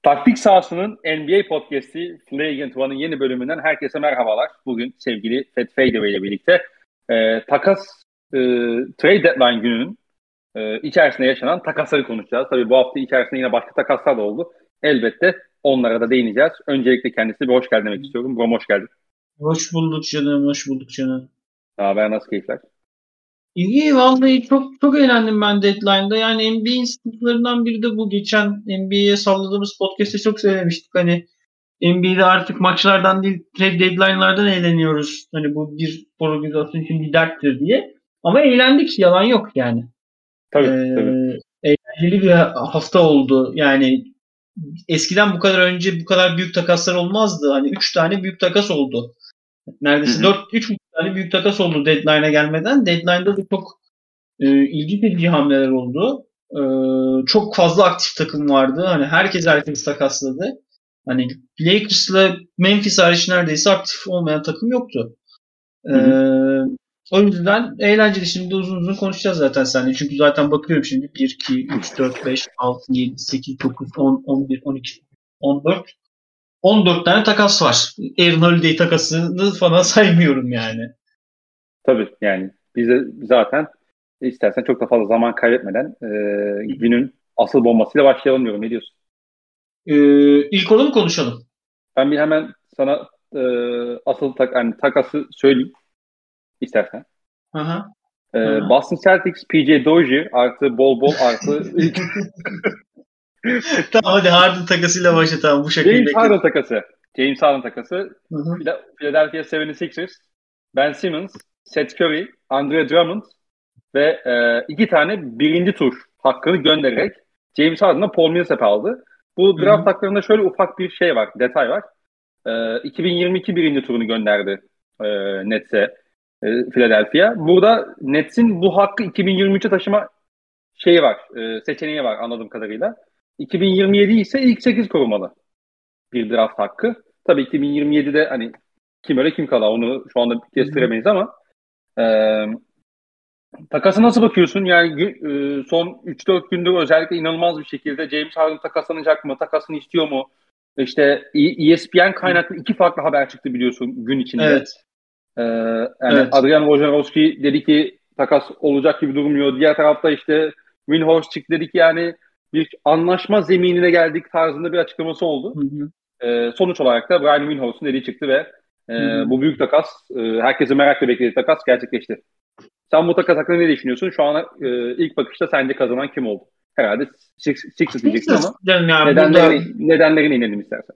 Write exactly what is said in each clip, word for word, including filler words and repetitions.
Taktik Sahası'nın N B A podcast'i Flagrant One'ın yeni bölümünden herkese merhabalar. Bugün sevgili Fat Fadeaway ile birlikte e, takas e, trade deadline gününün e, içerisinde yaşanan takasları konuşacağız. Tabii bu hafta içerisinde yine başka takaslar da oldu. Elbette onlara da değineceğiz. Öncelikle kendisine bir hoş geldin demek istiyorum. Brom hoş geldin. Hoş bulduk canım, hoş bulduk canım. Ne haber, nasıl keyifler? İyi, vallahi çok çok eğlendim ben deadline'da. Yani N B A'in sıkıntılarından biri de bu. Geçen N B A'ye salladığımız podcast'te çok söylemiştik. Hani N B A'de artık maçlardan değil, trade deadline'lardan eğleniyoruz. Hani bu bir organizasyon için bir derttir diye. Ama eğlendik, yalan yok yani. Tabii, ee, tabii. Eğlenceli bir hafta oldu. Yani eskiden bu kadar önce bu kadar büyük takaslar olmazdı. Hani üç tane büyük takas oldu. Neredeyse dört üç tane büyük takas oldu deadline'a gelmeden. Deadline'da da çok e, ilginç edici hamleler oldu. E, çok fazla aktif takım vardı. Hani herkes herkes takasladı. Hani Lakers'la Memphis hariç neredeyse aktif olmayan takım yoktu. E, Hı hı. O yüzden eğlenceli. Şimdi uzun uzun konuşacağız zaten seninle. Çünkü zaten bakıyorum şimdi bir, iki, üç, dört, beş, altı, yedi, sekiz, dokuz, on, on bir, on iki, on dört on dört tane takas var. Aaron Holiday takasını falan saymıyorum yani. Tabii yani bize zaten istersen çok da fazla zaman kaybetmeden e, günün asıl bombasıyla başlayalım diyorum. Ne diyorsun? Ee, ilk onu mu konuşalım? Ben bir hemen sana e, asıl tak, yani takası söyleyeyim istersen. Aha. E, Aha. Boston Celtics P J Dozier artı bol bol artı Tamam, hadi Harden takasıyla başlatalım. Bu şakayı James bekledim. Harden takası. James Harden takası. Hı hı. Philadelphia yetmiş altı ers, Ben Simmons, Seth Curry, Andre Drummond ve e, iki tane birinci tur hakkını göndererek James Harden'a Paul Millsap aldı. Bu Hı draft hı. haklarında şöyle ufak bir şey var, detay var. E, iki bin yirmi iki birinci turunu gönderdi e, Nets'e e, Philadelphia. Burada Nets'in bu hakkı iki bin yirmi üçe taşıma şeyi var, e, seçeneği var anladığım kadarıyla. iki bin yirmi yedi ise ilk sekiz korumalı bir draft hakkı. Tabii iki bin yirmi yedide hani kim öyle kim kala onu şu anda Hı hı. kestiremeyiz ama e, takası nasıl bakıyorsun? Yani e, son üç dört gündür özellikle inanılmaz bir şekilde James Harden takaslanacak mı? Takasını istiyor mu? İşte E S P N kaynaklı iki farklı haber çıktı biliyorsun gün içinde. Evet. E, yani Evet. Adrian Wojnarowski dedi ki takas olacak gibi durmuyor. Diğer tarafta işte Windhorst çıktı dedi ki yani bir anlaşma zeminine geldik tarzında bir açıklaması oldu. Hı hı. E, sonuç olarak da Brian Windhorst'un dediği çıktı ve e, Hı hı. bu büyük takas, e, herkesin merakla beklediği takas gerçekleşti. Sen bu takas hakkında ne düşünüyorsun? Şu an e, ilk bakışta sence kazanan kim oldu? Herhalde Six- Sixers diyeceksin Sixers ama canım, yani burada nedenlerini, nedenlerine inelim istersen.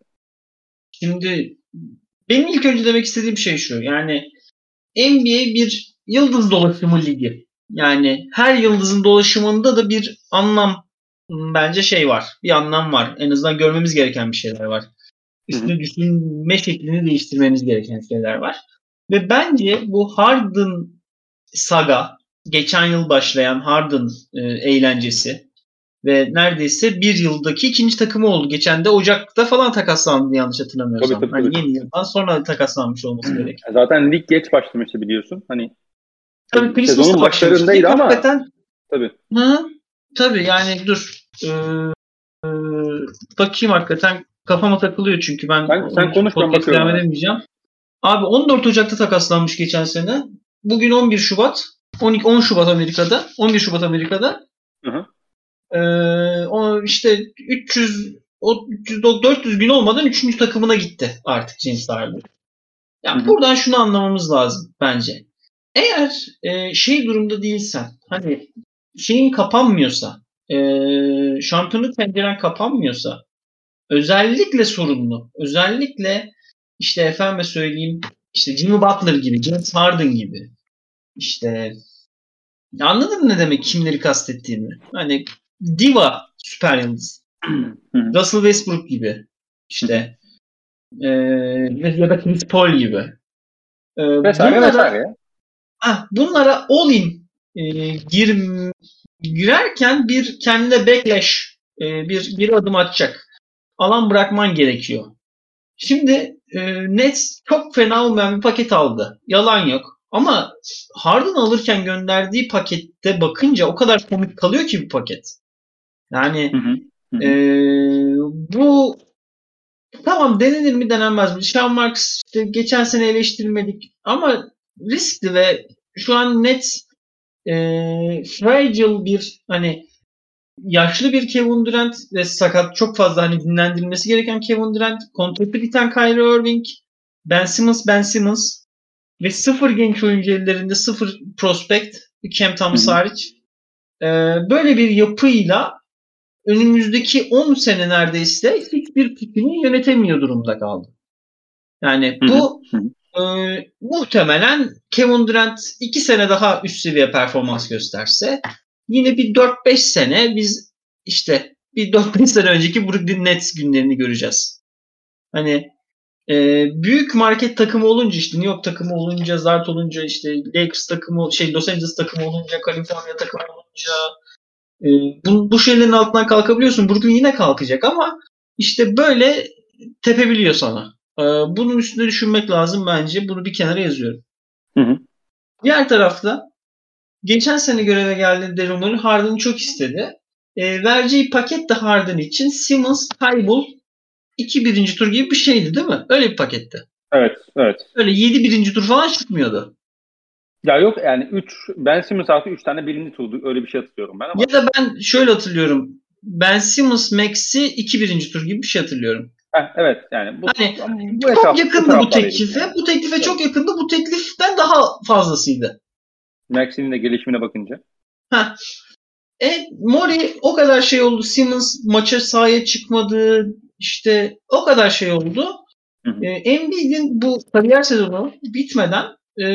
şimdi benim ilk önce demek istediğim şey şu. Yani N B A bir yıldız dolaşımı ligi. Yani her yıldızın dolaşımında da bir anlam, bence şey var. Bir anlam var. En azından görmemiz gereken bir şeyler var. Hı hı. Üstüne düşünme şeklini değiştirmemiz gereken şeyler var. Ve bence bu Harden saga, geçen yıl başlayan Harden e, eğlencesi ve neredeyse bir yıldaki ikinci takımı oldu. Geçen de Ocak'ta falan takaslandı yanlış Tabii hatırlamıyorsam. tabii tabii. Hani yeni yıldan sonra takaslanmış olması gerek. Zaten lig geç başlamıştı biliyorsun. Hani Tabii sezonun Christmas'ta başlamıştı. başlarındaydı Lig ama hakikaten, tabii. hı, tabii yani dur. Ee, e, bakayım, hakikaten kafama takılıyor çünkü ben Sen, sen onun için konuş ben podcast bakıyorum devam hemen. edemeyeceğim. Abi on dört Ocak'ta takaslanmış geçen sene. Bugün on bir Şubat. on iki on Şubat Amerika'da. on bir Şubat Amerika'da. Hı hı. Ee, o işte üç yüz o üç yüz dört yüz gün olmadan üçüncü takımına gitti artık James Harden. Hı Yani hı. buradan şunu anlamamız lazım bence. Eğer e, şey durumda değilsen, hani şeyin kapanmıyorsa, e, şampiyonluk penceren kapanmıyorsa, özellikle sorunlu, özellikle işte efendime söyleyeyim, işte Jimmy Butler gibi, James Harden gibi, işte anladın mı ne demek, kimleri kastettiğimi? Hani diva süper yıldız. Hı hı. Russell Westbrook gibi, Hı hı. işte e, ya da Chris Paul gibi. E, Vesaire bunlara vesaire. ah, bunlara all in e, gir, girerken bir kendine backlash, e, bir bir adım atacak. Alan bırakman gerekiyor. Şimdi e, Nets çok fena olmayan bir paket aldı. Yalan yok. Ama Harden alırken gönderdiği pakette bakınca o kadar komik kalıyor ki bu paket. Hı Yani hı. E, bu tamam, denenir mi denenmez mi? Sean Marks işte geçen sene eleştirmedik ama riskli ve şu an Nets e, fragile bir, hani yaşlı bir Kevin Durant ve sakat, çok fazla hani dinlendirilmesi gereken Kevin Durant, kontratı biten Kyrie Irving, Ben Simmons, Ben Simmons ve sıfır genç oyuncu ellerinde, sıfır prospect, Cam Thomas hariç. Ee, böyle bir yapıyla önümüzdeki on sene neredeyse hiçbir pikini yönetemiyor durumda kaldı. Yani bu e, muhtemelen Kevin Durant iki sene daha üst seviye performans gösterse yine bir dört beş sene biz işte bir dört beş sene önceki Brooklyn Nets günlerini göreceğiz. Hani e, büyük market takımı olunca, işte New York takımı olunca, Zart olunca, işte Lakers takımı, şey Los Angeles takımı olunca, Kaliforniya takımı olunca e, bu, bu şeylerin altından kalkabiliyorsun. Brooklyn yine kalkacak ama işte böyle tepebiliyor sana. Ee, bunun üstünde düşünmek lazım bence. Bunu bir kenara yazıyorum. Hı hı. Diğer tarafta geçen sene göreve geldiğinde Daryl Morey Harden'ı çok istedi. E, vereceği paket de Harden için Simmons, Thybulle iki birinci tur gibi bir şeydi değil mi? Öyle bir paketti. Evet, evet. Öyle yedi birinci tur falan çıkmıyordu. Ya yok yani üç Ben Simmons artı üç tane birinci turdu. Öyle bir şey hatırlıyorum ben ama. Ya da ben şöyle hatırlıyorum. Ben Simmons Max'i iki birinci tur gibi bir şey hatırlıyorum. Heh, evet yani bu, Hani bu çok etraf, yakındı bu teklife. yani. Bu teklife Evet. çok yakındı. Bu tekliften daha fazlasıydı. Max'in de gelişimine bakınca. Heh. E, Mori o kadar şey oldu. Simmons maça sahaya çıkmadı. İşte o kadar şey oldu. Hı hı. E, Embiid'in bu kariyer sezonu bitmeden e,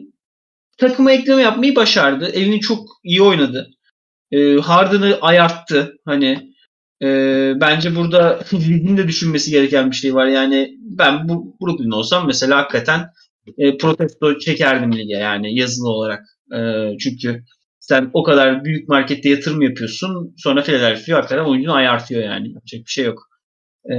takıma ekleme yapmayı başardı. Elini çok iyi oynadı. E, Harden'ı ayarttı. Hani e, bence burada ligin de düşünmesi gereken bir şey var. Yani ben bu Brooklyn olsam mesela hakikaten e, protesto çekerdim lige, yani yazılı olarak. E, çünkü sen o kadar büyük markette yatırım yapıyorsun. Sonra Philadelphia hakikaten oyuncunu ayartıyor yani. Yapacak bir şey yok. E,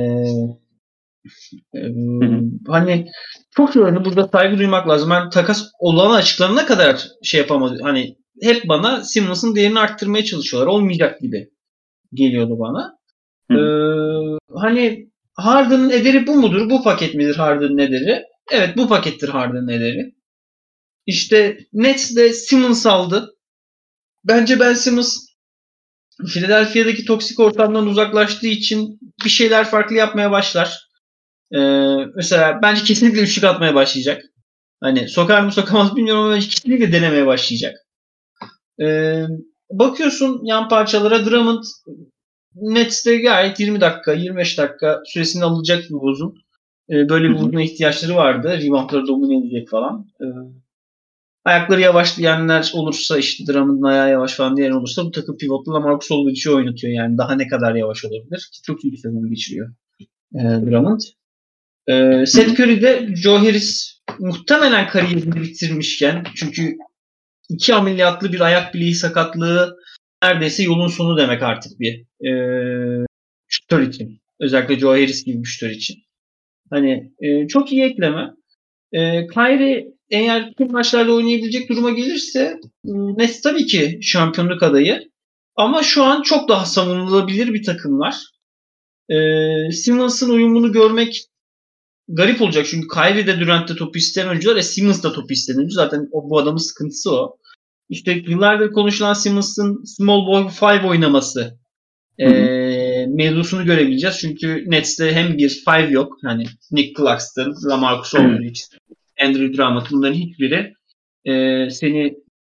e, Hı hı. hani çok önemli. Burada saygı duymak lazım. Ben takas olanı açıklanana kadar şey yapamadım. Hani hep bana Simmons'ın değerini arttırmaya çalışıyorlar. Olmayacak gibi geliyordu bana. Hı Ee, hı. hani Harden'ın ederi bu mudur? Bu paket midir Harden'ın ederi? Evet, bu pakettir Harden'ın ederi. İşte Nets de Simmons aldı. Bence Ben Simmons Philadelphia'daki toksik ortamdan uzaklaştığı için bir şeyler farklı yapmaya başlar. Ee, mesela bence kesinlikle üçlük atmaya başlayacak. Hani sokar mı sokamaz bilmiyorum ama bence kesinlikle denemeye başlayacak. Ee, bakıyorsun yan parçalara, Drummond Nets'te gayet yirmi dakika, yirmi beş dakika süresini alacak bir uzun. Ee, böyle Hı bir hı. uzuna ihtiyaçları vardı. Reboundları domine edecek falan. Ee, ayakları yavaş diyenler olursa, işte Drummond'un ayağı yavaş falan diyen olursa, bu takım pivotlu Lamarcus Aldridge'i oynatıyor. Yani daha ne kadar yavaş olabilir ki? Çok iyi bir sezon geçiriyor e, Drummond. E, Seth Curry de Joe Harris muhtemelen kariyerini bitirmişken, çünkü iki ameliyatlı bir ayak bileği sakatlığı neredeyse yolun sonu demek artık bir e, şutör için. Özellikle Joe Harris gibi bir şutör için. Hani e, çok iyi ekleme. E, Kyrie eğer tüm maçlarda oynayabilecek duruma gelirse e, Nets tabii ki şampiyonluk adayı. Ama şu an çok daha savunulabilir bir takım var. E, Simmons'ın uyumunu görmek garip olacak. Çünkü Kyrie de Durant de topu isteyen oyuncular. E, Simmons da topu isteyen oyuncu. Zaten o, bu adamın sıkıntısı o. İşte yıllardır konuşulan Simmons'ın small ball five oynaması e, Hı hı. mevzusunu görebileceğiz. Çünkü Nets'te hem bir five yok. Hani Nick Claxton, LaMarcus Aldridge, Andrew Drummond, bunların hiçbiri e, seni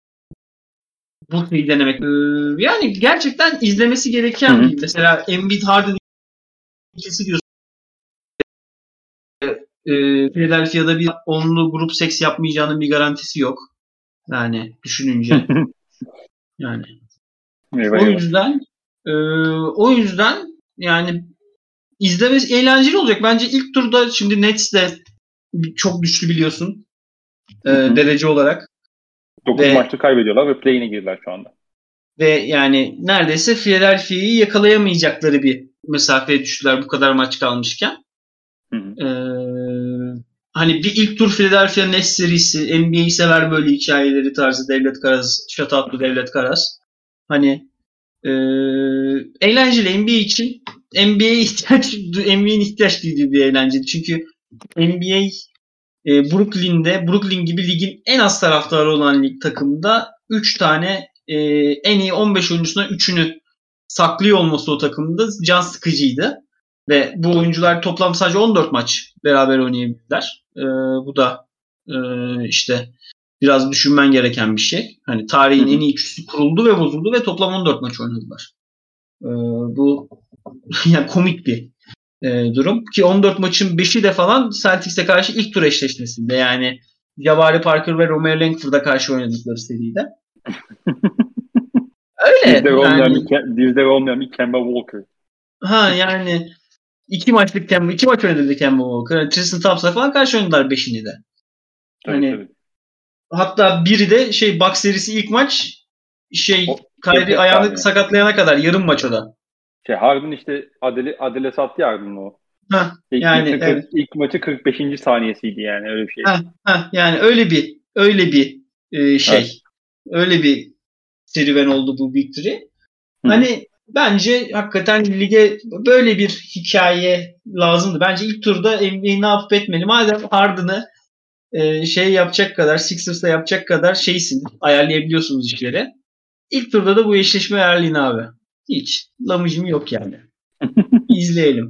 bu şeyi denemek. E, yani gerçekten izlemesi Hı gereken hı. bir. Mesela Embiid Harden ikisi diyorsun. E, Philadelphia'da bir onlu grup seks yapmayacağının bir garantisi yok. Yani düşününce. Yani Eyvah o eyvah. yüzden e, o yüzden yani izlemesi eğlenceli olacak. Bence ilk turda şimdi Nets de çok güçlü biliyorsun e, Hı hı. derece olarak dokuz ve maçta kaybediyorlar ve play-in'e girdiler şu anda. ve yani neredeyse Philadelphia'yı yakalayamayacakları bir mesafeye düştüler bu kadar maç kalmışken. Hı hı. Ee, hani bir ilk tur Philadelphia Nets serisi, N B A'yi sever böyle hikayeleri tarzı, Devlet Karas, Şatatlı Devlet Karas. Hani Ee, eğlenceli N B A için N B A'ye ihtiyaç N B A'nin ihtiyaç duyduğu bir eğlenceli. Çünkü N B A e, Brooklyn'de Brooklyn gibi ligin en az taraftarı olan lig takımında üç tane e, en iyi on beş oyuncusundan üçünü saklıyor olması o takımda can sıkıcıydı. Ve bu oyuncular toplam sadece on dört maç beraber oynayabildiler. Ee, bu da e, işte biraz düşünmen gereken bir şey. Hani tarihin en iyi üçlüsü kuruldu ve bozuldu ve toplam on dört maç oynadılar. Ee, bu yani komik bir e, durum. Ki on dört maçın beşi de falan Celtics'e karşı ilk tur eşleşmesinde. Yani Jabari Parker ve Romeo Langford'a karşı oynadıkları seride. Öyle Dizleri olmayan, yani. bir, dizleri olmayan bir Kemba Walker. Ha yani iki maçlık Kemba, iki maç oynadı Kemba Walker. Yani Tristan Thompson'a falan karşı oynadılar beşini de. Tabii, hani tabii. Hatta biri de şey Bucks serisi ilk maç şey O, Kyrie ayağını saniye. sakatlayana kadar yarım maç o da. Şey, Harden işte Adele, Adele sattı ya Harden'ın o. Heh, İlk, yani maçın evet. kırk, ilk maçı kırk beşinci saniyesiydi yani öyle bir şey. Heh, heh, yani öyle bir öyle bir e, şey. Evet. Öyle bir serüven oldu bu victory. Hı-hı. Hani bence hakikaten lige böyle bir hikaye lazımdı. Bence ilk turda N B A ne yapıp etmeli. Madem Harden'ı e, şey yapacak kadar, Sixers'ta yapacak kadar şeysin, ayarlayabiliyorsunuz işleri. İlk turda da bu eşleşme ayarlayın abi. Hiç lamıcım yok yani. İzleyelim.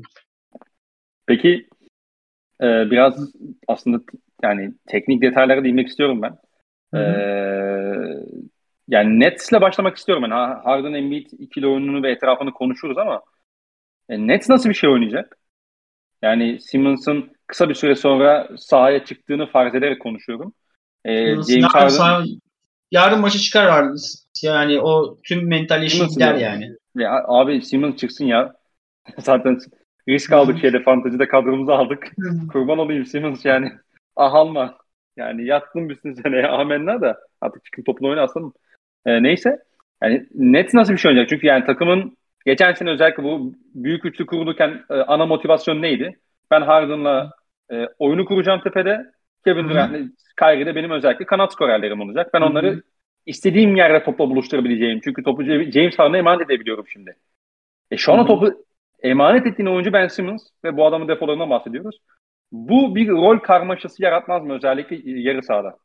Peki e, biraz aslında yani teknik detaylara değinmek istiyorum ben. Hı hı. Ee, yani Nets'le başlamak istiyorum. Yani Harden Embiid ikili oyununu ve etrafını konuşuruz ama e, Nets nasıl bir şey oynayacak? Yani Simmons'ın kısa bir süre sonra sahaya çıktığını farz ederek konuşuyorum. Ee, James Yarın, Harden sağ, yarın maça çıkar vardı. Yani o tüm mental işi Simmons'ı gider mı? yani. Ya, abi Simmons çıksın ya. Zaten risk Hı aldık hı. şeyde fantezide kadromuzu aldık. Kurban olayım Simmons yani. Ah alma. Yani yattın bütün sene ya. Amenna da. Artık çıkın topunu oyna aslanım. Ee, neyse. Yani Nets nasıl bir şey oynayacak? Çünkü yani takımın geçen sene özellikle bu büyük üçlü kurulurken e, ana motivasyon neydi? Ben Harden'la e, oyunu kuracağım tepede. Kevin Hı hı. Durant'le Kyrie de benim özellikle kanat skorerlerim olacak. Ben Hı hı. onları istediğim yerde topla buluşturabileceğim. Çünkü topu James Harden'a emanet edebiliyorum şimdi. E şu Hı anda hı. topu emanet ettiğin oyuncu Ben Simmons ve bu adamın defolarından bahsediyoruz. Bu bir rol karmaşası yaratmaz mı özellikle yarı sahada?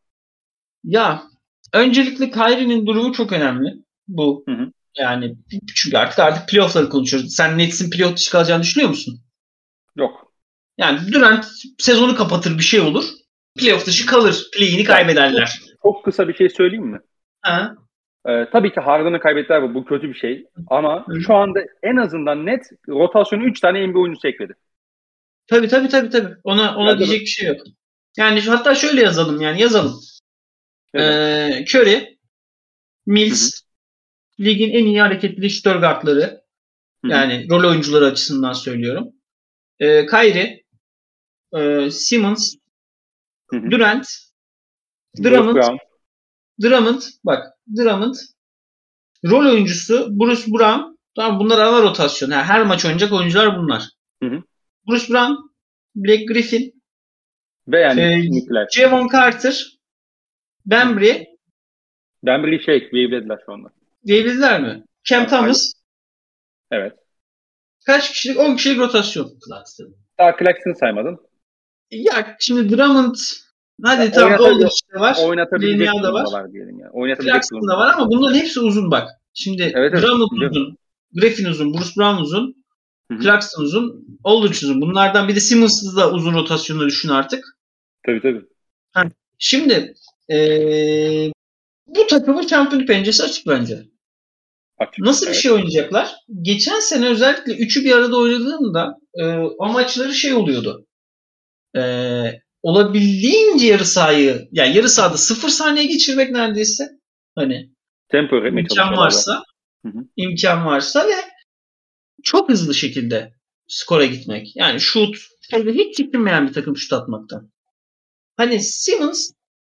Ya öncelikle Kyrie'nin durumu çok önemli. Bu Hı hı. yani çünkü artık artık playoff'ları konuşuyoruz. Sen Nets'in playoff dışı kalacağını düşünüyor musun? Yok. Yani Durant sezonu kapatır bir şey olur. Playoff dışı kalır. Play'ini Ya çok, kaybederler. çok kısa bir şey söyleyeyim mi? Ha? Ee, tabii ki Harden'ı kaybettiler bu. Bu kötü bir şey. Ama Hı. şu anda en azından net rotasyonu üç tane N B A oyuncusu ekledi. Tabii tabii tabii tabii. Ona ona Ya değil mi? diyecek bir şey yok. Yani şu- hatta şöyle yazalım yani yazalım. Yazın. Ee, Curry, Hı hı. Mills ligin en iyi hareketli şütör guardları. Hı hı. Yani rol oyuncuları açısından söylüyorum. Ee, Kyrie, e, Simmons, Hı hı. Durant, Bruce Drummond, Brown. Drummond bak Drummond rol oyuncusu Bruce Brown. Tamam bunlar ana rotasyon. Yani her maç oynayacak oyuncular bunlar. Hı hı. Bruce Brown, Blake Griffin, Ve yani e, Nick Claxton. Javon Carter, Hı hı. Bembry, Denver'ı şey wave'lediler şu anda. diyebilirler mi? Cam Ha, hayır. Thomas. Evet. Kaç kişilik? on kişilik rotasyon. Daha Claxton'ı saymadın. Ya şimdi Drummond Ya, hadi tamam oynata, Aldridge de var. oynatabilecek Lenya da var. durumdalar diyelim yani. Oynatabilecek Clarkson da var durumdalar. ama bunların hepsi uzun bak. Şimdi Evet, evet. Drummond Biliyorum. uzun, Griffin uzun, Bruce Brown uzun, Hı hı. Clarkson uzun, Aldridge uzun. Bunlardan bir de Simmons'ı da uzun rotasyonda düşün artık. Tabii, tabii. Ha. Şimdi ee, bu takımın şampiyonluk penceresi açık bence. Açık. Nasıl bir Evet. şey oynayacaklar? Geçen sene özellikle üçü bir arada oynadığında e, amaçları şey oluyordu. E, olabildiğince yarı sahayı, yani yarı sahada sıfır saniye geçirmek neredeyse. Hani Tempo üretmeye imkan çalışıyorlar da. varsa, Hı hı. imkan varsa ve çok hızlı şekilde skora gitmek. Yani şut, şeyde hiç çekinmeyen bir takım şut atmaktan. Hani Simmons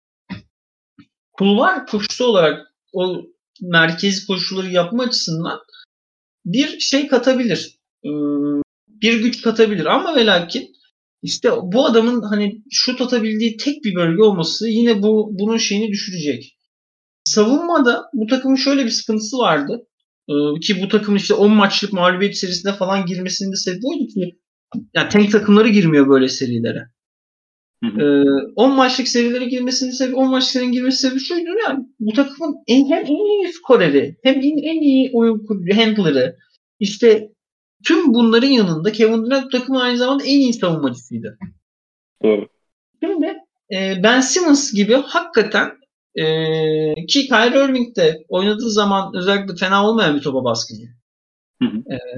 kulvar koşusu olarak o merkezi koşuları yapma açısından bir şey katabilir. Bir güç katabilir ama ve lakin işte bu adamın hani şut atabildiği tek bir bölge olması yine bu bunun şeyini düşürecek. Savunmada bu takımın şöyle bir sıkıntısı vardı. Ee, ki bu takımın işte on maçlık mağlubiyet serisine falan girmesinin de sebebi oydu ki yani tank takımları girmiyor böyle serilere. Hı hı. Ee, on maçlık serilere girmesinin sebebi on maçların girmesi sebebi şuydu yani bu takımın en, hem en iyi skoreri hem en, en iyi oyun kurucu handler'ı işte tüm bunların yanında Kevin Durant bu takımın aynı zamanda en iyi savunmacısıydı. Doğru. Şimdi e, Ben Simmons gibi hakikaten e, ki Kyrie Irving de oynadığı zaman özellikle fena olmayan bir topa baskıcı. Hı hı. E,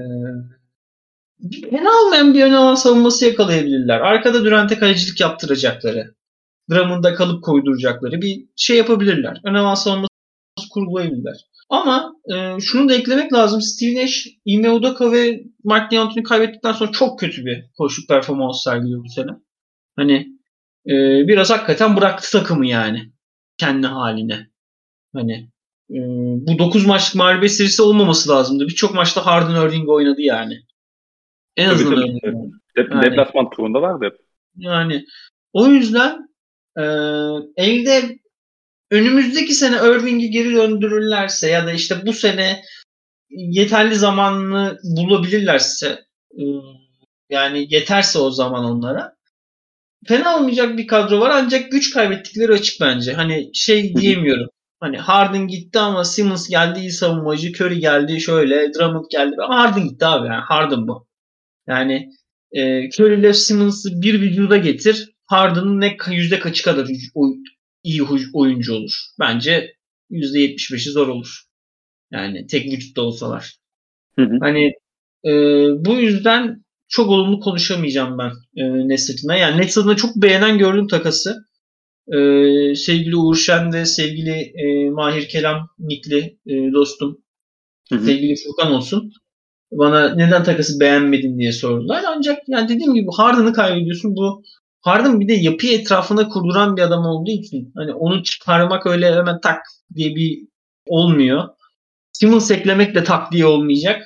Fena olmayan bir ön alan savunması yakalayabilirler. Arkada Durant'e kalecilik yaptıracakları, Drummond'a kalıp koyduracakları bir şey yapabilirler. Ön alan savunması kurgulayabilirler. Ama e, şunu da eklemek lazım. Steve Nash, Ime Udoka ve Mark D'Antoni'yi kaybettikten sonra çok kötü bir koşuk performans sergiliyor bu sene. Hani e, biraz hakikaten bıraktı takımı yani. Kendi haline. Hani e, bu dokuz maçlık mağlubiyet serisi olmaması lazımdı. Birçok maçta Harden Irving oynadı yani. En Tabii azından tabii. Irving oynadı. De- Yani, deplasman turunda vardı. yani o yüzden e, elde önümüzdeki sene Irving'i geri döndürürlerse ya da işte bu sene yeterli zamanını bulabilirlerse e, yani yeterse o zaman onlara fena olmayacak bir kadro var ancak güç kaybettikleri açık bence. Hani şey Hı hı. diyemiyorum. Hani Harden gitti ama Simmons geldi iyi savunmacı, Curry geldi şöyle, Drummond geldi. Ama Harden gitti abi yani Harden bu. Yani e, Curry ile Simmons'ı bir vücuda getir. Harden'ın ne yüzde kaçı kadar iyi oyuncu olur? Bence yüzde yetmiş beşi zor olur. Yani tek vücutta olsalar. Hı hı. Hani e, bu yüzden çok olumlu konuşamayacağım ben e, Nets adına. Yani Nets adına çok beğenen gördüm takası. E, sevgili Uğur Şen ve sevgili e, Mahir Kelam Nikli e, dostum, Hı hı. sevgili Furkan olsun. Bana neden takası beğenmedin diye sordular. Ancak yani dediğim gibi Harden'ı kaybediyorsun. Bu Harden bir de yapıyı etrafına kurduran bir adam olduğu için hani onu çıkarmak öyle hemen tak diye bir olmuyor. Simmons eklemek de tak diye olmayacak.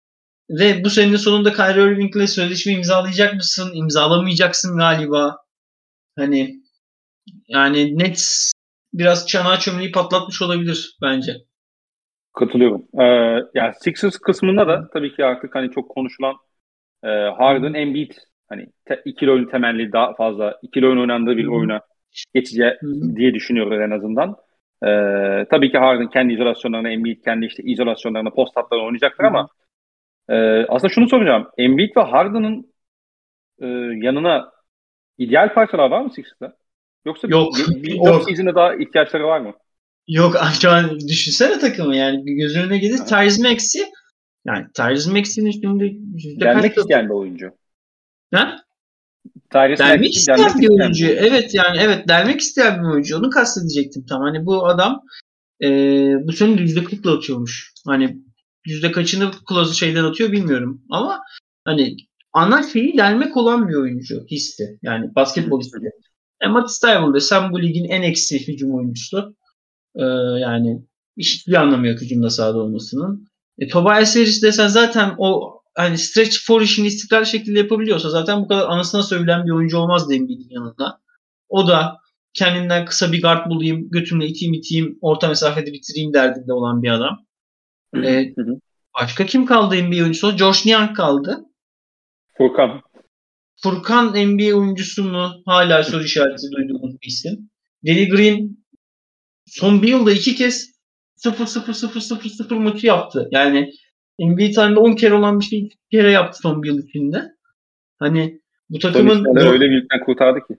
Ve bu senenin sonunda Kyrie Irving'le sözleşme imzalayacak mısın? İmzalamayacaksın galiba. Hani yani Nets biraz çanağı çömleği patlatmış olabilir bence. Katılıyorum. Ee, yani Sixers kısmında da tabii ki artık hani çok konuşulan e, Harden, Embiid hani te, ikili oyun temelli daha fazla ikili oyun oynandığı bir oyuna geçeceği diye düşünüyoruz en azından. Ee, tabii ki Harden kendi izolasyonlarına, Embiid kendi işte izolasyonlarına, post hatlarına oynayacaktır ama e, aslında şunu soracağım. Embiid ve Harden'ın e, yanına ideal parçalar var mı Sixers'ta? Yoksa Yok. bir, bir off Yok. season'da daha ihtiyaçları var mı? Yok şu an düşünsene takımı yani bir göz önüne gelir Aha. Tyrese Maxey yani Tyrese Maxey'nin şimdi yüzde kaç Delmek da isteyen bir oyuncu. ha? Tyrese Delmek Maxey delmek isteyen bir isteyen bir oyuncu. oyuncu. Evet yani evet delmek isteyen bir oyuncu. Onu kastedecektim tam. Hani bu adam e, bu sene yüzde kırkla atıyormuş. Hani yüzde kaçını close şeyden atıyor bilmiyorum. Ama hani ana şeyi delmek olan bir oyuncu hissi. Yani Hı hı, basketbol hı hissi. hı. E, Matisse Thybulle desem bu ligin en eksi hücum oyuncusu. Ee, yani hiçbir anlamı yok hücumda sahada olmasının. E, Tobias Harris desen zaten o hani stretch four işini istikrarlı şekilde yapabiliyorsa zaten bu kadar anasına sövülen bir oyuncu olmaz Embiid'in yanında. O da kendinden kısa bir guard bulayım, götümle iteyim iteyim, orta mesafede bitireyim derdinde olan bir adam. E, Hı hı. Başka kim kaldı N B A oyuncusu? Josh Niang kaldı. Furkan. Furkan N B A oyuncusu mu? Hala soru işareti duyduğumuz bir isim. Danny Green son bir yılda iki kez sıfır sıfır sıfır sıfır sıfır maçı yaptı. Yani N B A tarihinde on kere olan bir şey iki kere yaptı son bir yıl içinde. Hani bu Son takımın işlerle öyle bir yükten kurtardı ki.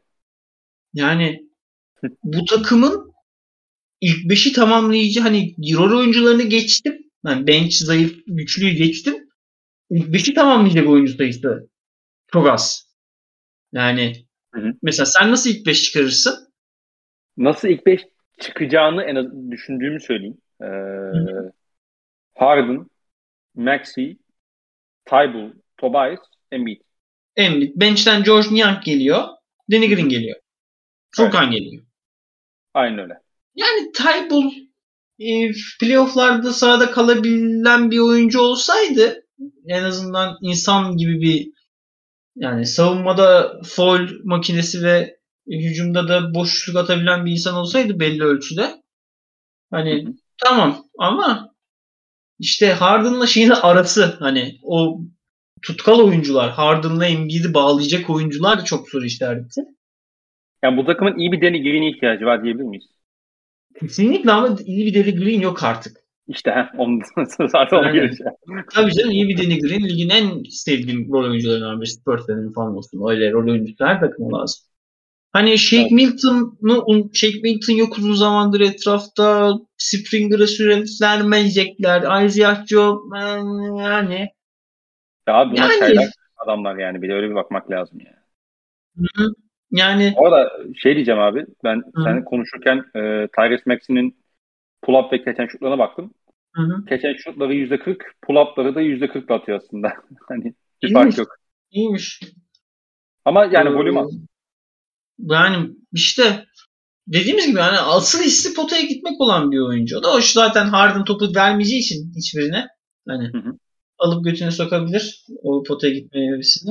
yani bu takımın ilk beşi tamamlayıcı hani rol oyuncularını geçtim. Yani bench zayıf güçlüyü geçtim. İlk beşi tamamlayacak oyuncu sayısı çok az. Yani Hı hı. mesela sen nasıl ilk beş çıkarırsın? Nasıl ilk beş çıkacağını en az düşündüğümü söyleyeyim. Ee, Hı hı. Harden, Maxey, Thybulle, Tobias, Embiid. Embiid. Bench'ten George Niang geliyor. Danny Hı Green hı. geliyor. Aynen. Furkan geliyor. Aynen öyle. Yani Thybulle e, playofflarda sahada kalabilen bir oyuncu olsaydı en azından insan gibi bir yani savunmada foul makinesi ve hücumda da boşluk atabilen bir insan olsaydı belli ölçüde Hı hani hı. tamam ama işte Harden'la şeyin arası hani o tutkal oyuncular, Harden'la Embiid'i bağlayacak oyuncular da çok soru işareti. Yani bu takımın iyi bir Danny Green'e ihtiyacı var diyebilir miyiz? Kesinlikle ama iyi bir Danny Green yok artık. İşte heh, onun, zaten onu Yani geleceğim. tabii canım iyi bir Danny Green ligin en sevdiğim rol oyuncularından birisi. Spurs'ların falan olsun. Öyle rol oyuncusu her takıma lazım. Hani Shake Evet. Milton'u Shake Milton yok uzun zamandır etrafta. Springer'a süre vermeyecekler. Isaiah Joe yani Ya abi bunlar yani çaylak adamlar yani. Bir de öyle bir bakmak lazım yani. hı-hı. yani Bu arada şey diyeceğim abi. Ben hı-hı. sen konuşurken e, Tyrese Maxey'nin pull-up ve catch and shoot'larına baktım. Hı-hı. Catch and shoot'ları yüzde kırk, pull-up'ları da yüzde kırk atıyor aslında. Hani bir fark İyiymiş. yok. İyiymiş. Ama yani volüm az. Ee, yani işte dediğimiz gibi hani asıl hissi potaya gitmek olan bir oyuncu. O da hoş zaten Harden topu vermeyeceği için hiçbirine hani Hı hı. alıp götüne sokabilir o potaya gitme hevesini.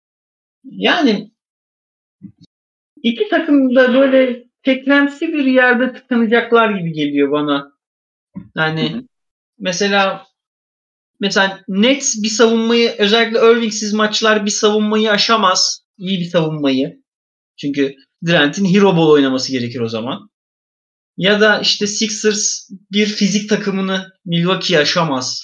Yani iki takım da böyle teklemsi bir yerde tıkanacaklar gibi geliyor bana. Hı Yani hı. mesela mesela Nets bir savunmayı özellikle Irving'siz maçlar bir savunmayı aşamaz. İyi bir savunmayı. Çünkü Durant'in hero ball oynaması gerekir o zaman. Ya da işte Sixers bir fizik takımını Milwaukee aşamaz.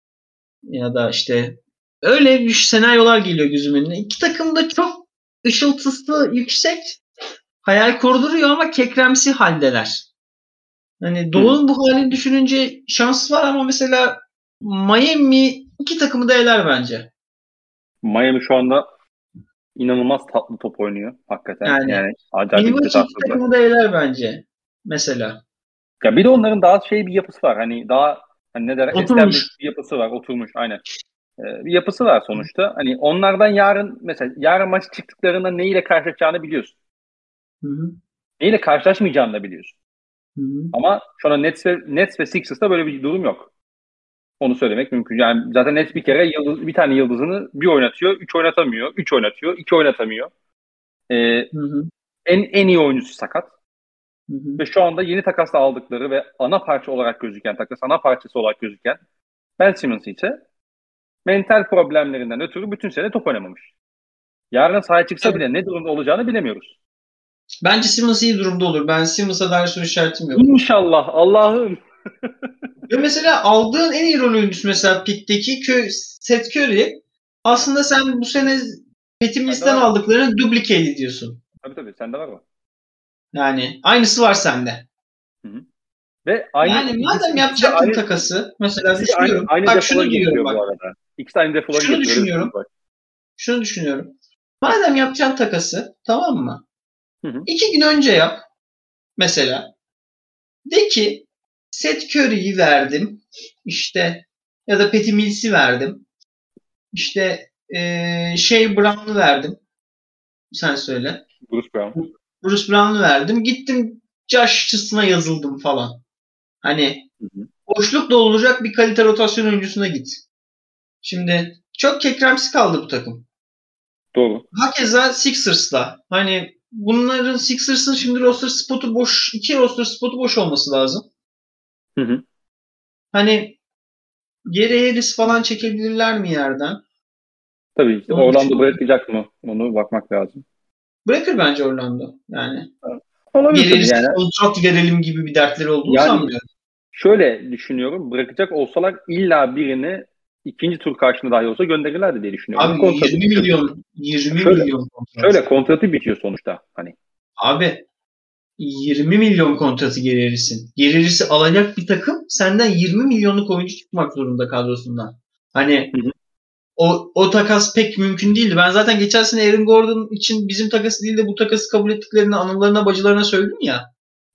Ya da işte öyle bir senaryolar geliyor gözümün önüne. İki takım da çok ışıltısı yüksek. Hayal kurduruyor ama kekremsi haldeler. Hani Hı hı. Doğu'nun bu halini düşününce şans var ama mesela Miami iki takımı da eler bence. Miami şu anda inanılmaz tatlı top oynuyor hakikaten. Yani Yani acayip Milwaukee iki istikrarlılar. takımı da eler bence. Mesela. Ya bir de onların daha şey bir yapısı var. Hani daha hani ne derler Oturmuş. established bir yapısı var. Oturmuş aynen. Ee, bir yapısı var sonuçta. Hani onlardan yarın mesela yarın maç çıktıklarında neyle karşılaşacağını biliyorsun. Hı hı. Neyle karşılaşmayacağını da biliyorsun. Hı hı. Ama şu anda Nets ve, Nets ve Sixers'ta böyle bir durum yok. Onu söylemek mümkün. Yani zaten Nets bir kere yıldız, bir tane yıldızını bir oynatıyor, üç oynatamıyor, üç oynatıyor, iki oynatamıyor. Ee, Hı hı. en en iyi oyuncusu sakat. Hı hı. Ve şu anda yeni takasla aldıkları ve ana parça olarak gözüken, takas ana parçası olarak gözüken Ben Simmons ise mental problemlerinden ötürü bütün sene top oynamamış. Yarın sahaya çıksa Evet. bile ne durumda olacağını bilemiyoruz. Bence Simmons iyi durumda olur. Ben Simmons'a dair soru işaretim yok. İnşallah Allah'ım. Ve mesela aldığın en iyi rol oyuncusu mesela Pick'teki Seth Curry aslında sen bu sene Patty Sende Mills'ten var o. aldıklarını duplicate ediyorsun. Tabii tabii sende var o. Yani aynısı var sende. Hı hı. Ve aynı Yani ikisi, madem ikisi de yapacaktın aynı takası mesela ikisi de aynı düşünüyorum. aynı Bak şunu defoları diyorum getiriyor bu bak. arada. İkisi de aynı defoları Şunu getiriyor. Öyle bir düşünüyorum. sıkıntı var. Şunu düşünüyorum. Madem yapacaksın takası tamam mı? Hı hı. İki gün önce yap mesela. De ki Seth Curry'yi verdim. İşte ya da Patty Mills'i verdim. İşte ee, Shea Brown'u verdim. Sen söyle. Bruce Brown. Bruce Brown'u verdim. Gittim Josh Chestnut'a yazıldım falan. Hani Hı hı. boşluk dolduracak bir kalite rotasyon oyuncusuna git. Şimdi çok kekremsi kaldı bu takım. Doğru. Hakeza Sixers'la. Hani bunların Sixers'ın şimdi roster spotu boş, iki roster spotu boş olması lazım. Hı hı. Hani geri Harris falan çekebilirler mi yerden? Tabii işte Onu Orlando düşünüyorum. bırakacak mı? Onu bakmak lazım. Bırakır bence Orlando. Yani Olabilir geri tabii Harris yani. kontrat verelim gibi bir dertleri olduğunu Yani sanmıyorum. şöyle düşünüyorum. Bırakacak olsalar illa birini ikinci tur karşında dahi olsa gönderirlerdi diye düşünüyorum. Abi Çünkü kontratı yirmi bitiyor. milyon yirmi Şöyle milyon kontrat. şöyle kontratı bitiyor sonuçta. Hani Abi yirmi milyon kontratı geri Harris'in. Geri Harris'i alacak bir takım senden yirmi milyonluk oyuncu çıkmak zorunda kadrosundan. Hani hı hı. o, o takas pek mümkün değildi. Ben zaten geçen sene Aaron Gordon için bizim takası değil de bu takası kabul ettiklerini anılarına bacılarına söyledim ya.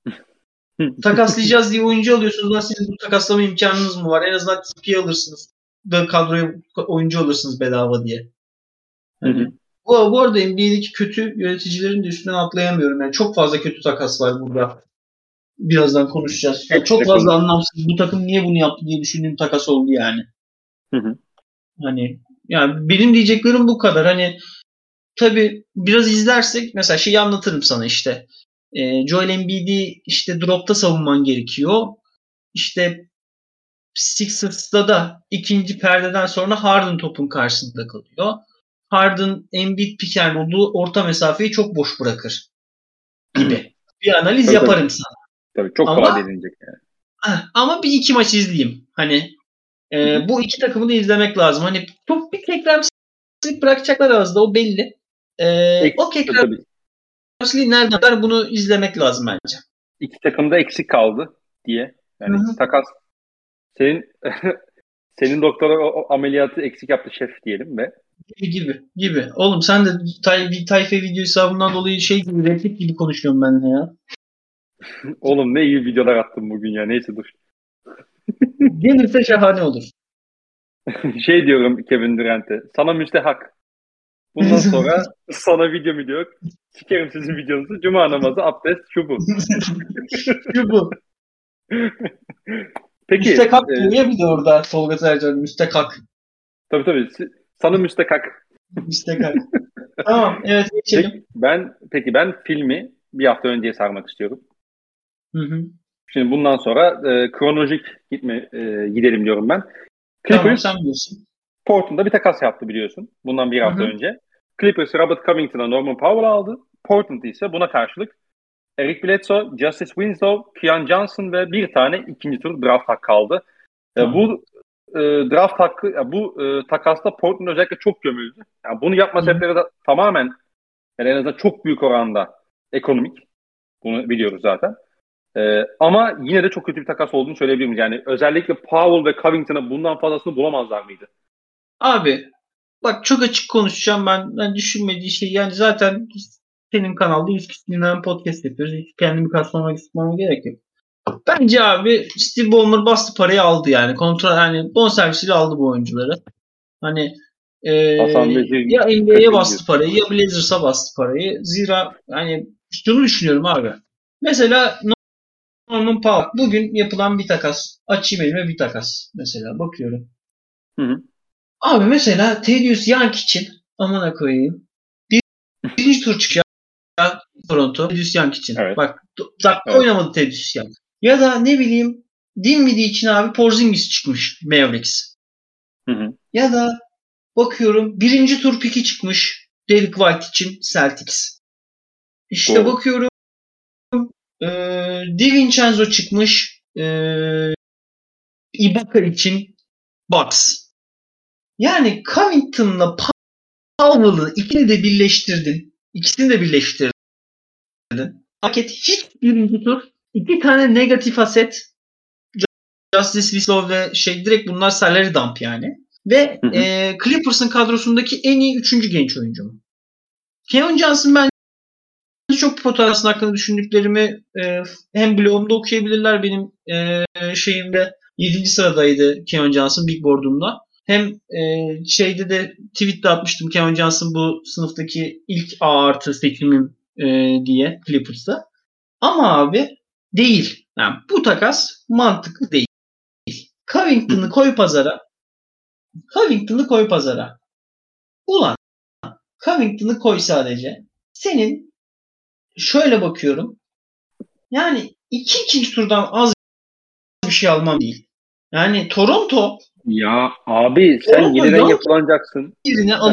Takaslayacağız diye oyuncu alıyorsunuz. Lan sizin bu takaslama imkanınız mı var? En azından T P alırsınız. Da kadroya oyuncu alırsınız bedava diye. Hı hı. Hani bu, bu arada N B A'deki kötü yöneticilerin de üstünden atlayamıyorum. Yani çok fazla kötü takas var burada. Birazdan konuşacağız. Yani çok Hepsini fazla konuşuruz. anlamsız. Bu takım niye bunu yaptı diye düşündüğüm takas oldu yani. Hı hı. Hani yani benim diyeceklerim bu kadar. Hani tabii biraz izlersek mesela şeyi anlatırım sana işte. E, Joel Embiid'i işte dropta savunman gerekiyor. İşte Sixers'ta da ikinci perdeden sonra Harden topun karşısında kalıyor. Harden Embiid pick and roll'u orta mesafeyi çok boş bırakır gibi bir analiz tabii, yaparım tabii. sana. Tabii çok ama, kolay denilecek yani. Ama bir iki maç izleyeyim. Hani e, bu iki takımı da izlemek lazım. Hani çok bir kekremsilik bırakacaklar aslında o belli. E, Ek, o kekremsiliği nereden kadar bunu izlemek lazım bence. İki takım da eksik kaldı diye. Yani Hı-hı. takas senin senin doktora o, o ameliyatı eksik yaptı şef diyelim ve Gibi gibi gibi. Oğlum sen de tay, bir tayfa video hesabından dolayı şey gibi replik gibi konuşuyorum benimle ya. oğlum ne iyi videolar attım bugün ya. Neyse dur. Gelirse şahane olur. Şey diyorum Kevin Durant'e. Sana müstehak. Bundan sonra sana video mu diyor. Sikerim sizin videonuzu. Cuma namazı, abdest, şu bu. Şu bu. Peki. Müstekak E, diyor ya bir de orada Tolga Sercan. Müstekak. tabii tabii. Sana müstekak. Müstekak. Tamam. Evet geçelim. Peki ben, peki ben filmi bir hafta önceye sarmak istiyorum. Hı hı. Şimdi bundan sonra e, kronolojik gitme e, gidelim diyorum ben. Clippers Tamam sen biliyorsun. Portland'da bir takas yaptı biliyorsun. Bundan bir hafta Hı hı. önce. Clippers Robert Covington'a Norman Powell aldı. Portland ise buna karşılık Eric Bledsoe, Justice Winslow, Keon Johnson ve bir tane ikinci tur draft hakkı kaldı. Tamam. Bu e, draft hakkı, bu e, takasta Portland özellikle çok gömüldü. Yani bunu yapma sebepleri de tamamen, yani en azından çok büyük oranda ekonomik. Bunu biliyoruz zaten. E, ama yine de çok kötü bir takas olduğunu söyleyebilirim. Yani özellikle Powell ve Covington'a bundan fazlasını bulamazlar mıydı? Abi bak çok açık konuşacağım ben. Ben düşünmediği şey yani zaten senin kanalda yüz kişi dinlenen podcast yapıyoruz. Hiç kendimi kaslamak istemem gerek yok. Bence abi Steve Ballmer bastı parayı aldı yani. Kontrol yani bonservisiyle aldı bu oyuncuları. Hani ee, Hasan Vezir ya N B A'ye kaliteli bastı diyorsun. parayı ya Blazers'a bastı parayı. Zira hani şunu düşünüyorum abi. Mesela Norman Powell bugün yapılan bir takas. Açayım elime bir takas. Mesela bakıyorum. Hı hı. Abi mesela Thaddeus Young için amına koyayım. Bir, birinci tur çıkacak Toronto. Thaddeus Young için. Evet. Bak dakika Evet. oynamadı Thaddeus Young. Ya da ne bileyim Dinwiddie için abi Porzingis çıkmış Mavericks. Hı hı. Ya da bakıyorum birinci tur piki çıkmış Derek White için Celtics. İşte Doğru. bakıyorum e, DiVincenzo çıkmış e, Ibaka için Bucks. Yani Covington'la Powell'ı ikini de birleştirdin. İkisini de birleştirdin. Paket hiç birinci tur. İki tane negatif aset. Justice Winslow ve şey direkt bunlar salary dump yani. Ve Hı hı. e, Clippers'ın kadrosundaki en iyi üçüncü genç oyuncu. Keon Johnson ben çok potansiyel hakkında düşündüklerimi e, hem blogumda okuyabilirler benim e, şeyimde yedinci sıradaydı Keon Johnson Big Board'umda. Hem e, şeyde de tweet'te atmıştım Keon Johnson bu sınıftaki ilk A artı seçimim e, diye Clippers'ta. Ama abi değil. Yani bu takas mantıklı değil. Covington'ı koy pazara. Covington'ı koy pazara. Ulan Covington'ı koy sadece. Senin şöyle bakıyorum. Yani iki ikinci turdan az bir şey almam değil. Yani Toronto Ya abi sen Toronto yeniden yan yapılanacaksın. yerine alır.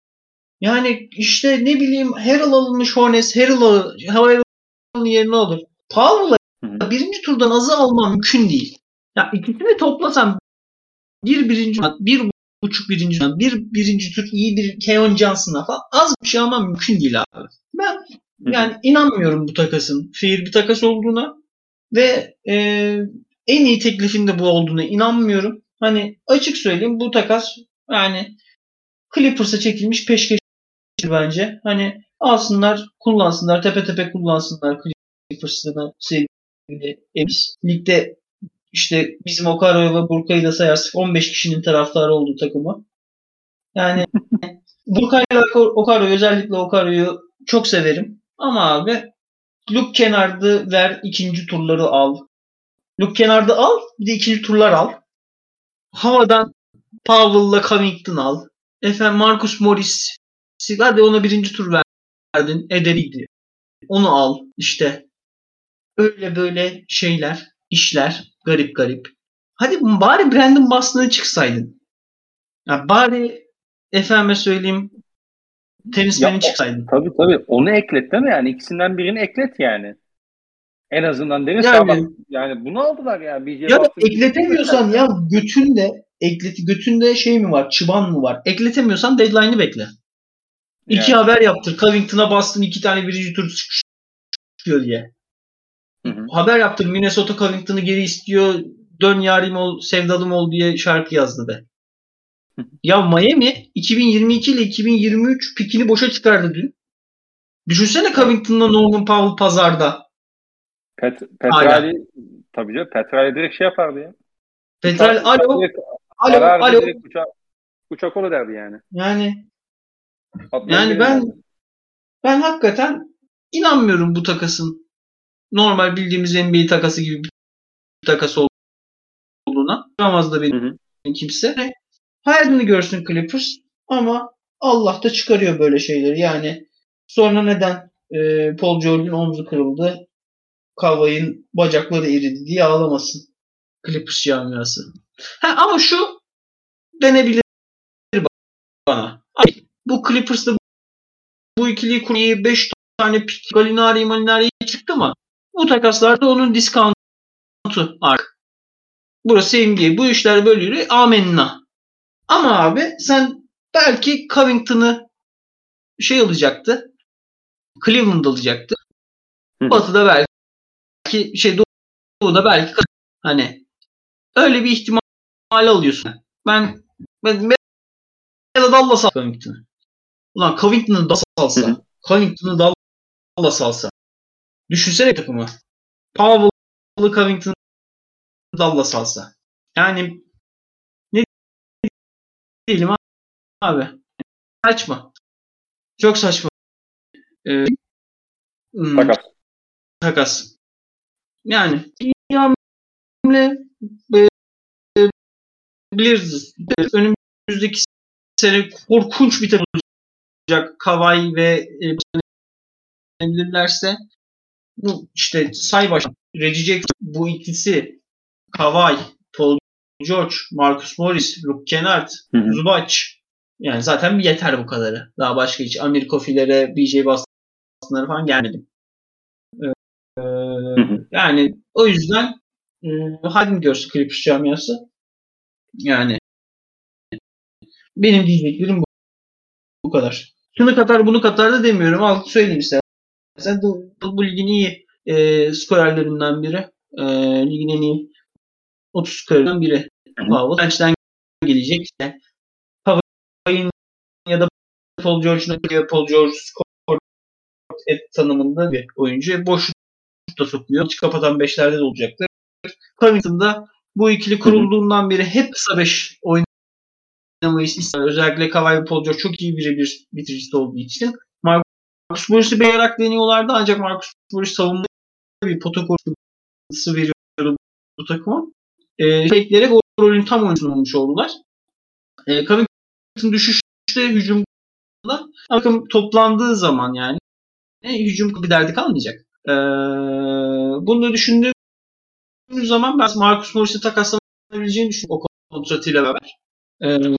Yani işte ne bileyim Harrell alınmış Hornets Harrell'ı Harrell'ın yerine alır. Powell'ı birinci turdan azı almam mümkün değil. Ya ikisini toplasam bir birinci bir buçuk birinci bir birinci tur iyi bir Keon Johnson'a falan az bir şey almam mümkün değil abi. Ben yani inanmıyorum bu takasın fair bir takas olduğuna ve e, en iyi teklifin de bu olduğuna inanmıyorum. Hani açık söyleyeyim bu takas yani Clippers'a çekilmiş peşkeş bence. Hani alsınlar, kullansınlar, tepe tepe kullansınlar Clippers'ın sevgili Ems. Ligde işte bizim Okaro'yu ve Burka'yı da sayarsak on beş kişinin taraftarı olduğu takımı. Yani Burka'yla Okaro'yu özellikle Okaro'yu çok severim. Ama abi Luke Kennard'ı ver ikinci turları al. Luke Kennard'ı al bir de ikinci turlar al. Havadan Powell'la Covington al. Efendim Marcus Morris hadi ona birinci tur verdin. Ederiydi. Onu al. İşte öyle böyle şeyler, işler garip garip. hadi bari Brandon Boston'a çıksaydın. Ya bari efendime söyleyeyim tenismeni çıksaydın. Tabii tabii. Onu eklet değil mi yani? İkisinden birini eklet yani. En azından deniz ya bak Yani yani bunu aldılar ya. B J ya da Boston ekletemiyorsan ya götünde ekleti götünde şey mi var? Çıban mı var? Ekletemiyorsan deadline'ı bekle. İki yani. haber yaptır. Covington'a bastın iki tane birinci tur çıkıyor diye. Hı hı. Haber yaptır. Minnesota Covington'ı geri istiyor. Dön yarim ol, sevdalım ol diye şarkı yazdı de. Ya Miami iki bin yirmi iki ile iki bin yirmi üç pikini boşa çıkardı dün. Düşünsene Covington'la Norman Powell pazarda. Pet, Hala. Petrali tabii canım. Petrali direkt şey yapardı ya. Petral Uça, uçak alo. direkt Alo. arardı Alo. direkt uçak uçak onu derdi yani. Yani Atlayın yani gelin derdi. ben ben hakikaten inanmıyorum bu takasın normal bildiğimiz N B A takası gibi bir takas olduğuna. Kuramaz da Hı hı. benim kimse. Hayalini görsün Clippers ama Allah da çıkarıyor böyle şeyleri. Yani sonra neden e, Paul George'un omzu kırıldı, Kawhi'nin bacakları eridi diye ağlamasın Clippers camiası. Ha, ama şu denebilir bana. Abi, bu Clippers'ta bu ikiliyi kurmayı beş tane pik, Gallinari, Malinari çıktı mı? Bu takaslarda onun discount'u artık. Burası N B A. Bu işler böyle yürüyor. Amenna. Ama abi sen belki Covington'ı şey alacaktı. Cleveland alacaktı. Hı hı. Batı'da belki şey Doğu'da belki hani öyle bir ihtimal alıyorsun. Ben ben ya da Dallas alsa Covington'ı. Ulan Covington'ı Dallas Hı hı. alsa. Covington'ı Dallas alsa. Düşünsene takımı. Powell'ı Covington'ı Dallas alsa. Yani ne diyelim abi. Saçma. Çok saçma. Ee, hmm, Takas. takas. Yani iyi hamle e, Blazers önümüzdeki sene korkunç bir takım olacak. Kawhi ve e, bilirlerse bu işte say baştan Reggie Jackson bu ikisi Kawhi, Paul George, Marcus Morris, Luke Kennard, Hı hı. Zubac yani zaten yeter bu kadarı. Daha başka hiç Amir Kofi'lere, B J Boston'lara falan gelmedim. Ee, Hı hı. yani o yüzden e, hadi görsün Clippers camiası. Yani benim diyeceklerim bu, bu kadar. Şunu katar bunu katar da demiyorum. Al söyleyeyim istersen. Bu, bu, bu ligin iyi e, skorerlerinden biri. E, ligin en iyi otuz skorerlerinden biri. Hı hı. Powell. Bench'ten gelecek. İşte, Kawhi'nin ya da Paul George'un Paul George skor et tanımında bir oyuncu. Boşluk da sokuyor. Hiç kapatan beşlerde de olacaktır. Covington'da bu ikili Hı hı. kurulduğundan beri hep kısa beş oynamayı ister. Özellikle Kawhi ve Paul George çok iyi birebir bitiricisi olduğu için. Marcus Morris'i beğenerek deniyorlardı ancak Marcus Morris savunmada bir pota korusu veriyordu bu takıma. E, ekleyerek o rolün tam oyuncusunu olmuş oldular. E, Covington düşüşte hücumda takım toplandığı zaman yani e, hücum bir derdi kalmayacak. E, bunu da düşündüğüm zaman ben Marcus Morris'i takaslanabileceğini düşünüyorum o kontratıyla beraber. E,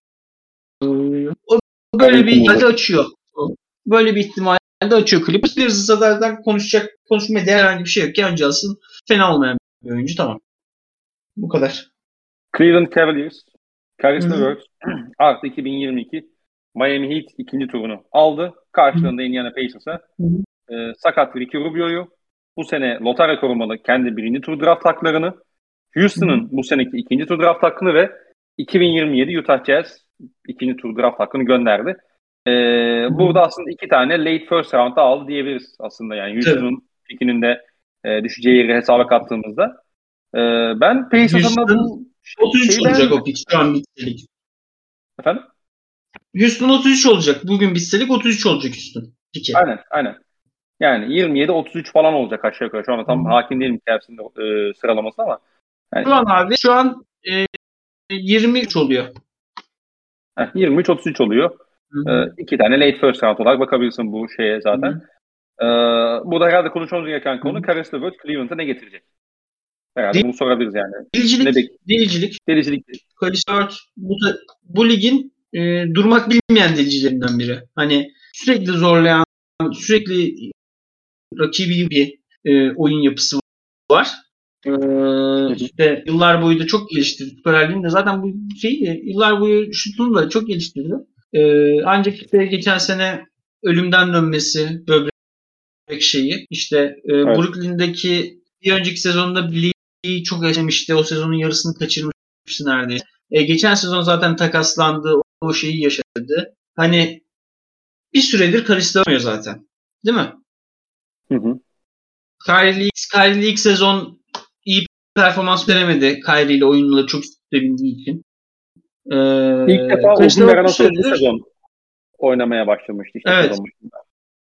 o böyle bir ihtimalde açıyor. Böyle bir ihtimalde açıyor Clippers. Bir zaten konuşacak, konuşmaya değer herhangi bir şey yok ki önce alsın. Fena olmayan bir oyuncu tamam. Bu kadar. Cleveland Cavaliers, Caris Hı-hı. LeVert artı iki bin yirmi iki Miami Heat ikinci turunu aldı. Karşılığında Indiana Pacers'a e, sakat Ricky Rubio'yu, bu sene lotarya korumalı kendi birinci tur draft haklarını, Houston'ın bu seneki ikinci tur draft hakkını ve iki bin yirmi yedi Utah Jazz ikinci tur draft hakkını gönderdi. E, burada aslında iki tane late first round'a aldı diyebiliriz aslında. Yani Houston'ın pikinin de e, düşeceği yeri hesaba kattığımızda. E, ben Pacers adına Houston bu otuz üç şeyi olacak beğendim. o pick şu an bitselik. Efendim? Houston otuz üç olacak. Bugün bitselik otuz üç olacak Houston. Peki. Aynen, aynen. Yani yirmi yedi otuz üç falan olacak aşağı yukarı. Şu anda tam hakim değilim hikayesinde e, sıralaması ama. Yani, Şu an abi şu an e, yirmi üç oluyor. heh, yirmi üç otuz üç oluyor. E, iki tane late first round olarak bakabilirsin bu şeye zaten. E, burada herhalde konuşmamız gereken konu Caris LeVert Cleveland'a ne getirecek? Herhalde bunu sorabiliriz yani. Delicilik, Ne bek- delicilik. Delicilik. Kalis Levert bu, bu ligin e, durmak bilmeyen delicilerinden biri. Hani sürekli zorlayan, sürekli rakibi bir e, oyun yapısı var. E, işte yıllar boyu da çok geliştirdi. Süper Lig'in de zaten bu şeyi yıllar boyu şutunu da çok geliştirdi. E, ancak işte geçen sene ölümden dönmesi, böbrek şeyi. İşte e, Evet. Brooklyn'deki bir önceki sezonda Billy'yi çok yaşamıştı. O sezonun yarısını kaçırmıştı neredeyse. E, geçen sezon zaten takaslandı. O, o şeyi yaşadı. Hani bir süredir karıştıramıyor zaten. Değil mi? Hı hı. Kyrie, Kyrie ilk sezon iyi performans veremedi. Kyrie ile oyunla çok sevindiği için. Ee, İlk defa uzun bir aradan sonra bu süredir... sezon oynamaya başlamıştı işte Evet. sezon başında.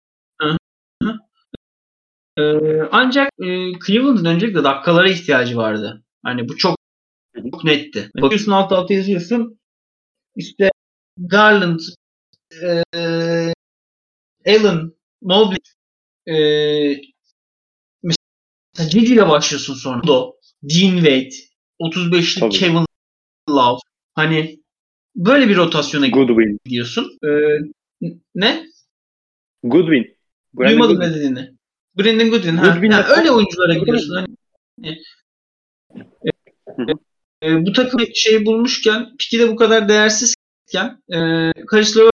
Ee, ancak e, Cleveland'ın öncelikle dakikalara ihtiyacı vardı. Hani bu çok, çok netti. Bakıyorsun alt alta yazıyorsun. İşte Garland, e, Allen, Mobley, e, mesela Gigi ile başlıyorsun sonra. Do, Dean Wade, otuz beşlik Tabii. Kevin Love. Hani böyle bir rotasyona Goodwin. gidiyorsun. Ee, ne? Goodwin. Brandon Duymadım Goodwin. ne dediğini. Brandon Goodwin. Ha. Goodwin'le Yani öyle oyunculara gidiyorsun. Hani, hı hı. e, bu takım şey bulmuşken, Piki de bu kadar değersizken e, Karis Levert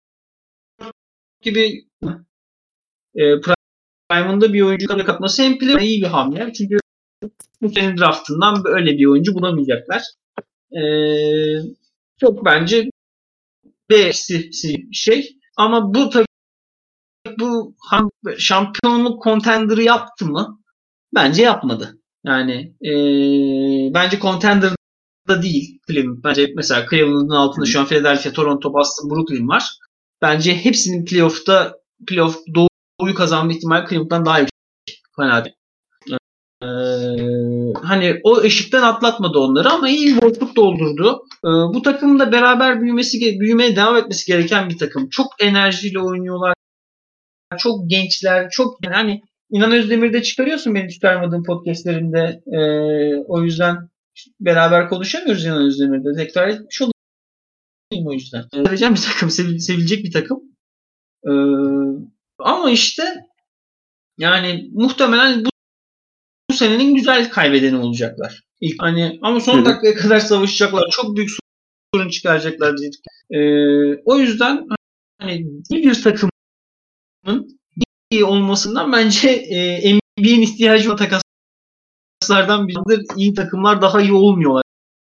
gibi e, Prime'ında bir oyuncu katması hem playoff'a iyi bir hamle. Çünkü bu senin draftından öyle bir oyuncu bulamayacaklar. E, çok bence değersiz bir şey. Ama bu tabii bu şampiyonluk contender'ı yaptı mı? Bence yapmadı. Yani e, bence contender'da değil Cleveland. Bence mesela Cleveland'ın altında şu an Philadelphia, Toronto, Boston, Brooklyn var. Bence hepsinin playoff'ta playoff doğuyu kazanma ihtimali Cleveland'dan daha yüksek. Kanaat. Ee, hani o eşikten atlatmadı onları ama iyi bir boşluk doldurdu. Ee, bu takımın da beraber büyümesi, büyümeye devam etmesi gereken bir takım. Çok enerjiyle oynuyorlar. Çok gençler. Çok yani İnan Özdemir'de çıkarıyorsun benim çıkarmadığım podcastlerimde. Ee, o yüzden beraber konuşamıyoruz İnan Özdemir'de. Tekrar etmiş olayım o yüzden. Seveceğim bir takım. Sevil, sevilecek bir takım. Ee, ama işte yani muhtemelen bu, bu senenin güzel kaybedeni olacaklar. İlk, hani ama son dakikaya kadar savaşacaklar. Çok büyük sorun çıkaracaklar. Ee, o yüzden hani iyi bir takımın iyi olmasından bence e, N B A'nin ihtiyacı olan takaslardan biridir. İyi takımlar daha iyi olmuyorlar.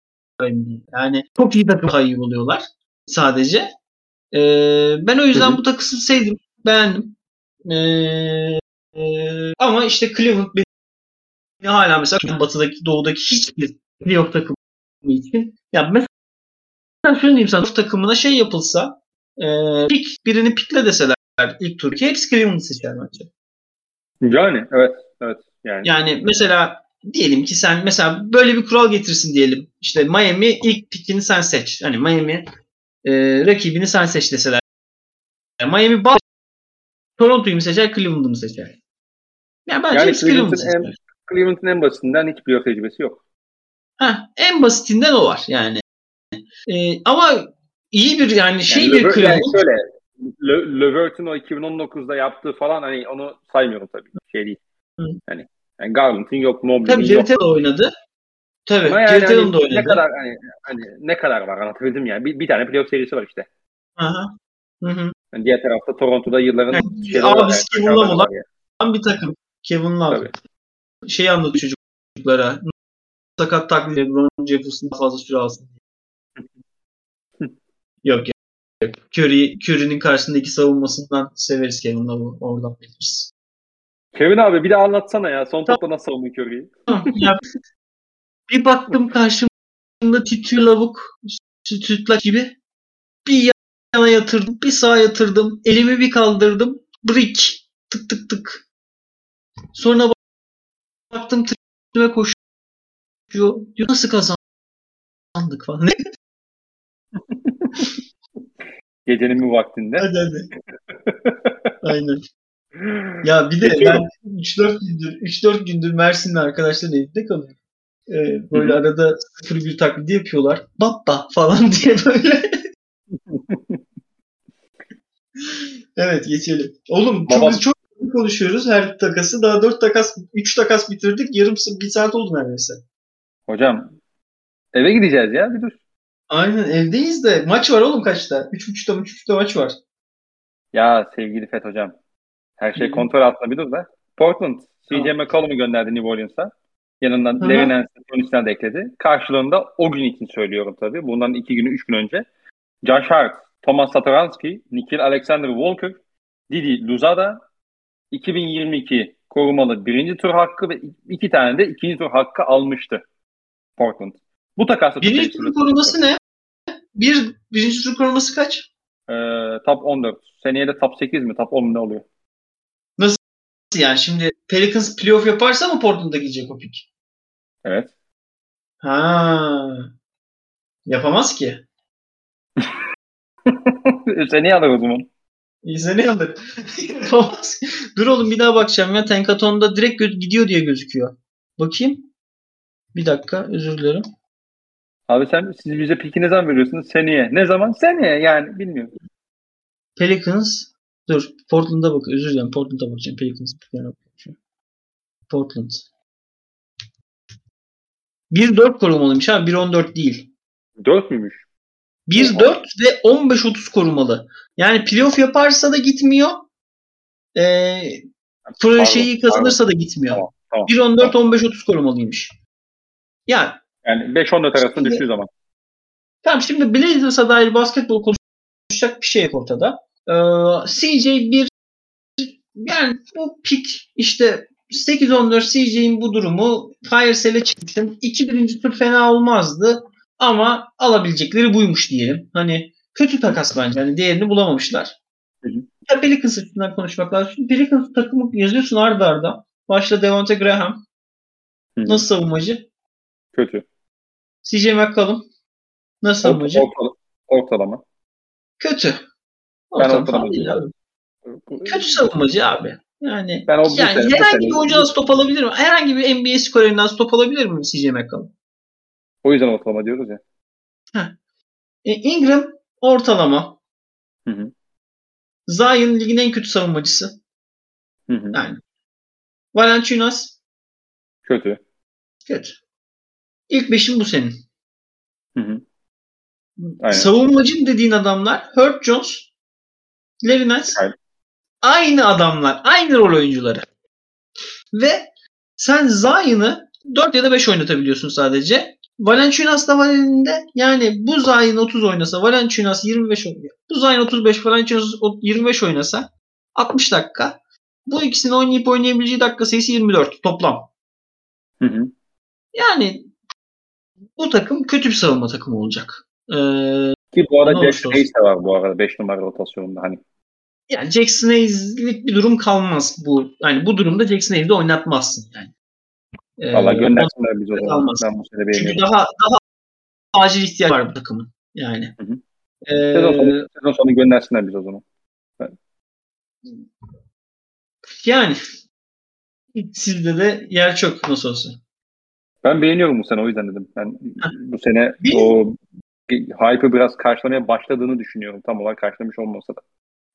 Yani çok iyi takım daha iyi oluyorlar sadece. Ee, ben o yüzden bu takısı sevdim. Beğendim. Ee, e, ama işte Cleveland beni hala mesela batıdaki doğudaki hiçbir playoff takımı için ya mesela şunu diyeyim sana takımına şey yapılsa e, pick, birini pickle deseler ilk tur hepsi Cleveland'ı seçer bence. Yani evet evet yani. Yani mesela diyelim ki sen mesela böyle bir kural getirsin diyelim. İşte Miami ilk pickini sen seç. Hani Miami e, rakibini sen seç deseler. Yani Miami bas Toronto'yu mu seçer, Cleveland'ı mı seçer? Yani bence Yani hepsi Cleveland'ı Cleveland'ın seçer. en Cleveland'ın en basitinden hiç playoff tecrübesi yok. Heh, en basitinden o var yani. E, ama iyi bir yani şey Yani bir Lever, yani Cleveland. şöyle Le, Levert'in o iki bin on dokuzda yaptığı falan hani onu saymıyorum tabii. Şey değil. Hı. Hani yani Garland'ın yok, Mobley'nin Tabii Jared yok. Allen oynadı. Tabii Ama yani Jared Allen hani da ne oynadı. kadar hani hani ne kadar var anlatabildim yani. Bir, bir tane playoff serisi var işte. Aha. Hı hı. Yani diğer tarafta Toronto'da yılların Yani, şeyleri var abisi yani. Kevin Başarıları Love var yani. olan bir takım. Kevin Love. Tabii. Şey anlatıyor çocuklara. Sakat taklit LeBron Jefferson fazla süre alsın. Yok yok. Curry, Curry'nin karşısındaki savunmasından severiz Kevin Love'ı. Oradan biliriz. Kevin abi bir de anlatsana ya. Son Tamam. topta nasıl savundun Curry'i? Ya, bir baktım karşımda titriyor lavuk. Sütlaç gibi. Bir yana yatırdım. Bir sağa yatırdım. Elimi bir kaldırdım. Brick. Tık tık tık. Sonra baktım tıklığa koşuyor. Diyor, nasıl kazandık falan. Ne? Gecenin bu vaktinde. Hadi hadi. Aynen. Ya bir de Geçiyorum. ben üç dört gündür üç dört gündür Mersin'de arkadaşların evinde kalıyorum. Ee, böyle Hı-hı. arada sıfır bir taklidi yapıyorlar. Baba falan diye böyle. Evet geçelim. Oğlum çok Baba... çok konuşuyoruz her takası. Daha dört takas, üç takas bitirdik. Yarım bir saat oldu neredeyse. Hocam eve gideceğiz ya bir dur. Aynen evdeyiz de maç var oğlum kaçta? üç buçukta üç buçukta maç var. Ya sevgili Fet hocam. Her şey kontrol altında bir dur da. Portland C J tamam. McCollum'u gönderdi New Orleans'a. Yanından Larry Nance'ın de ekledi. Karşılığında o gün için söylüyorum tabii. Bundan iki günü, üç gün önce. Josh Hart, Thomas Satoransky, Nickeil Alexander-Walker, Didi Luzada, iki bin yirmi iki korumalı birinci tur hakkı ve iki tane de ikinci tur hakkı almıştı Portland. Bu takasla birinci tur koruması ne? Bir, birinci tur koruması kaç? Ee, top on dört. Seneye de top sekiz mi? Top on mu ne oluyor? Nasıl yani? Şimdi Pelicans playoff yaparsa mı Portland'a gidecek o pick? Evet. Ha. Yapamaz ki. Seneye alır o zaman. Seneye alır. Yapamaz. Dur oğlum bir daha bakacağım ya. Tenkaton'da direkt gö- gidiyor diye gözüküyor. Bakayım. Bir dakika özür dilerim. Abi sen siz bize piki ne zaman veriyorsunuz? Seneye. Ne zaman? Seneye yani bilmiyorum. Pelicans. Dur. Portland'a bak. Özür dilerim. Portland'a bakacağım. Pelicans. Portland. bir dört korumalıymış ha. bir on dört değil. dört müymüş? bir dört ve on beş otuz korumalı. Yani playoff yaparsa da gitmiyor. Ee, pardon, şeyi kazanırsa pardon. da gitmiyor. Tamam, tamam, bir on dört on beş otuz korumalıymış. Yani yani beş on dört arasında düştüğü zaman. Tamam şimdi Blazers'a dair basketbol konuşacak bir şey yok ortada. Ee, C J bir yani bu pick işte sekiz on dört C J'in bu durumu Firesel'e çıktım. iki birinci tur fena olmazdı ama alabilecekleri buymuş diyelim. Hani kötü takas bence. Hani değerini bulamamışlar. Hı hı. Ya Pelicans üstünden konuşmak lazım. Şimdi Pelicans takımı yazıyorsun arda arda. Başta Devonte Graham. Hı hı. Nasıl savunmacı? Kötü. C J McCollum. Nasıl savunmacı? Ortalama. Ortalama. Kötü. Ortalama falan değil abi. Kötü savunmacı abi. Yani, ben o yani sene, herhangi bir oyuncudan stop alabilir mi? Herhangi bir N B A skorerinden stop alabilir mi C J McCollum? O yüzden ortalama diyoruz ya. Heh. E, Ingram ortalama. Hı hı. Zion ligin en kötü savunmacısı. Hı hı. Yani. Valanciunas kötü. Kötü. İlk beşin bu senin. Hı hı. Aynen. Savunmacın dediğin adamlar Herb Jones, Larry Nance. Aynen. Aynı adamlar. Aynı rol oyuncuları. Ve sen Zion'ı dört ya da beş oynatabiliyorsun sadece. Valanciunas da var elinde. Yani bu Zion otuz oynasa, Valanciunas yirmi beş oynuyor. Bu Zion otuz beş, Valanciunas yirmi beş oynasa altmış dakika. Bu ikisinin oynayıp oynayabileceği dakika sayısı yirmi dört toplam. Hı hı. Yani bu takım kötü bir savunma takımı olacak. Ee, Ki bu arada Jackson Hayes de var bu arada beş numara rotasyonunda hani. Yani Jackson Hayes'lik bir durum kalmaz bu. Yani bu durumda Jackson Hayes'i oynatmazsın yani. Ee, Valla göndersinler biz o zaman. Ben bu sene beğeniyorum. Çünkü daha daha acil ihtiyaç var bu takımın. Yani. Hı hı. Ee, sezon, sonu, sezon sonu göndersinler biz o zaman. Evet. Yani sizde de yer çok nasıl olsa. Ben beğeniyorum bu sene o yüzden dedim. Ben bu sene bir, o hype'ı biraz karşılamaya başladığını düşünüyorum. Tam olarak karşılamış olmasa da.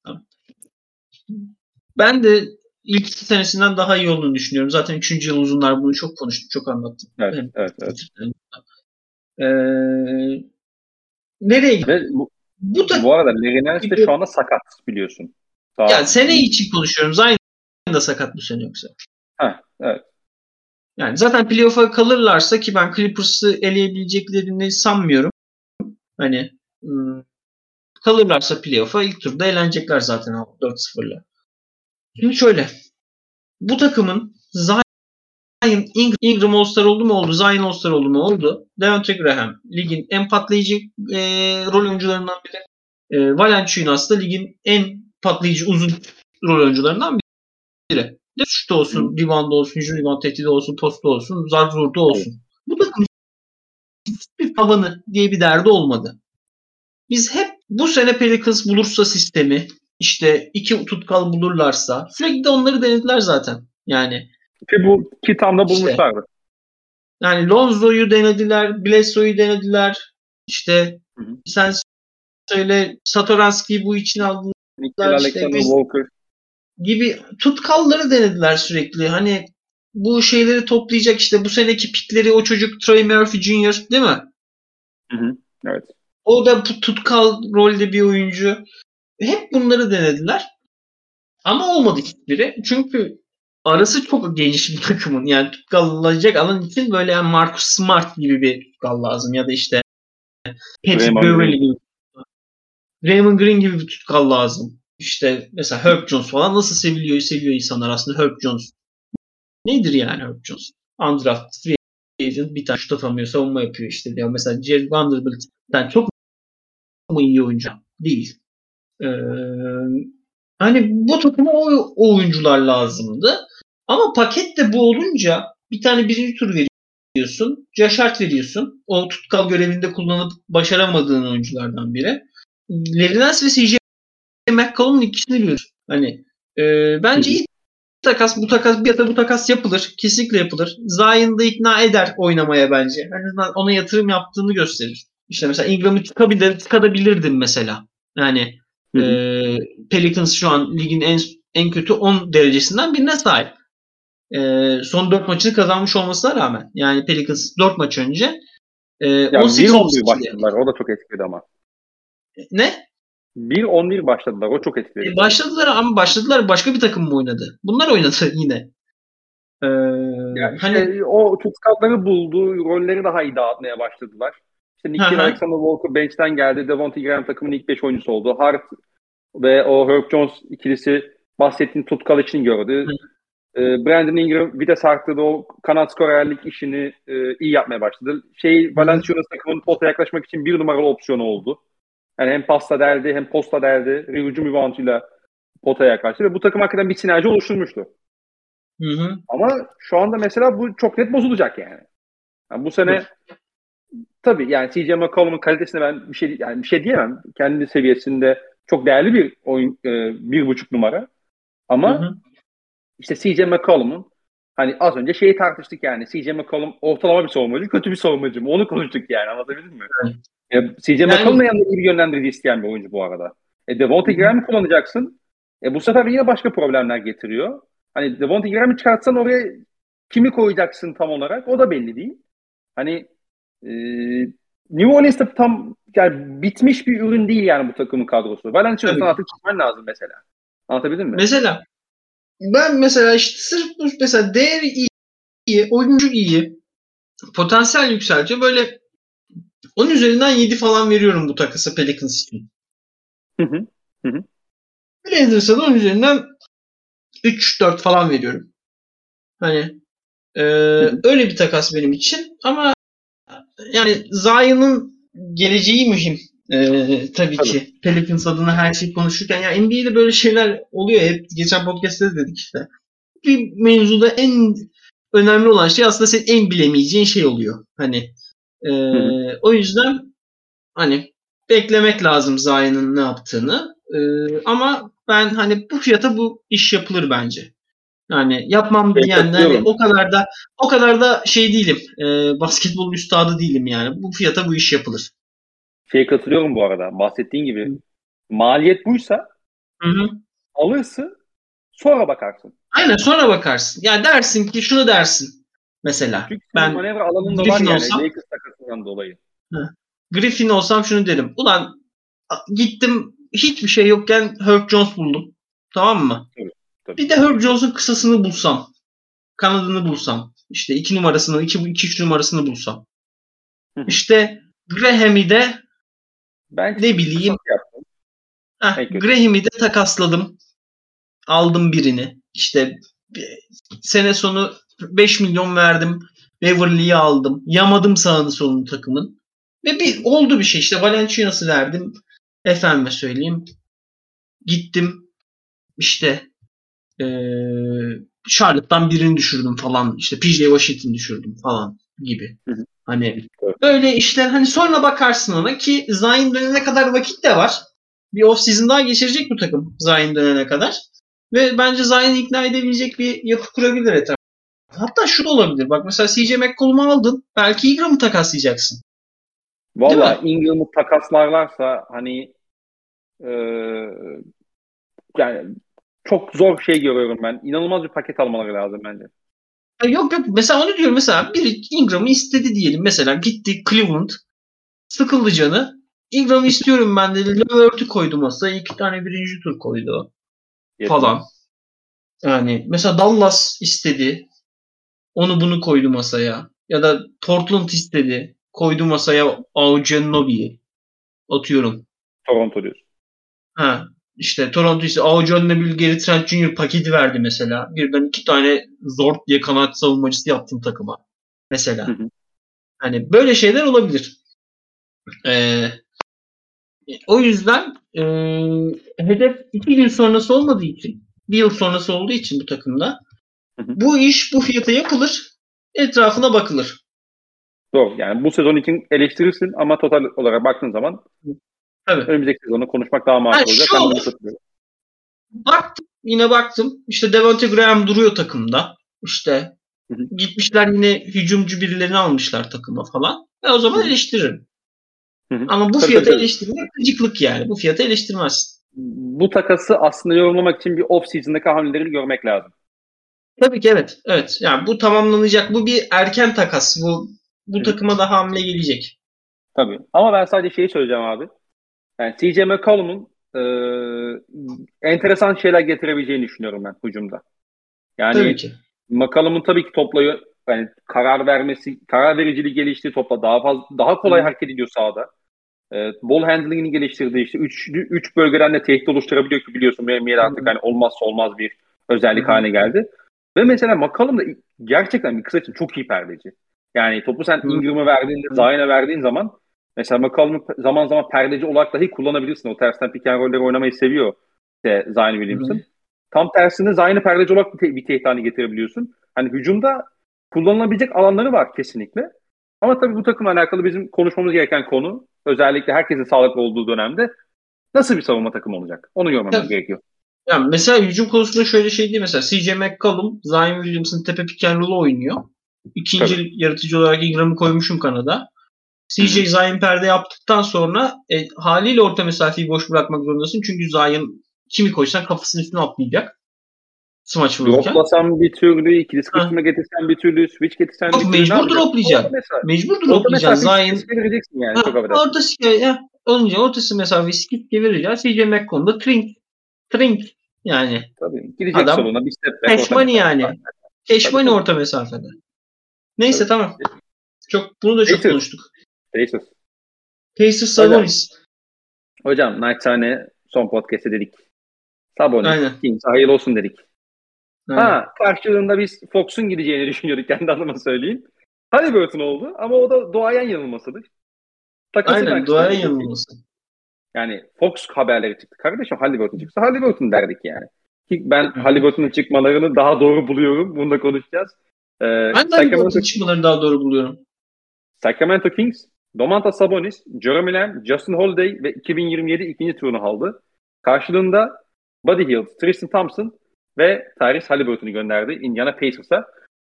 Ben de ilk iki senesinden daha iyi olduğunu düşünüyorum. Zaten üçüncü yıl uzunlar bunu çok konuştum, çok anlattım. Evet, ben, evet, evet. Ee, nereye gidiyor? Bu, bu, da, bu arada Larry Nance de şu anda sakat biliyorsun. Daha... Yani sene için konuşuyorum. Zayn da sakat bu sene yoksa. Heh, evet. Yani zaten playoff'a kalırlarsa ki ben Clippers'ı eleyebileceklerini sanmıyorum. Hani ım, kalırlarsa playoff'a ilk turda eğlenecekler zaten dört sıfırla. Şimdi şöyle. Bu takımın Zion, Ingram All-Star oldu mu oldu. Zion All-Star oldu mu oldu. Devonte Graham ligin en patlayıcı e, rol oyuncularından biri. E, Valanciunas da ligin en patlayıcı uzun rol oyuncularından biri. De şut olsun, rebound olsun, hücum rebound tehdidi olsun, postu olsun, zar zurdu olsun. Evet. Bu takımın bir tavanı diye bir derdi olmadı. Biz hep bu sene Pelicans bulursa sistemi, işte iki tutkal bulurlarsa sürekli de onları denediler zaten. Yani ki bu ki tam da bulmuşlardı. Yani Lonzo'yu denediler, Bledsoe'yu denediler. İşte hı hı. Sen söyle Satoranski'yi bu için aldılar. Nickel Alexander işte, Walker gibi tutkalları denediler sürekli. Hani bu şeyleri toplayacak işte bu seneki pikleri o çocuk Trey Murphy Junior değil mi? Hı hı. Evet. O da tutkal rolde bir oyuncu. Hep bunları denediler. Ama olmadı hiçbiri. Çünkü arası çok geniş bir takımın. Yani tutkallayacak alan için böyle yani Marcus Smart gibi bir tutkal lazım. Ya da işte Patrick Beverley gibi. Raymond Green gibi bir tutkal lazım. İşte mesela Herb Jones falan nasıl seviliyor, seviyor insanlar aslında Herb Jones. Nedir yani Herb Jones? Undrafted free agent bir tane şut atamıyor, savunma yapıyor işte diyor. Mesela Jared Vanderbilt yani çok mu iyi oyuncu? Değil. Ee, hani bu takıma o, o oyuncular lazımdı. Ama paket de bu olunca bir tane birinci tur veriyorsun. Josh Hart veriyorsun. O tutkal görevinde kullanıp başaramadığın oyunculardan biri. Larry Nance ve C J McCollum'un ikisini biliyoruz. Hani e, bence iyi takas. Bu takas bir ya da bu takas yapılır. Kesinlikle yapılır. Zion da ikna eder oynamaya bence. Hani ona yatırım yaptığını gösterir. İşte mesela Ingram'ı çıkabilir, çıkabilirdim mesela. Yani e, Pelicans şu an ligin en en kötü on derecesinden birine sahip. E, son dört maçını kazanmış olmasına rağmen. Yani Pelicans dört maç önce e, ya on sekiz bir on bir başladılar. O da çok etkiledi ama. Ne? bir on bir başladılar. O çok etkiledi. E, başladılar ama başladılar başka bir takım mı oynadı? Bunlar oynadı yine. Ee, ya işte hani o tutkalları buldu. Rolleri daha iyi dağıtmaya başladılar. İşte Nickel Alexander Walker bench'ten geldi. Devontae Graham takımın ilk beş oyuncusu oldu. Hart ve o Herb Jones ikilisi bahsettiğin tutkal için gördü. E, Brandon Ingram vites arttırdı. O kanat skorerlik işini e, iyi yapmaya başladı. Şey Valenciunas takımın pota yaklaşmak için bir numaralı opsiyonu oldu. Yani hem pasta derdi hem posta derdi. Hücum rebounduyla potaya yaklaştı ve bu takım hakikaten bir sinerji oluşturmuştu. Hı hı. Ama şu anda mesela bu çok net bozulacak yani. yani bu sene evet. Tabii yani C J McCollum'un kalitesine ben bir şey yani bir şey diyemem. Kendi seviyesinde çok değerli bir oyun e, bir buçuk numara. Ama hı hı. işte C J McCollum'un hani az önce şeyi tartıştık yani. C J McCollum ortalama bir savunmacı, kötü bir savunmacı mı? Onu konuştuk yani. Anlatabildim mi? Evet. Ya, C J yani... McCollum'un yanında iyi bir yönlendirici isteyen bir oyuncu bu arada. E, Devontae Graham'ı kullanacaksın. E, bu sefer yine başka problemler getiriyor. Hani Devontae Graham'ı çıkartsan oraya kimi koyacaksın tam olarak? O da belli değil. Hani e, New Orleans'ta tam yani bitmiş bir ürün değil yani bu takımın kadrosu. Valenciunas'tan artık çıkman lazım mesela. Anlatabildim mi? Mesela ben mesela işte sırf bu mesela değeri iyi, iyi, oyuncu iyi, potansiyel yükseltiyor. Böyle onun üzerinden yedi falan veriyorum bu takası Pelicans için. Hı hı. Hı hı. Blazers'a da onun üzerinden üç dört falan veriyorum. Hani e, öyle bir takas benim için ama yani Zion'ın geleceği mühim. Ee, tabii, tabii ki. Pelicans adına her şeyi konuşurken ya N B A'de böyle şeyler oluyor. Hep geçen podcast'te de dedik işte. Bir mevzuda en önemli olan şey aslında senin en bilemeyeceğin şey oluyor. Hani e, o yüzden hani beklemek lazım Zion'ın ne yaptığını. E, ama ben hani bu fiyata bu iş yapılır bence. Yani yapmam diyen hani o kadar da o kadar da şey değilim. E, basketbol üstadı değilim yani. Bu fiyata bu iş yapılır. Şey katılıyorum bu arada. Bahsettiğin gibi Hı. maliyet buysa Hı-hı. alırsın sonra bakarsın. Aynen sonra bakarsın. Ya dersin ki şunu dersin. Mesela Çünkü ben manevra alanında var yani olsam, Lakers takasından dolayı. Hı. Griffin olsam şunu derim. Ulan gittim hiçbir şey yokken Herb Jones buldum. Tamam mı? Tabii, tabii. Bir de Herb Jones'un kısasını bulsam. Kanadını bulsam. İşte iki numarasını, iki, iki üç numarasını bulsam. Hı-hı. İşte Graham'i de ben ne bileyim heh, Graham'i de takasladım. Aldım birini. İşte sene sonu beş milyon verdim. Beverly'yi aldım. Yamadım sağını solunu takımın. Ve bir oldu bir şey. İşte Valenciunas'ı verdim. Efendime söyleyeyim. Gittim. İşte ee, Charlotte'dan birini düşürdüm falan. İşte P J Washington düşürdüm falan gibi. Hı hı. Hani evet. Öyle işler hani sonra bakarsın ona ki Zion dönene kadar vakit de var. Bir off season daha geçirecek bu takım Zion dönene kadar. Ve bence Zion'ı ikna edebilecek bir yapı kurabilir etrafında. Hatta şu da olabilir. Bak mesela C J McCollum'u aldın. Belki Ingram'ı takaslayacaksın. Valla Ingram'ı takaslarlarsa hani e, yani çok zor şey görüyorum ben. İnanılmaz bir paket almaları lazım bence. Ya yok yok. Mesela onu diyorum. Mesela biri Ingram'ı istedi diyelim. Mesela gitti Cleveland. Sıkıldı canı. Ingram'ı istiyorum ben dedi. Levert'ü koydu masaya. İki tane birinci tur koydu. Yetmez. Falan. Yani mesela Dallas istedi. Onu bunu koydu masaya. Ya da Portland istedi. Koydu masaya Aujanobi'yi. Atıyorum. Toronto diyorsun. Ha, işte Toronto ise Aujanobi, Gary Trent Junior paketi verdi mesela. Birden iki tane Zort diye kanat savunmacısı yaptım takıma. Mesela. Hı hı. Hani böyle şeyler olabilir. Ee, o yüzden e, hedef iki gün sonrası olmadığı için, bir yıl sonrası olduğu için bu takımda Hı hı. bu iş bu fiyata yapılır. Etrafına bakılır. Doğru. Yani bu sezon için eleştirirsin ama total olarak baktığın zaman Tabii. önümüzdeki sezonu konuşmak daha makul Yani olacak. şu Ben de olur. bunu katılıyorum. Baktım. Yine baktım. İşte Devonte Graham duruyor takımda. İşte Hı hı. gitmişler yine hücumcu birilerini almışlar takıma falan. Ve o zaman Hı hı. eleştiririm. Hı hı. Ama bu Tabii, fiyata tabii, tabii. eleştirmek gıcıklık yani. Bu fiyata eleştirmezsin. Bu takası aslında yorumlamak için bir off-season'daki hamleleri görmek lazım. Tabii ki evet. Evet. Yani bu tamamlanacak. Bu bir erken takas. Bu bu Hı hı. takıma da hamle gelecek. Tabii. Ama ben sadece şeyi söyleyeceğim abi. Yani C J McCollum'un e, enteresan şeyler getirebileceğini düşünüyorum ben hücumda. Tabii Yani ki. McCollum'un tabii ki toplayı yani karar vermesi, karar vericiliği geliştiği topla daha fazla daha kolay Hı. hareket ediyor sahada. E, ball handling'ini geliştirdiği işte üç, üç bölgeden de tehdit oluşturabiliyor ki biliyorsun benim yer artık hani olmazsa olmaz bir özellik Hı. haline geldi. Ve mesela McCollum da gerçekten bir kısa için çok iyi perdeci. Yani topu sen Hı. Ingram'a verdiğinde, Hı. Zion'a verdiğin zaman mesela McCollum'u zaman zaman perdeci olarak dahi kullanabilirsin. O tersten pick and roll'leri oynamayı seviyor işte Zion Hı. Williamson. Tam tersine Zion'ı perdeci olarak bir, te- bir tehdit haline getirebiliyorsun. Hani hücumda kullanılabilecek alanları var kesinlikle. Ama tabii bu takımla alakalı bizim konuşmamız gereken konu özellikle herkesin sağlıklı olduğu dönemde nasıl bir savunma takımı olacak? Onu görmemiz Tabii. gerekiyor. Yani mesela hücum konusunda şöyle şey değil mesela C J McCollum, Zion Williamson tepe pick and roll'u oynuyor. Tabii. İkinci yaratıcı olarak Ingram'ı koymuşum kanada. Hı C J hı. Zion perde yaptıktan sonra e, haliyle orta mesafeyi boş bırakmak zorundasın. Çünkü Zion kimi koysan kafasının üstüne atlayacak. Smaç vururken. Droplasam bir türlü, ikili Ha. sıkıştırma getirsen bir türlü, switch getirsen bir Yok türlü ne mecbur yapacaksın? Orta droplayacaksın. mesafe. Mecbur Orta droplayacaksın. mesafeyi Zion riske vereceksin yani çok ha, affedersin. ortası ya, olunca ortası mesafeyi skip vereceksin. C J McCollum'da trink. Trink yani. Tabii. Girecek Adam soluna bir step back cash orta money mesafe. yani. Cash Tabii money tabii. orta mesafede. Neyse Tabii. tamam. Çok bunu da çok Pacers. konuştuk. Pacers. Pacers Hocam. Sabonis. Hocam naçizane son podcast'te dedik. Sabonis. Aynen. Kings hayırlı olsun dedik. Aynen. Ha karşılığında biz Fox'un gideceğini düşünüyorduk kendi adıma söyleyeyim. Halliburton oldu ama o da doğayan yanılmasıdır. Takası ben Aynen. kısaca Duaya özetleyeyim. yanılması. Yani Fox haberleri çıktı. Kardeşim Halliburton çıksa Halliburton derdik yani. Ki ben Hı hı. Halliburton'un çıkmalarını daha doğru buluyorum. Bunu da konuşacağız. Ee, Ben de Sacramento, Haliburton çıkmalarını daha doğru buluyorum. Sacramento Kings, Domantas Sabonis, Jeremy Lamb, Justin Holiday ve iki bin yirmi yedi ikinci turunu aldı. Karşılığında Buddy Hield, Tristan Thompson ve Tyrese Halliburton'u gönderdi Indiana Pacers'a.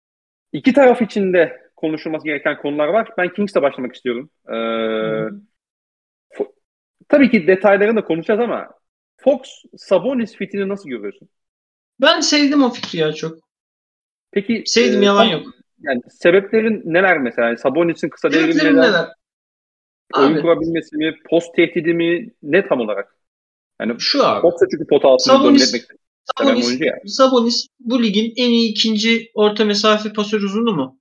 İki taraf için de konuşulması gereken konular var. Ben Kings'le başlamak istiyorum. Ee, Hı hı. Fo- tabii ki detaylarını da konuşacağız ama Fox Sabonis fitini nasıl görüyorsun? Ben sevdim o fikri ya çok. Peki Sevdim e, yalan tam yok. yani sebeplerin neler mesela? Yani Sabonis'in kısa devrim Sebeplerim neden? neler? Oyun Abi kurabilmesi mi? Post tehdidi mi? Ne tam olarak? Yani şu abi. Fox da çünkü pota altını domine etmek Sabonis seven Sabonis oyuncu ya. Sabonis bu ligin en iyi ikinci orta mesafe pasör uzunu mu?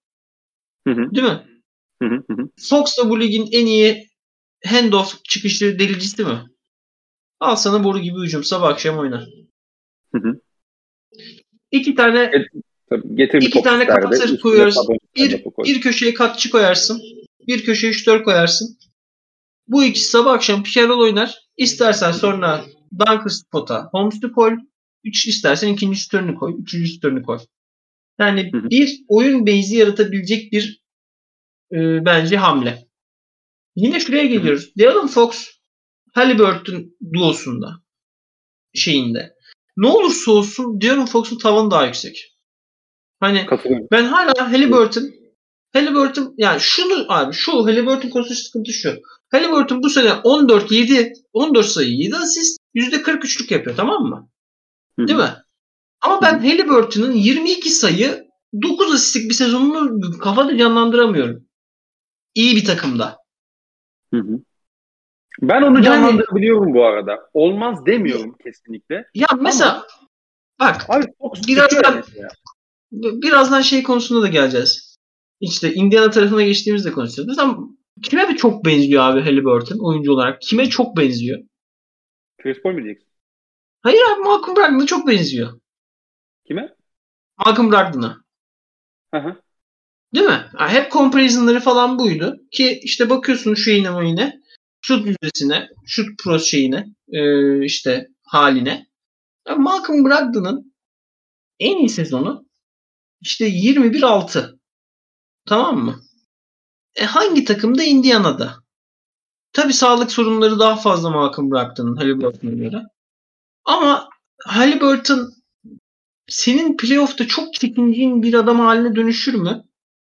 Hı hı. Değil mi? Hı hı. Hı hı. Fox da bu ligin en iyi handoff çıkışı delicisi mi? Al sana boru gibi hücum. Sabah akşam oyna. Hı hı. İki tane Get- tabii getir bir iki top tane isterdi. cutter Üstüne koyuyoruz. Sabonis Bir, stand-up'ı koy. bir köşeye katçı koyarsın. Bir köşeye şütör koyarsın. Bu ikisi sabah akşam pick and roll oynar. İstersen sonra dunker spot'a Holmes'u koy. Üç istersen ikinci şütörünü koy. Üçüncü şütörünü koy. Yani Hı hı. bir oyun base'i yaratabilecek bir e, bence hamle. Yine şuraya Hı hı. geliyoruz. De'Aaron Fox Halliburton duosunda şeyinde. Ne olursa olsun De'Aaron Fox'un tavanı daha yüksek. Hani ben hala Haliburton Haliburton yani şunu abi şu Haliburton konusu sıkıntı şu. Haliburton bu sene on dört yedi on dört sayı yedi asist yüzde kırk üçlük yapıyor, tamam mı? Hı-hı. Değil mi? Ama ben Haliburton'un yirmi iki sayı dokuz asistlik bir sezonunu kafada canlandıramıyorum. İyi bir takımda. Hı hı. Ben onu yani, canlandırabiliyorum bu arada. Olmaz demiyorum ya, kesinlikle. Ya mesela ama, bak abi, birazdan birazdan şey konusunda da geleceğiz. İşte Indiana tarafına geçtiğimizde konuşacağız. Ama kime bir çok benziyor abi Haliburton oyuncu olarak? Kime çok benziyor? Chris Paul mu diyeceksin? Hayır abi, Malcolm Brogdon'a çok benziyor. Kime? Malcolm Brogdon'a. Hı hı. Değil mi? Yani hep comparison'ları falan buydu. Ki işte bakıyorsun şu yine o yine. Şut yüzdesine, şut pros şeyine, e, işte haline. Yani Malcolm Brogdon'ın en iyi sezonu işte yirmi bir altı. Tamam mı? E hangi takımda? Indiana'da. Tabii sağlık sorunları daha fazla Malcolm Brogdon'ın Haliburton'a göre. Ama Haliburton senin playoff'ta çok çekindiğin bir adam haline dönüşür mü?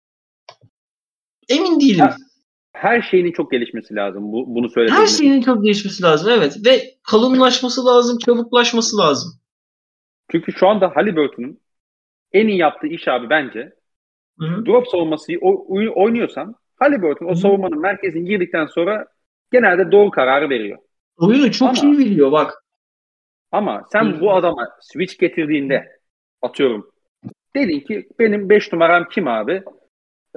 Emin değilim. Her, her şeyinin çok gelişmesi lazım. Bu, bunu söyleyebilirim. Her şeyinin çok gelişmesi lazım, evet. Ve kalınlaşması lazım, çabuklaşması lazım. Çünkü şu anda Haliburton'un en iyi yaptığı iş abi bence Hı-hı. drop savunması oynuyorsan Haliburton o savunmanın merkezine girdikten sonra genelde doğru kararı veriyor. Oyunu çok ama, iyi biliyor bak. Ama sen Hı-hı. bu adama switch getirdiğinde atıyorum dedin ki benim beş numaram kim abi? Ee,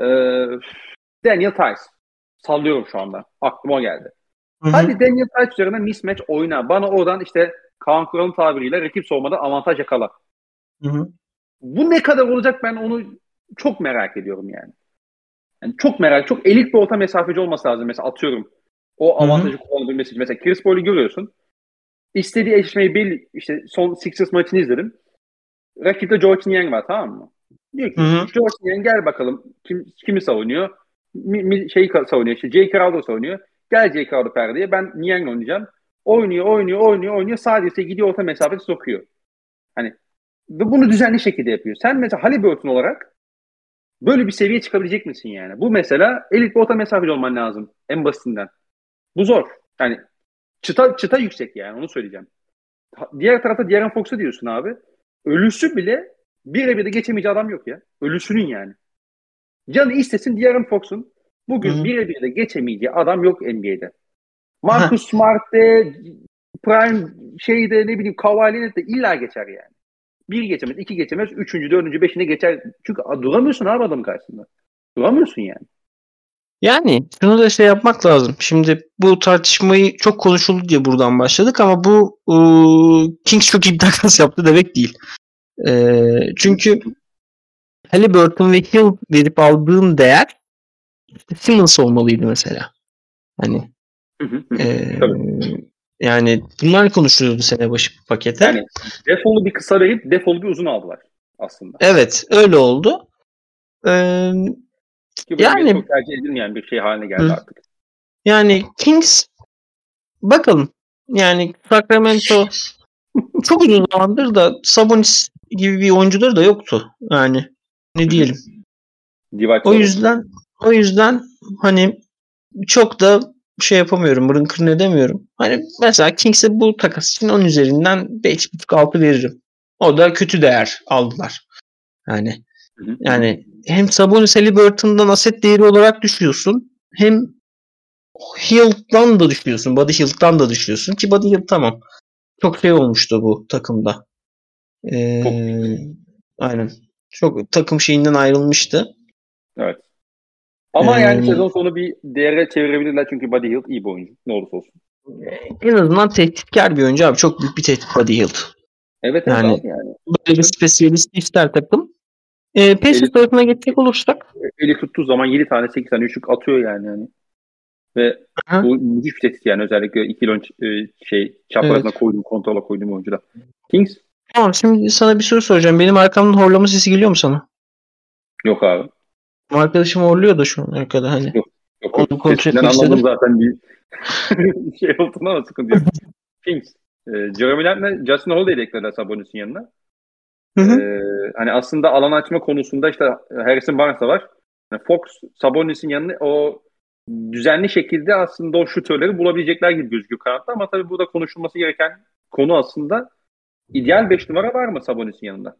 Daniel Tice. Sallıyorum şu anda. Aklıma geldi. Hı-hı. Hadi Daniel Tice üzerine mismatch oyna. Bana oradan işte Kaan Kural'ın tabiriyle rakip savunmada avantaj yakala. Hı-hı. Bu ne kadar olacak ben onu çok merak ediyorum yani. Yani çok merak, çok elit bir orta mesafeci olması lazım. Mesela atıyorum o avantajı kullanabilmesi için. Mesela Chris Paul'u görüyorsun. İstediği eşleşmeyi belli, işte son Sixers maçını izledim. Rakipte George Niang var, tamam mı? Diyor ki hı hı. George Niang gel bakalım kim kimi savunuyor? Mi, mi, şeyi savunuyor işte Jay Crowder savunuyor. Gel Jay Crowder perdeye, ben Niang'le oynayacağım. Oynuyor, oynuyor, oynuyor, oynuyor. Sadece gidiyor orta mesafesi sokuyor. Hani bunu düzenli şekilde yapıyor. Sen mesela Haliburton olarak böyle bir seviye çıkabilecek misin yani? Bu mesela elit bir orta mesafeci olman lazım en basitinden. Bu zor. Yani çıta çıta yüksek yani, onu söyleyeceğim. Diğer tarafta De'Aaron Fox'u diyorsun abi. Ölüsü bile birebir de geçemeyeceği adam yok ya. Ölüsünün yani. Canı istesin De'Aaron Fox'un bugün birebir de geçemeyeceği adam yok N B A'de. Marcus Smart'te, Prime şeyde ne bileyim Kawhi'nin de illa geçer yani. Bir geçemez, iki geçemez, üçüncü, dördüncü, beşine geçer. Çünkü duramıyorsun abi adamın karşısında. Duramıyorsun yani. Yani şunu da şey yapmak lazım. Şimdi bu tartışmayı çok konuşuldu diye buradan başladık ama bu ıı, Kings çok iyi bir takas yaptı demek değil. Ee, çünkü Haliburton ve Hill verip aldığın değer Simmons olmalıydı mesela. Hani e, yani bunlar konuşuluyordu sene başı pakete. Yani defolu bir kısa verip defolu bir uzun aldılar aslında. Evet, öyle oldu. Ee, Ki bu yani çok tercih edilmeyen bir şey haline geldi hı. artık. Yani Kings bakalım. Yani Sacramento çok uzun zamandır da Sabonis gibi bir oyuncuları da yoktu. Yani ne diyelim. O yüzden o yüzden hani çok da şey yapamıyorum. Mırın edemiyorum. Hani mesela Kings'e bu takas için on üzerinden beş buçuk altı veririm. O da kötü değer aldılar. Yani yani hem Sabonis Haliburton'dan aset değeri olarak düşüyorsun. Hem Hield'dan da düşüyorsun. Buddy Hield'dan da düşüyorsun. Ki Buddy Hield tamam. Çok şey olmuştu bu takımda. Ee, Çok. Aynen. Çok takım şeyinden ayrılmıştı. Evet. Ama ee, yani sezon sonu bir değere çevirebilirler çünkü Buddy Hield iyi bir oyuncu. Ne olursa olsun. En azından tehditkar bir oyuncu abi. Çok büyük bir tehdit Buddy Hield. Evet, evet yani, abi yani. Böyle bir spesiyalist ister takım. Ee, Pacers tarafına geçecek olursak. Eli tuttuğu zaman yedi tane sekiz tane üçlük atıyor yani. yani. Ve Aha. bu müthiş bir tehdit yani, özellikle iki kilon şey çaprazına evet. koyduğum, kontrola koyduğum oyuncuda. Kings? Tamam, şimdi sana bir soru soracağım. Benim arkamdan horlama sesi geliyor mu sana? Yok abi. Arkadaşım horluyor da şu an arkada hani. Yok. Yok, yok. Sesinden anladım zaten bir şey olduğunu ama sıkıntı yok. Kings. E, Jeremy Lamb'le Justin Holiday'i eklediler Sabonis'in yanına. Hı hı. Ee, hani aslında alan açma konusunda işte Harrison Barnes da var. Yani Fox, Sabonis'in yanına o düzenli şekilde aslında o şutörleri bulabilecekler gibi gözüküyor kanatta, ama tabii burada konuşulması gereken konu aslında ideal beş numara var mı Sabonis'in yanında?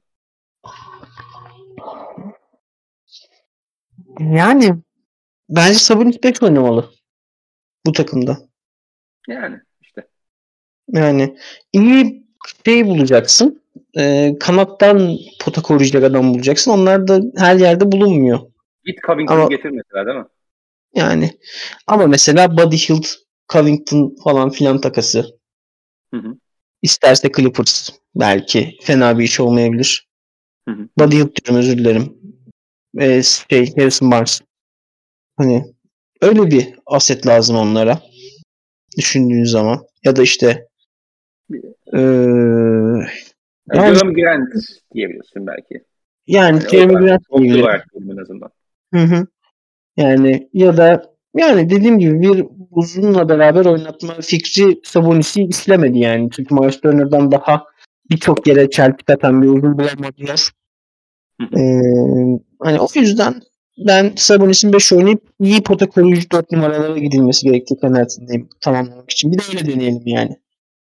Yani bence Sabonis beş oynamalı bu takımda. Yani işte. Yani iyi şey bulacaksın. E, kanattan pota koruyacak adam bulacaksın. Onlar da her yerde bulunmuyor. Git Covington'ı Ama getir mesela, değil mi? yani ama mesela Buddy Hield, Covington falan filan takası. Hı hı. İsterse Clippers belki fena bir iş olmayabilir. Hı hı. Buddy Hield diyorum, özür dilerim. Ee, şey Harrison Barnes. Hani öyle bir aset lazım onlara düşündüğün zaman. Ya da işte ee, Yani yani Jeremy Grant diyebilirsin belki. yani Hani o Jeremy da Grant opsiyon diyebilirim. olarak en azından. Hı hı. Yani ya da yani dediğim gibi bir uzunla beraber oynatma fikri Sabonis'i istemedi yani. Çünkü Miles Turner'dan daha birçok yere çeltik atan bir uzun bulamadılar. Ee, hani o yüzden ben Sabonis'in beş oynayıp iyi pota koruyucu dört numaralara gidilmesi gerektiği kanaatindeyim tamamlamak için. Bir de öyle deneyelim yani.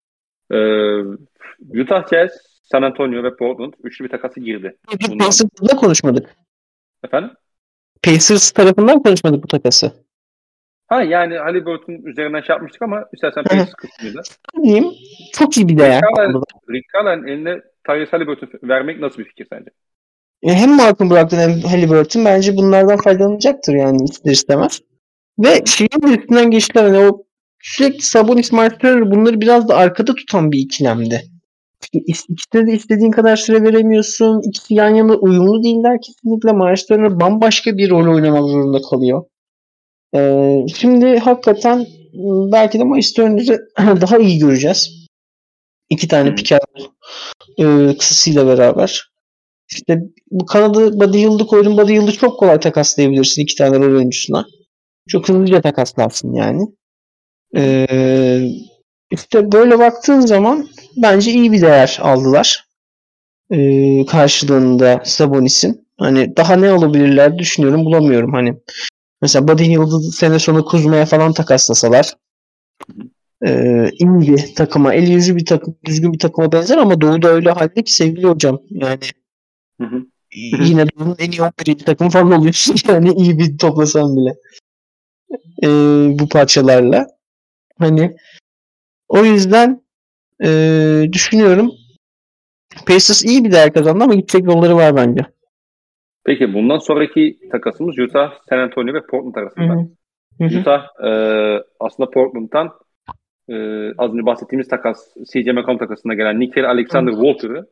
Ee, Utah Jazz, San Antonio ve Portland üçlü bir takası girdi Bir bundan. Pacers'da konuşmadık. Efendim? Pacers tarafından konuşmadık bu takası. Ha yani Haliburton üzerinden şey yapmıştık ama istersen Pacers kısmıyla. Diyeyim, çok iyi bir Rick değer Carlisle, aldılar. Rick Carlisle'ın eline Tyrese Haliburton vermek nasıl bir fikir sence? Hem Malcolm Brogdon hem Haliburton bence bunlardan faydalanacaktır yani ister istemez. Ve Hı-hı. şeyin de üstünden geçtiler, hani o sürekli Sabonis, Miles Turner bunları biraz da arkada tutan bir ikilemdi. İkisine de istediğin kadar süre veremiyorsun. İkisi yan yana uyumlu değiller kesinlikle. Miles Turner bambaşka bir rol oynamak zorunda kalıyor. Ee, şimdi hakikaten belki de Miles Turner'ı daha iyi göreceğiz. İki tane pick and roll e, kısasıyla beraber. İşte bu Kanada Buddy Hield'ı koydum. Buddy Hield'ı çok kolay takaslayabilirsin iki tane rol oyuncusuna. Çok hızlıca takaslarsın yani. Ee, işte böyle baktığın zaman bence iyi bir değer aldılar. Ee, karşılığında Sabonis'in. Hani daha ne alabilirler düşünüyorum, bulamıyorum. Hani mesela Buddy Hield'ı sene sonu Kuzma'ya falan takaslasalar ee, iyi bir takıma, el yüzü bir takım, düzgün bir takıma benzer ama Doğu'da öyle halde ki sevgili hocam. Yani Hı hı. yine Doğu'nun en iyi on birinci takımı falan oluyorsun. Yani iyi bir toplasan bile. Ee, bu parçalarla. Hani o yüzden ee, düşünüyorum. Pacers iyi bir değer kazandı ama gidecek yolları var bence. Peki bundan sonraki takasımız Utah, San Antonio ve Portland Hı arasında. hı. Hı hı. Utah e, aslında Portland'dan e, az önce bahsettiğimiz takas, C J McCollum takasına gelen Nickel Alexander Walker'ı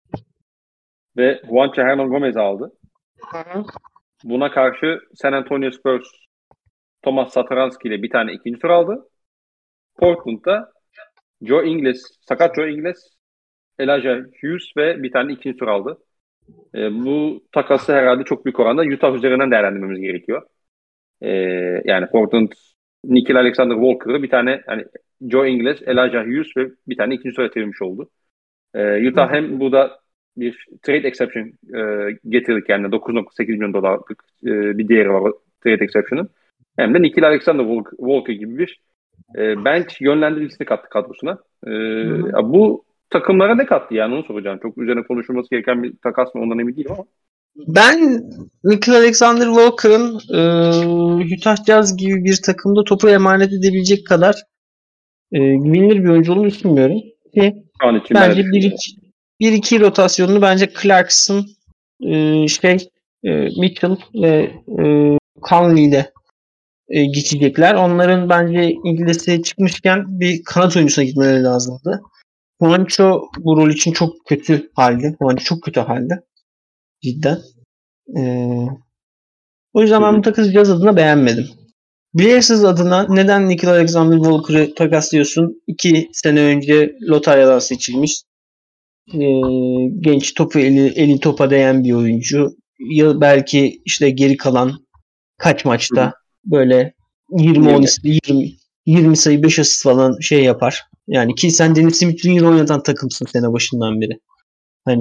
ve Juancho Hernan Gomez'i aldı. Hı hı. Buna karşı San Antonio Spurs Thomas Satoransky ile bir tane ikinci tur aldı. Portland'da Joe Ingles, sakat Joe Ingles, Elijah Hughes ve bir tane ikinci tur aldı. E, bu takası herhalde çok büyük oranda Utah üzerinden değerlendirmemiz gerekiyor. E, yani Portland, Nickel Alexander Walker'ı bir tane yani Joe Ingles, Elijah Hughes ve bir tane ikinci tur getirmiş oldu. E, Utah hem bu da bir trade exception e, getirdik yani dokuz virgül sekiz milyon dolarlık e, bir değeri var trade exception'ın. Hem de Nickel Alexander Walker gibi bir e, bench yönlendiricisini kattı kadrosuna. E, bu takımlara ne kattı yani onu soracağım. Çok üzerine konuşulması gereken bir takas mı ondan emin değilim ama. Ben Nickel Alexander Walker'ın e, Utah Jazz gibi bir takımda topu emanet edebilecek kadar e, güvenilir bir oyuncu olduğunu düşünmüyorum. Ki Şu an için ben de bence bir düşünüyorum. iki, bir iki rotasyonunu bence Clarkson, e, şey, e, Mitchell ve e, Conley ile e, geçecekler. Onların bence İngilizce çıkmışken bir kanat oyuncusuna gitmeleri lazımdı. Juancho bu rol için çok kötü halde. Juancho çok kötü halde. Cidden. Ee, o yüzden Hı ben bu hı. takası Jazz adına beğenmedim. Blazers'ız adına neden Nickel Alexander Walker'ı takaslıyorsun? İki sene önce lotaryadan seçilmiş. Ee, genç topu eli, eli topa değen bir oyuncu. Ya belki işte geri kalan kaç Hı hı. maçta böyle yirmi on yirmi. yirmi yirmi sayı beş asist falan şey yapar. Yani ki sen Dennis Smith Junior oynatan takımsın sene başından beri. Hani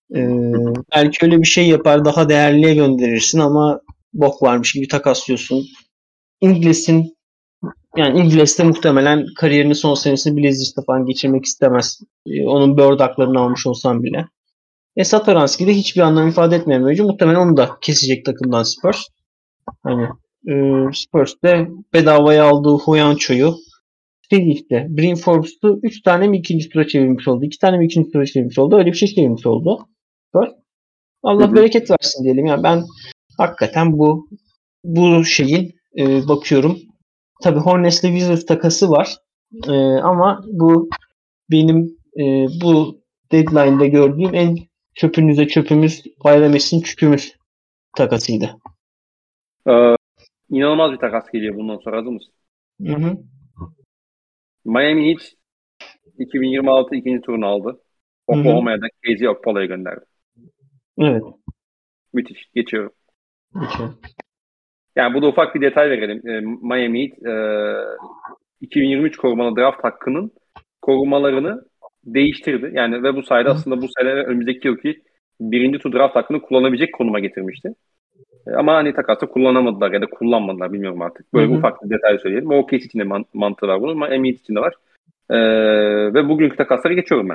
Ee, belki öyle bir şey yapar, daha değerliye gönderirsin ama bok varmış gibi takaslıyorsun. İngiliz'in yani İngiliz'de muhtemelen kariyerinin son senesini Blazers'ta falan geçirmek istemez. Ee, onun Bird haklarını almış olsam bile. E Satoranski de hiçbir anlam ifade etmeyen oyuncu. Muhtemelen onu da kesecek takımdan Spurs. Hani e, Spurs'te bedavaya aldığı Huyancho'yu şey işte Bryn Forbes'u üç tane mi ikinci tura çevirmiş oldu? iki tane mi ikinci tura çevirmiş oldu? Öyle bir şey çevirmiş oldu. Spurs. Allah Hı hı. bereket versin diyelim. Yani ben hakikaten bu bu şeyin e, bakıyorum. Tabii Hornets'le Wizards takası var. E, ama bu benim e, bu deadline'da gördüğüm en çöpünüze çöpümüz, bayramesin çükümüz takasıydı. Ee, inanılmaz bir takas geliyor bundan sonra. Hazır mısın? Hı hı. Miami Heat iki bin yirmi altı ikinci turunu aldı. Hı hı. Oklahoma'ya da K Z Okpala'ya gönderdi. Evet. Müthiş. Geçiyorum. Peki. Yani burada ufak bir detay verelim. Ee, Miami Heat e, iki bin yirmi üç korumalı draft hakkının korumalarını değiştirdi. Yani ve bu sayede aslında bu sene ve önümüzdeki yılki birinci tur draft hakkını kullanabilecek konuma getirmişti. E, ama hani takasta kullanamadılar ya da kullanmadılar bilmiyorum artık. Böyle Hı hı. ufak bir detay söyleyelim. O O K C için de man- mantığı var bunun ama Miami Heat için de var. E, ve bugünkü takaslara geçiyorum ben.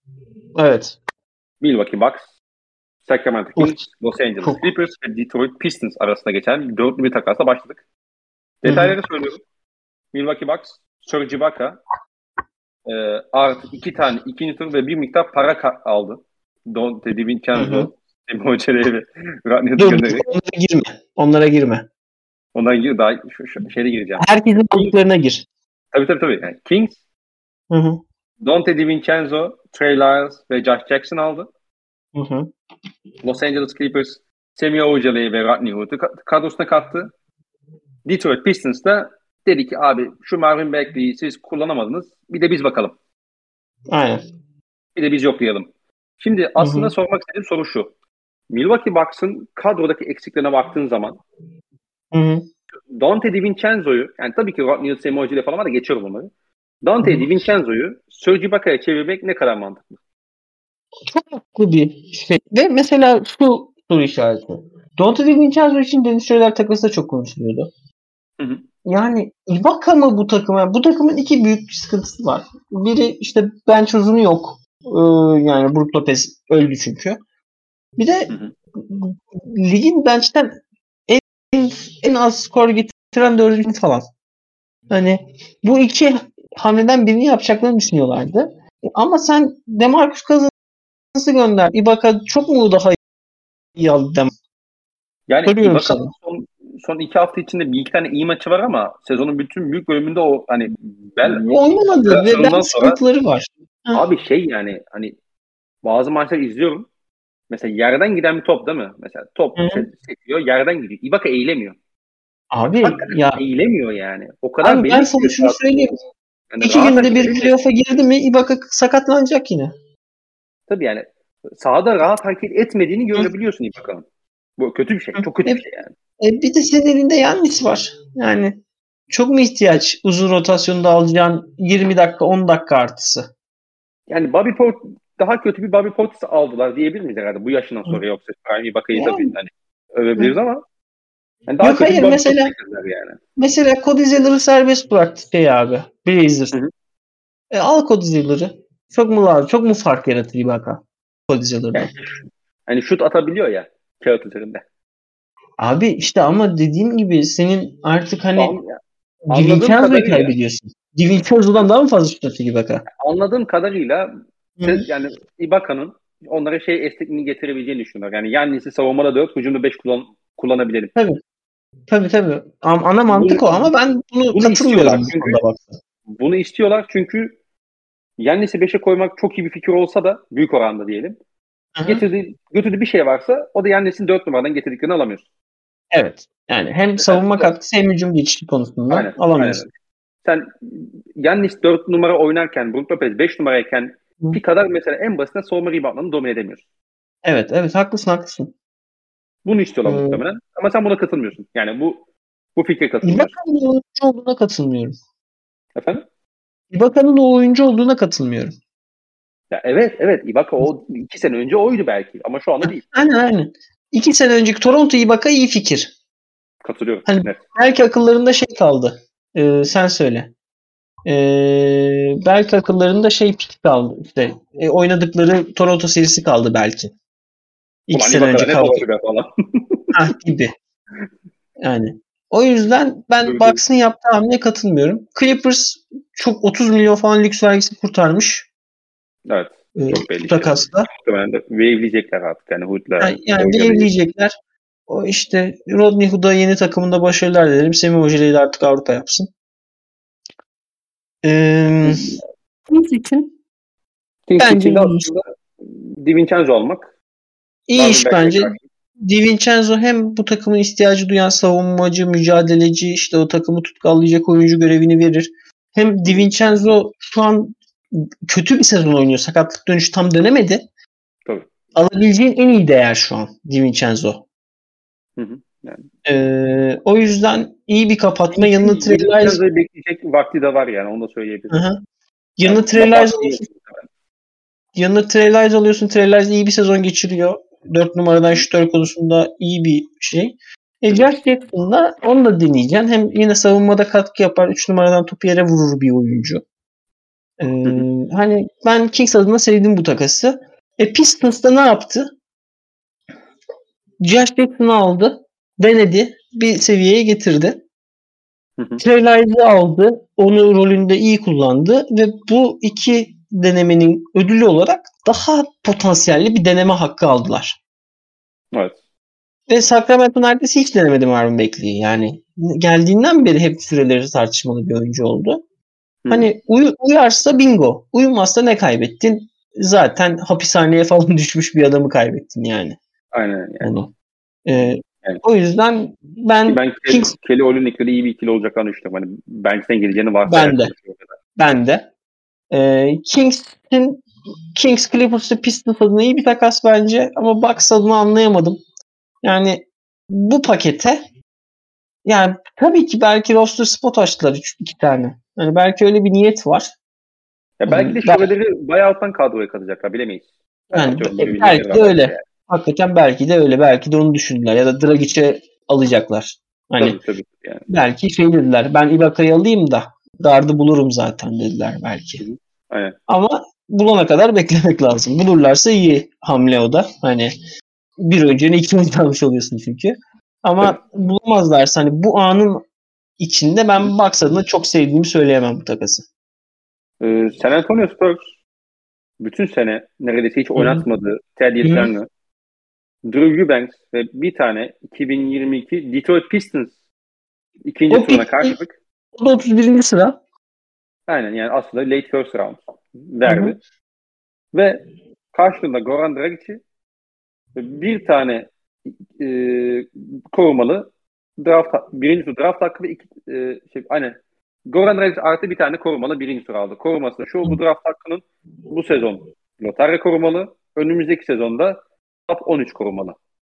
Evet. Milwaukee Bucks, Sacramento Uf. Kings, Los Angeles Uf. Clippers ve Detroit Pistons arasında geçen dörtlü bir takasla başladık. Hı hı. Detayları söylüyorum. Milwaukee Bucks, Serge Ibaka e, artı iki tane ikinci tur ve bir miktar para ka- aldı. Dante Hı hı. DiVincenzo, Timoçe'ye ve Radney'e Dur, dur, göndererek. onlara girme. Onlara girme. Ondan gir, daha şu, şu şeyde gireceğim. Herkesin Kings, balıklarına gir. tabii tabii tabii. Yani Kings, Hı hı. Dante DiVincenzo, Trey Lyles ve Josh Jackson aldı. Hı hı. Los Angeles Clippers, Semi Ojeleye ve Rodney Hood'u ka- kadrosuna kattı. Detroit Pistons da dedi ki abi şu Marvin Bagley'i siz kullanamadınız. Bir de biz bakalım. Aynen. Bir de biz yoklayalım. Şimdi Hı aslında hı. sormak istediğim soru şu. Milwaukee Bucks'ın kadrodaki eksiklerine baktığın zaman Hı hı. Dante DiVincenzo'yu yani tabii ki Rodney Hood, Semi Ojeleye falan var da geçiyorum onları. Hı Dante hı. DiVincenzo'yu Serge Ibaka'ya çevirmek ne kadar mantıklı? Çok haklı bir şey. Ve mesela şu soru işareti. Dante DiVincenzo için Dennis Schroeder takası da çok konuşuluyordu. Hı hı. Yani Ibaka mı bu takım? Yani bu takımın iki büyük bir sıkıntısı var. Biri işte bench uzunu yok. Ee, yani Brook Lopez öldü çünkü. Bir de Hı hı. ligin bench'ten en, en az skor getiren dördüncü falan. Hani bu iki hamleden birini yapacaklarını düşünüyorlardı. Ama sen DeMarcus Cousins'ı gönder. Ibaka çok mu daha iyi aldı Dem? Yani Soruyorum sana. Ibaka'nın son, son iki hafta içinde bir iki tane iyi maçı var ama sezonun bütün büyük bölümünde o hani bel Oynamadı ve bel operasyonundan sonra sıkıntıları var. Heh. abi şey yani hani bazı maçlar izliyorum. Mesela yerden giden bir top değil mi? Mesela top Hı. işte sekiyor yerden gidiyor. Ibaka eğilemiyor. Abi Hakikaten ya eğilemiyor yani. O kadar abi ben belli ki sana şunu rahat, söyleyeyim. yani İki rahat günde hareket bir edemiyor. playoff'a girdi mi Ibaka sakatlanacak yine. Tabii yani sahada rahat hareket etmediğini Hı. görebiliyorsun Ibaka'nın. Bu kötü bir şey. Hı. Çok kötü E, bir şey yani. e, bir de senin elinde Yannis var. Yani çok mu ihtiyaç uzun rotasyonda alacağın yirmi dakika on dakika artısı? Yani Bobby Port daha kötü bir Bobby Portis aldılar diyebilir miyiz herhalde bu yaşından Hı. sonra yoksa Prime Ibaka'yı tabii Yani, hani övebiliriz hı. ama yani daha Yok kötü bir hayır Bobby Portis mesela getirdiler yani. mesela Cody Zeller'ı serbest bıraktı şey abi. Blazers. Hı hı. E, al Cody Zeller'ı. Çok mu lazım? Çok mu fark yaratır Ibaka? Cody Zeller'dan. Yani hani şut atabiliyor ya kağıt üzerinde. Abi işte ama dediğim gibi senin artık hani Tamam ya. Anladığım DiVincenzo'yu kadarıyla kaybediyorsun. DiVincenzo'dan daha mı fazla şut atıyor Ibaka? anladığım kadarıyla Hı hı. yani Ibaka'nın onlara şey esnekliğini getirebileceğini düşünüyorlar. Yani Yannis'i savunmada dört, hücumda beş kullan, kullanabilelim. Tabii. Tabii tabii. Am- Ana Bunu, mantık o ama ben bunu bunu istiyorlar katılmıyorum bu çünkü konuda bak. bunu istiyorlar çünkü Yannis'i beşe koymak çok iyi bir fikir olsa da büyük oranda diyelim. Hı hı. Getirdiği, götürdüğü bir şey varsa o da Yannis'in dört numaradan getirdiklerini alamıyorsun. Evet. Yani hem Mesela savunma do- katkısı hem hücum geçişi konusunda aynen, aynen öyle. alamıyorsun. Sen Yannis dört numara oynarken Brook Lopez beş numarayken Hı. ki kadar mesela en basitinden savunma reboundlarını domine edemiyorsun. Evet, evet haklısın haklısın. Bunu istiyorlar Ee, muhtemelen. Ama sen buna katılmıyorsun. Yani bu bu fikre katılmıyorsun. Ibaka'nın o oyuncu olduğuna katılmıyorum. Efendim? Ibaka'nın o oyuncu olduğuna katılmıyorum. Ya evet evet Ibaka o iki sene önce oydu belki ama şu anda değil. Aynen aynen. İki sene önceki Toronto Ibaka iyi fikir. Katılıyorum. Hani Net. belki akıllarında şey kaldı. Ee, sen söyle. Ee, belki akıllarında şey kaldı. İşte e, oynadıkları Toronto serisi kaldı belki. İki Ulan sene önce Ibaka'da ne Kawhi. topçu be falan. Hah gibi. Yani. O yüzden ben Dur dur. Bucks'ın yaptığı hamleye katılmıyorum. Clippers çok otuz milyon falan lüks vergisi kurtarmış. Evet. E, Çok bu belli şey. takasla. Muhtemelen de wave'leyecekler artık. Yani Hood'la Yani, yani Boy'la bir değil. evleyecekler. O işte Rodney Hood'a yeni takımında başarılar dilerim. Semih Hoca'yı da artık Avrupa yapsın. Ee, Kings için Kings bence için de iyi iş. aslında DiVincenzo almak. İyi Marvin iş Bagley'e bence. karşı. DiVincenzo hem bu takımın ihtiyacı duyan savunmacı, mücadeleci, işte o takımı tutkallayacak oyuncu görevini verir. Hem DiVincenzo şu an kötü bir sezon oynuyor. Sakatlık dönüşü tam dönemedi. Tabii. Alabileceğin en iyi değer şu an DiVincenzo. Hı hı. Yani. Ee, o yüzden iyi bir kapatma. Yanına Trey Lyles. DiVincenzo'yu bekleyecek vakti de var yani. Onu da söyleyebilirim. Yanına Yani, Trey Lyles alıyorsun. Yanına Trey Lyles alıyorsun. Trey Lyles iyi bir sezon geçiriyor. dört numaradan şutör konusunda iyi bir şey. E Josh Jackson'da onu da deneyeceksin. Hem yine savunmada katkı yapar. üç numaradan topu yere vurur bir oyuncu. Ee, hani ben Kings adına sevdim bu takası. E Pistons'ta ne yaptı? Josh Jackson'ı aldı. Denedi. Bir seviyeye getirdi. Trey Lyles'ı aldı. Onu rolünde iyi kullandı. Ve bu iki denemenin ödülü olarak daha potansiyelli bir deneme hakkı aldılar. Evet. Ve Sacramento neredeyse hiç denemedi Marvin Bagley'i. Yani geldiğinden beri hep süreleri tartışmalı bir oyuncu oldu. Hı. Hani uy- uyarsa bingo. Uyumazsa ne kaybettin? Zaten hapishaneye falan düşmüş bir adamı kaybettin yani. Aynen yani. Onu. Ee, yani. O yüzden ben ben Kings... Kelly Olynyk'le de iyi bir ikili olacaklarını düşünüyorum. Hani Banks'ten geleceğini Ben varsayarak de. Ben de. Ee, Kings'in Kings Clippers'ı Pistons adına iyi bir takas bence ama Bucks adına anlayamadım. Yani bu pakete yani tabii ki belki roster spot açtılar üç, iki tane. Yani belki öyle bir niyet var. Ya belki de Schroeder'i bayağı alttan kadroya katacaklar bilemeyiz. Yani, yani belki de öyle. Yani. Hakikaten belki de öyle. Belki de onu düşündüler. Ya da Dragic'e alacaklar. Hani tabii tabii. Yani. Belki şey dediler. Ben Ibaka'yı alayım da gardı bulurum zaten dediler belki. Hı hı. Aynen. Ama bulana kadar beklemek lazım. Bulurlarsa iyi hamle o da. Hani bir önceni iki önce almış oluyorsun çünkü. Ama tabii. Bulamazlarsa hani bu anın içinde ben Bucks adına çok sevdiğimi söyleyemem bu takası. Ee, San Antonio Spurs bütün sene neredeyse hiç oynatmadığı Teddy Turner, Drew Eubanks ve bir tane iki bin yirmi iki Detroit Pistons ikinci o turuna karşılık. O da otuz birinci sıra. Aynen yani aslında late first round verdi. Hı hı. Ve karşılığında Goran Dragic'i bir tane e, korumalı draft birinci tur draft hakkı ve iki e, şey aynen Goran Dragic artı bir tane korumalı birinci tur aldı. Koruması da şu bu draft hakkının bu sezon lotarya korumalı. Önümüzdeki sezonda top on üç korumalı.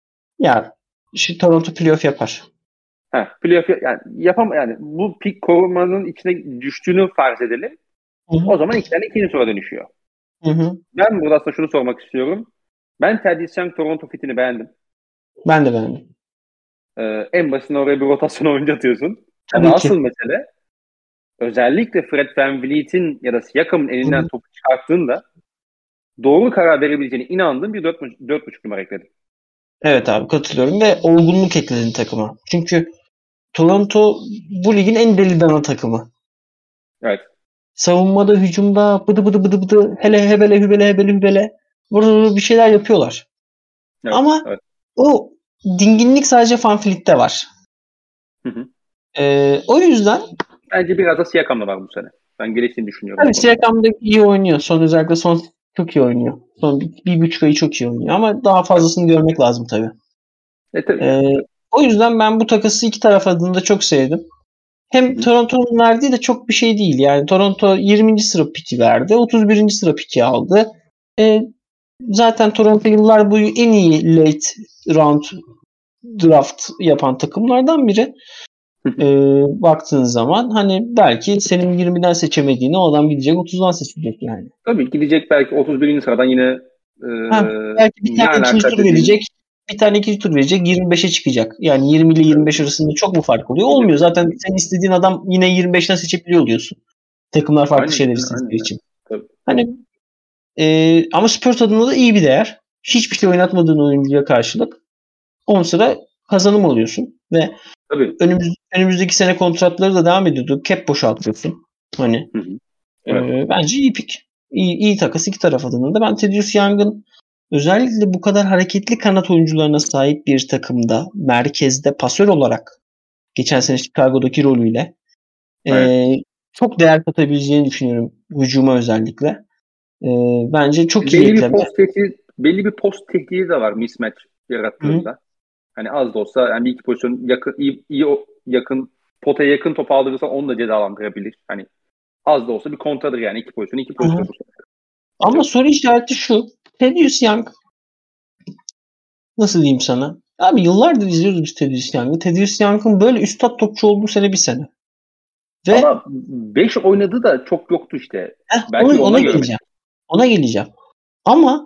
Ya şu Toronto playoff yapar. Ha, playoff yani yapam yani bu pik korumanın içine düştüğünü farz edelim. Hı hı. O zaman iki tane ikinci tura dönüşüyor. Hı hı. Ben burada aslında şunu sormak istiyorum. Ben Teddy Young Toronto fitini beğendim. Ben de beğendim. Ee, en basitinde oraya bir rotasyon oyuncu atıyorsun. Tabii Ama ki. Asıl mesele özellikle Fred VanVleet'in ya da Siakam'ın elinden Hı-hı. topu çıkarttığında doğru karar verebileceğine inandığım bir dört buçuk numara ekledim. Evet abi katılıyorum ve olgunluk ekledin takıma. Çünkü Toronto bu ligin en deli dana takımı. Evet. Savunmada, hücumda bıdı bıdı bıdı bıdı hele hebele hübele hebele hübele burada bir şeyler yapıyorlar. Evet, Ama evet. o dinginlik sadece VanVleet'te var. Hı hı. Ee, o yüzden bence biraz da Siakam'da var bu sene. Ben geliştiğini düşünüyorum. Tabii Siakam'da iyi oynuyor. Son özellikle son çok iyi oynuyor. Son bir, bir buçuk ayı çok iyi oynuyor. Ama daha fazlasını evet. görmek lazım tabii. E, tabii. Ee, o yüzden ben bu takası iki taraf adına da çok sevdim. Hem Hı-hı. Toronto'nun verdiği de çok bir şey değil. Yani Toronto yirminci sıra piki verdi. otuz birinci sıra piki aldı. Ee, zaten Toronto yıllar boyu en iyi late round draft yapan takımlardan biri. e, baktığın zaman hani belki senin yirmiden seçemediğini o adam gidecek otuzdan seçecek yani. Tabii gidecek belki otuz birinci sıradan yine e, Ha, belki bir ne tane ikinci alaka tur dediğin. verecek. Bir tane ikinci tur verecek. yirmi beşe çıkacak. Yani yirmi ile yirmi beş arasında çok mu fark oluyor? Olmuyor. Zaten sen istediğin adam yine yirmi beşten seçebiliyor oluyorsun. Takımlar farklı Aynen, şeyler aynen, istedikleri aynen. için. Tabii. Hani e, ama Spurs adına da iyi bir değer. Hiçbir şey oynatmadığın oyuncuya karşılık on sıra kazanım alıyorsun. Ve Tabii. önümüz, önümüzdeki sene kontratları da devam ediyordu. Cap boşaltıyorsun. Hani Hı hı. e, Evet. bence iyi pik. İyi, iyi takas iki taraf adına da. Ben Thaddeus Young'ın özellikle bu kadar hareketli kanat oyuncularına sahip bir takımda merkezde pasör olarak geçen sene Chicago'daki rolüyle e, Evet. çok değer katabileceğini düşünüyorum. Hücuma özellikle. E, bence çok iyi Belli bir ekleme. post tehdidi, belli bir post tehdidi de var mismatch Hı-hı. yarattığında. Hani az da olsa yani bir iki pozisyon yakın iyi, iyi o- yakın potaya yakın top aldırırsa onu da cezalandırabilir. Hani az da olsa bir kontradır yani iki pozisyon iki pozisyon. Ama soru işareti şu. Thaddeus Young nasıl diyeyim sana? Abi yıllardır izliyoruz biz Thaddeus Young'ı. Thaddeus Young'ın böyle üstat topçu olduğu sene bir sene. Ve Ama beş oynadığı da çok yoktu işte. heh, Belki onu, de ona ondan görmedik. geleceğim. Ona geleceğim. Ama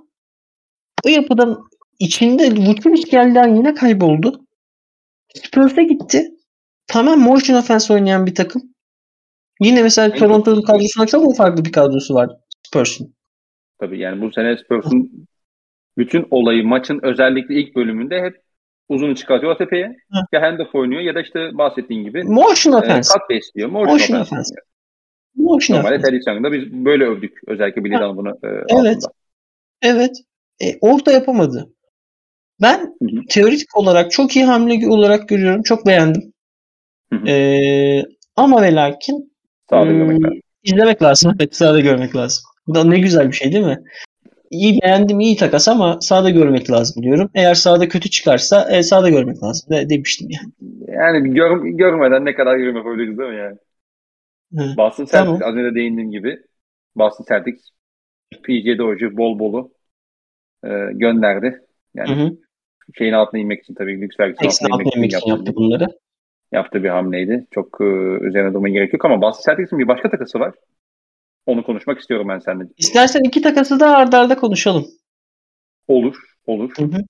o yapıdan içinde Vučević geldiğinden yine kayboldu. Spurs'e gitti. Tamamen motion offense oynayan bir takım. Yine mesela En çok Toronto'nun kadrosuna çok mu farklı bir kadrosu var Spurs'un? tabii yani bu sene Spurs'un bütün olayı maçın özellikle ilk bölümünde hep uzunu çıkartıyor tepeye. Ya handoff oynuyor ya da işte bahsettiğin gibi Motion e, offense. kat besliyor. Motion Motion offense offense. oynuyor. Motion Normalde offense. Teddy Young'da biz böyle övdük. Özellikle Bill Ha, Dunn bunu e, evet. altında. Evet. E, orada yapamadı. Ben Hı hı. teorik olarak çok iyi hamle olarak görüyorum. Çok beğendim. Hı hı. E, ama ve lakin Sağda ım, görmek lazım. izlemek lazım. Evet, sahada görmek lazım. Bu da ne güzel bir şey değil mi? İyi beğendim, iyi takas ama sahada görmek lazım diyorum. Eğer sahada kötü çıkarsa e, sahada görmek lazım de, demiştim yani. Yani gör, görmeden ne kadar yorum yapabiliriz değil mi yani? Hı. Boston Celtics Tamam. az önce değindiğim gibi Boston Celtics P J Dozier bol bolu e, gönderdi. Hı Yani hı. şeyin altına inmek için tabii lüks vergisinin Eksen altına altına inmek için inmek için yaptığı yaptı bir, bunları. yaptığı bir hamleydi. Çok e, üzerine durmaya gerek yok ama Boston Celtics'in bir başka takısı var. Onu konuşmak istiyorum ben seninle. İstersen iki takası da arda arda konuşalım. Olur, olur. Hı hı.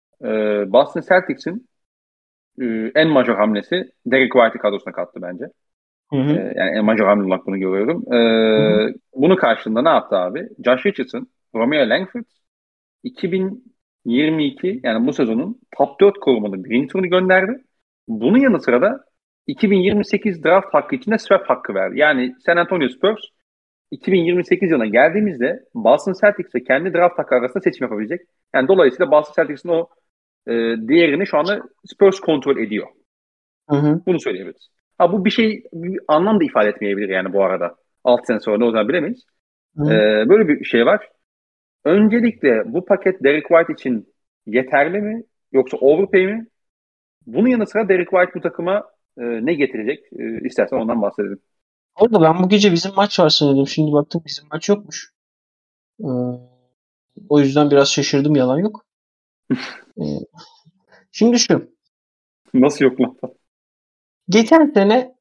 E, Boston Celtics'in e, en majör hamlesi Derek White'i kadrosuna kattı bence. Hı E, hı. yani en majör hamle olarak bunu görüyorum. E, Hı hı. bunun karşılığında ne yaptı abi? Josh Richardson, Romeo Langford iki bin yirmi iki yani bu sezonun top dört korumalı birinci turunu gönderdi. Bunun yanı sıra da iki bin yirmi sekiz draft hakkı için de swap hakkı verdi. Yani San Antonio Spurs iki bin yirmi sekiz yılına geldiğimizde Boston Celtics'le kendi draft hakkı arasında seçim yapabilecek. Yani dolayısıyla Boston Celtics'in o e, değerini şu anda Spurs kontrol ediyor. Hı hı. Bunu söyleyebiliriz. Ha bu bir şey bir anlam da ifade etmeyebilir yani bu arada. altı sene sonra ne olacağını bilemeyiz. Hı E, hı. böyle bir şey var. Öncelikle bu paket Derek White için yeterli mi yoksa overpay mi? Bunun yanı sıra Derek White bu takıma e, ne getirecek? E, istersen ondan bahsedelim. Orada ben bu gece bizim maç var sanıyordum. Şimdi baktım bizim maç yokmuş. Ee, o yüzden biraz şaşırdım, yalan yok. Ee, şimdi şu. Nasıl yok lan? Geçen sene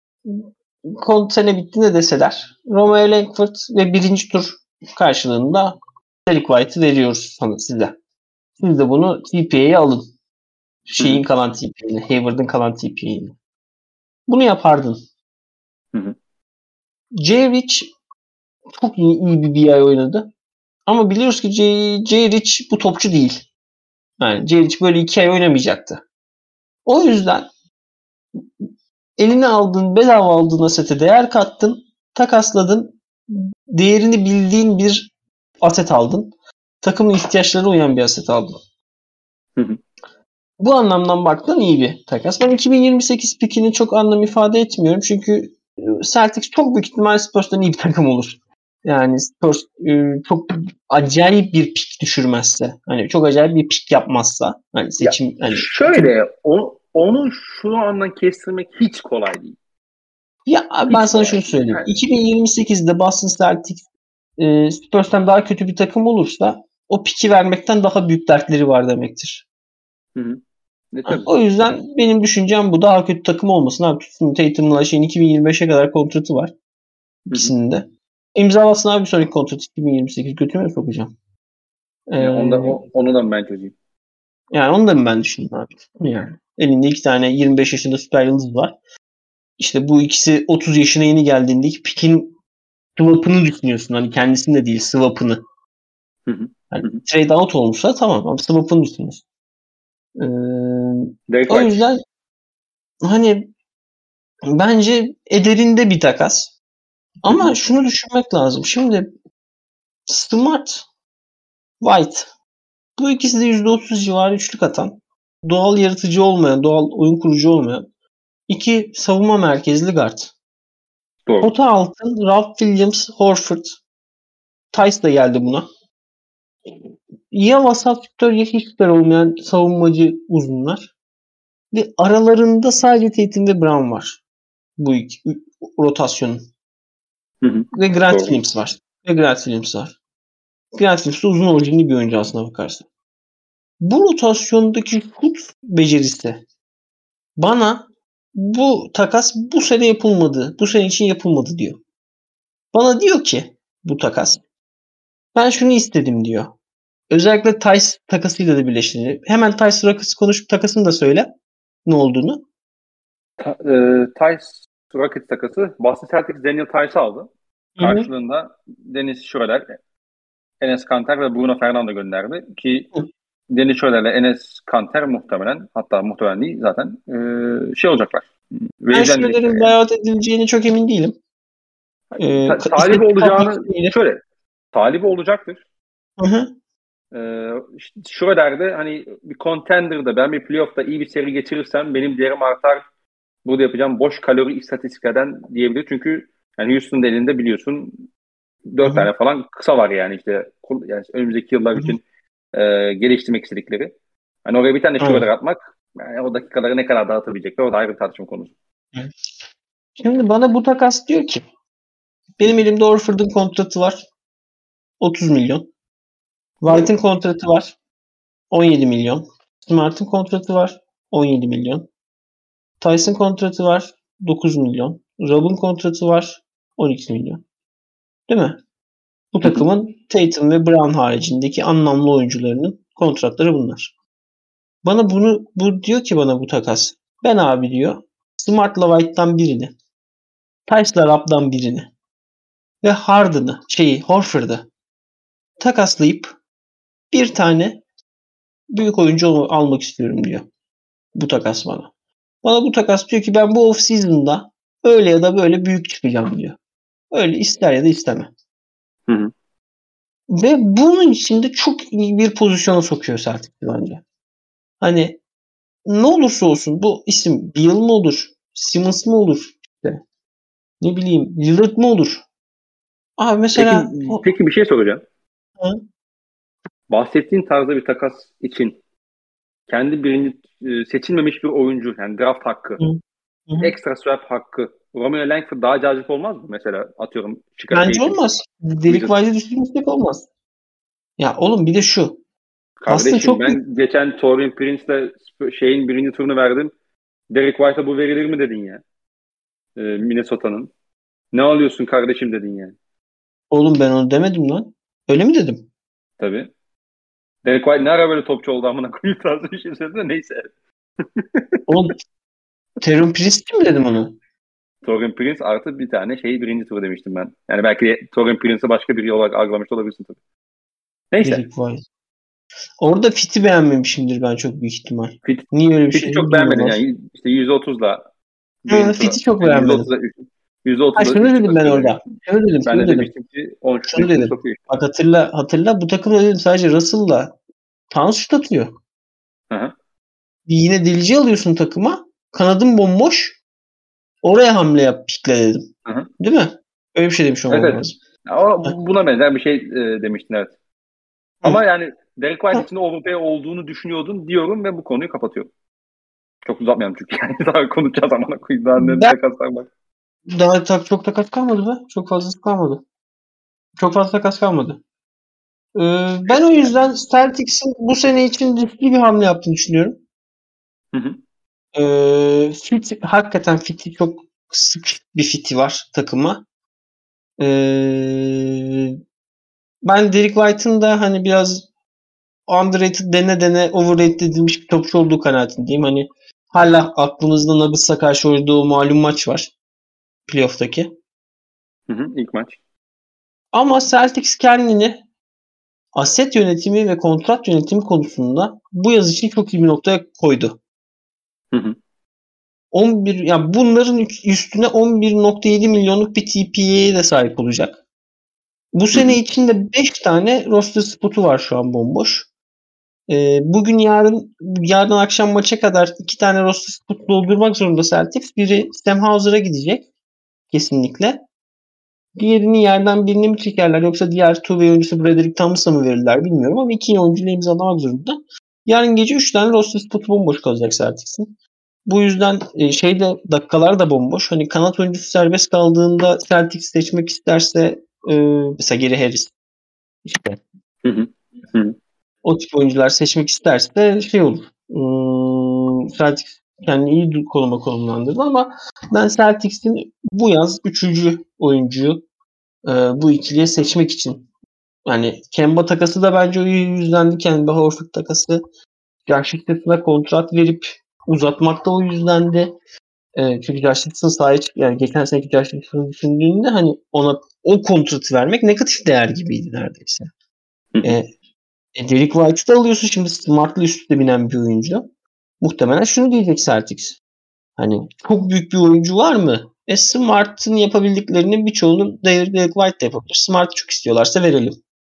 kont sene bittiğinde deseler Romeo Langford ve birinci tur karşılığında Derek White'ı veriyoruz sana, size. Siz de bunu T P A'ye alın. Hı hı. Şeyin kalan T P A'ini. Hayward'ın kalan T P A'ini. Bunu yapardın. Hı hı. J. Rich çok iyi, iyi bir B I oynadı. Ama biliyoruz ki J. J. Rich bu topçu değil. Yani J. Rich böyle iki ay oynamayacaktı. O yüzden eline aldığın, bedava aldığın asete değer kattın, takasladın, değerini bildiğin bir aset aldın. Takımın ihtiyaçlarına uyan bir aset aldın. Hı hı. Bu anlamdan baktığın iyi bir takas. Ben iki bin yirmi sekiz pikini çok anlam ifade etmiyorum. Çünkü Celtics çok büyük ihtimal Spurs'tan iyi bir takım olur. Yani Spurs çok acayip bir pik düşürmezse, hani çok acayip bir pik yapmazsa, hani Ya seçim hani şöyle onu, onu şu andan kestirmek hiç kolay değil. ya abi ben Hiç sana kolay şunu değil. söyleyeyim. Yani, iki bin yirmi sekizde Boston Celtics e, Spurs'tan daha kötü bir takım olursa o piki vermekten daha büyük dertleri var demektir. hı hı. Ne Ha, tabii. o yüzden benim düşüncem bu. Daha kötü takım olmasın abi. Tutsun Tatum'la şeyin iki bin yirmi beşe kadar kontratı var. İkisinin de. İmzalasın abi bir sonraki kontrat iki bin yirmi sekiz. Götüme sokacağım. Ee, Yani onda, o, onu da mı ben çözeyim? yani onu da mı ben düşüneyim abi? Yani. Elinde iki tane yirmi beş yaşında süper yıldız var. İşte bu ikisi otuz yaşına yeni geldiğinde pikin swap'ını düşünüyorsun. Hani kendisini de değil swap'ını. Hı hı. Yani Hı hı. trade out olmuşsa tamam ama swap'ını düşünüyorsun. Ee, Derek o White. yüzden hani bence ederinde bir takas. Hı hı. Ama şunu düşünmek lazım. Şimdi Smart, White. Bu ikisi de yüzde otuz civarı üçlük atan, doğal yaratıcı olmayan, doğal oyun kurucu olmayan iki savunma merkezli guard. Doğru. Pota altın Ralph Williams, Horford. Tice da geldi buna. Ya vasat şütör ya hiç şütör olmayan savunmacı uzunlar. Ve aralarında sadece Tatum ve Brown var. Bu iki rotasyonun. Hı hı. Ve Grant Doğru. Williams var. Ve Grant Williams var. Grant Williams de uzun orijinli bir oyuncu aslına bakarsın. Bu rotasyondaki şut becerisi bana bu takas bu sene yapılmadı. Bu sene için yapılmadı diyor. Bana diyor ki bu takas ben şunu istedim diyor. Özellikle Tice takasıyla da birleştiğini. Hemen Tice Rockets konuşup takasını da söyle. Ne olduğunu. Ta, e, Tice Rockets takası. Boston Celtics Daniel Tice'ı aldı. Hı hı. Karşılığında Dennis Schroeder, Enes Kanter ve Bruno Fernando gönderdi. Ki Hı. Dennis Schroeder ile Enes Kanter muhtemelen, hatta muhtemelen değil zaten, e, şey olacaklar. Ben Verecekler şunların yani. buyout edileceğine çok emin değilim. Ee, Ta, talibi istediği kadar olacağını değil. şöyle, talibi olacaktır. Hı hı. Ee, işte Schroeder'de hani bir contender'da ben bir playoff'ta iyi bir seri geçirirsem benim değerim artar. Burada yapacağım boş kalori istatistiklerden diyebilir. Çünkü yani Houston'ın elinde biliyorsun Hı dört hı. tane falan kısa var yani işte yani önümüzdeki yıllar Hı hı. için e, geliştirmek istedikleri. Hani oraya bir tane Schroeder Aynen. atmak yani o dakikaları ne kadar dağıtabilecekler o da ayrı bir tartışma konusu. Hı. Şimdi bana bu takas diyor ki benim elimde Horford'un kontratı var. otuz milyon. White'ın Doğru. kontratı var. on yedi milyon. Smart'ın kontratı var. on yedi milyon. Tyson kontratı var. dokuz milyon. Rob'un kontratı var. on iki milyon. Değil mi? Bu Hı hı. takımın Tatum ve Brown haricindeki anlamlı oyuncularının kontratları bunlar. Bana bunu bu diyor ki bana bu takas. Ben abi diyor Smart'la White'tan birini, Tice'la Rob'dan birini ve Harden'ı, şeyi Horford'ı takaslayıp bir tane büyük oyuncu almak istiyorum diyor. Bu takas bana. Bana bu takas diyor ki ben bu off season'da öyle ya da böyle büyük çıkacağım diyor. Öyle ister ya da isteme. Hı hı. Ve bunun içinde çok iyi bir pozisyona sokuyor Celtics bence. Hani ne olursa olsun bu isim Beal mı olur? Simmons mı olur? İşte, ne bileyim Lillard mı olur? Abi Peki mesela o, peki bir şey soracağım. hı, Bahsettiğin tarzda bir takas için kendi birinci e, seçilmemiş bir oyuncu yani draft hakkı, hı, hı. ekstra swap hakkı Romeo Langford daha cazip olmaz mı? Mesela atıyorum Chicago şey Bence için. olmaz. Derek Wizards. White'ı düşünürsek olmaz. Ya oğlum bir de şu. Boston Kardeşim çok büyük. ben geçen Torian Prince'le şeyin birinci turunu verdim. Derek White'a bu verilir mi dedin ya. E, Minnesota'nın. Ne alıyorsun kardeşim dedin yani. Oğlum ben onu demedim lan. Öyle mi dedim? Tabii. Derek White ne ara böyle topçu oldu amına koyayım tarzı bir şey söyledi de neyse. Oğlum Teron Prince için mi dedim onu? Torian Prince artı bir tane şey birinci turu demiştim ben. Yani belki de Torian Prince'ı başka biri olarak algılamış da olabilirsin tabii. Neyse. Derek White. Orada Fit'i beğenmemişimdir ben çok büyük ihtimal. Fit, Niye öyle bir Fit'i şey dedim çok beğenmedin bilmiyorum. yani işte yüzde otuzla Ha, birinci tura Fit'i çok yani beğenmedim. yüzde otuzla yüzde Ha otuzla şunu üç dedim ben çıkıyor orada. demiştim. Şunu dedim, Ben şunu de dedim. demiştim ki on şutun Şunu içinde dedim. sokuyor işte. Bak hatırla, hatırla bu takım dedim sadece Russell'la Towns şut atıyor. Hı hı. Bir yine delici alıyorsun takıma. Kanadın bomboş. Oraya hamle yap pikle dedim. Hı hı. Değil mi? Öyle bir şey demiş Evet, olmam evet. lazım. Ama Heh. bu- buna benzer bir şey e, demiştin evet. Hı. Ama yani Derek White Hı. için de overpay olduğunu düşünüyordun diyorum ve bu konuyu kapatıyorum. Çok uzatmayalım çünkü yani daha konuşacağız amına koyayım daha ne Ben takaslar var. daha tak, çok takas kalmadı be. Çok fazlası kalmadı. Çok fazla takas kalmadı. Ee, ben o Yani yüzden Celtics'in bu sene için riskli bir hamle yaptığını düşünüyorum. Hı hı. Ee, fit, hakikaten fiti çok sık bir fiti var takıma. Ee, ben Derek White'ın da hani biraz underrated dene dene overrated edilmiş bir topçu olduğu kanaatindeyim. Hani hala aklımızda Nuggets'a karşı oynadığı o malum maç var. Playoff'taki. Hı hı. İlk maç. Ama Celtics kendini aset yönetimi ve kontrat yönetimi konusunda bu yaz için çok iyi bir noktaya koydu. Hı hı. on bir yani bunların üstüne on bir nokta yedi milyonluk bir T P A'ye de sahip olacak. Bu sene Hı hı. içinde beş tane roster spotu var şu an bomboş. Ee, bugün yarın yarın akşam maça kadar iki tane roster spot doldurmak zorunda Celtics. Biri Sam Hauser'a gidecek kesinlikle. Diğerini yerden birini mi çekerler yoksa diğer two-way oyuncusu Broderick Thompson'a mı verirler bilmiyorum ama iki oyuncuyla imzalamak zorunda. Yarın gece üç tane roster spotu bomboş kalacak Celtics'in. Bu yüzden e, şeyde dakikalar da bomboş. Hani kanat oyuncusu serbest kaldığında Celtics seçmek isterse e, mesela Gary Harris işte Hı hı. Hı hı. o tip oyuncular seçmek isterse şey olur. Hmm, Celtics kendini iyi konuma konumlandırdı ama ben Celtics'in bu yaz üçüncü oyuncuyu e, bu ikiliye seçmek için yani Kemba takası da bence o yüzdendi. Kemba Horford takası Josh Richardson'a kontrat verip uzatmak da o yüzdendi. E, çünkü Josh Richardson sahaya çık yani geçen seneki Josh Richardson'ı düşündüğünde hani ona o kontratı vermek negatif değer gibiydi neredeyse. Hı hı. E, e, Derek White'ı da alıyorsun şimdi Smart'la üstte binen bir oyuncu. Muhtemelen şunu diyecek Celtics. Hani çok büyük bir oyuncu var mı? E Smart'ın yapabildiklerinin birçoğunu Derek White de yapabilir. Smart'ı çok istiyorlarsa verelim.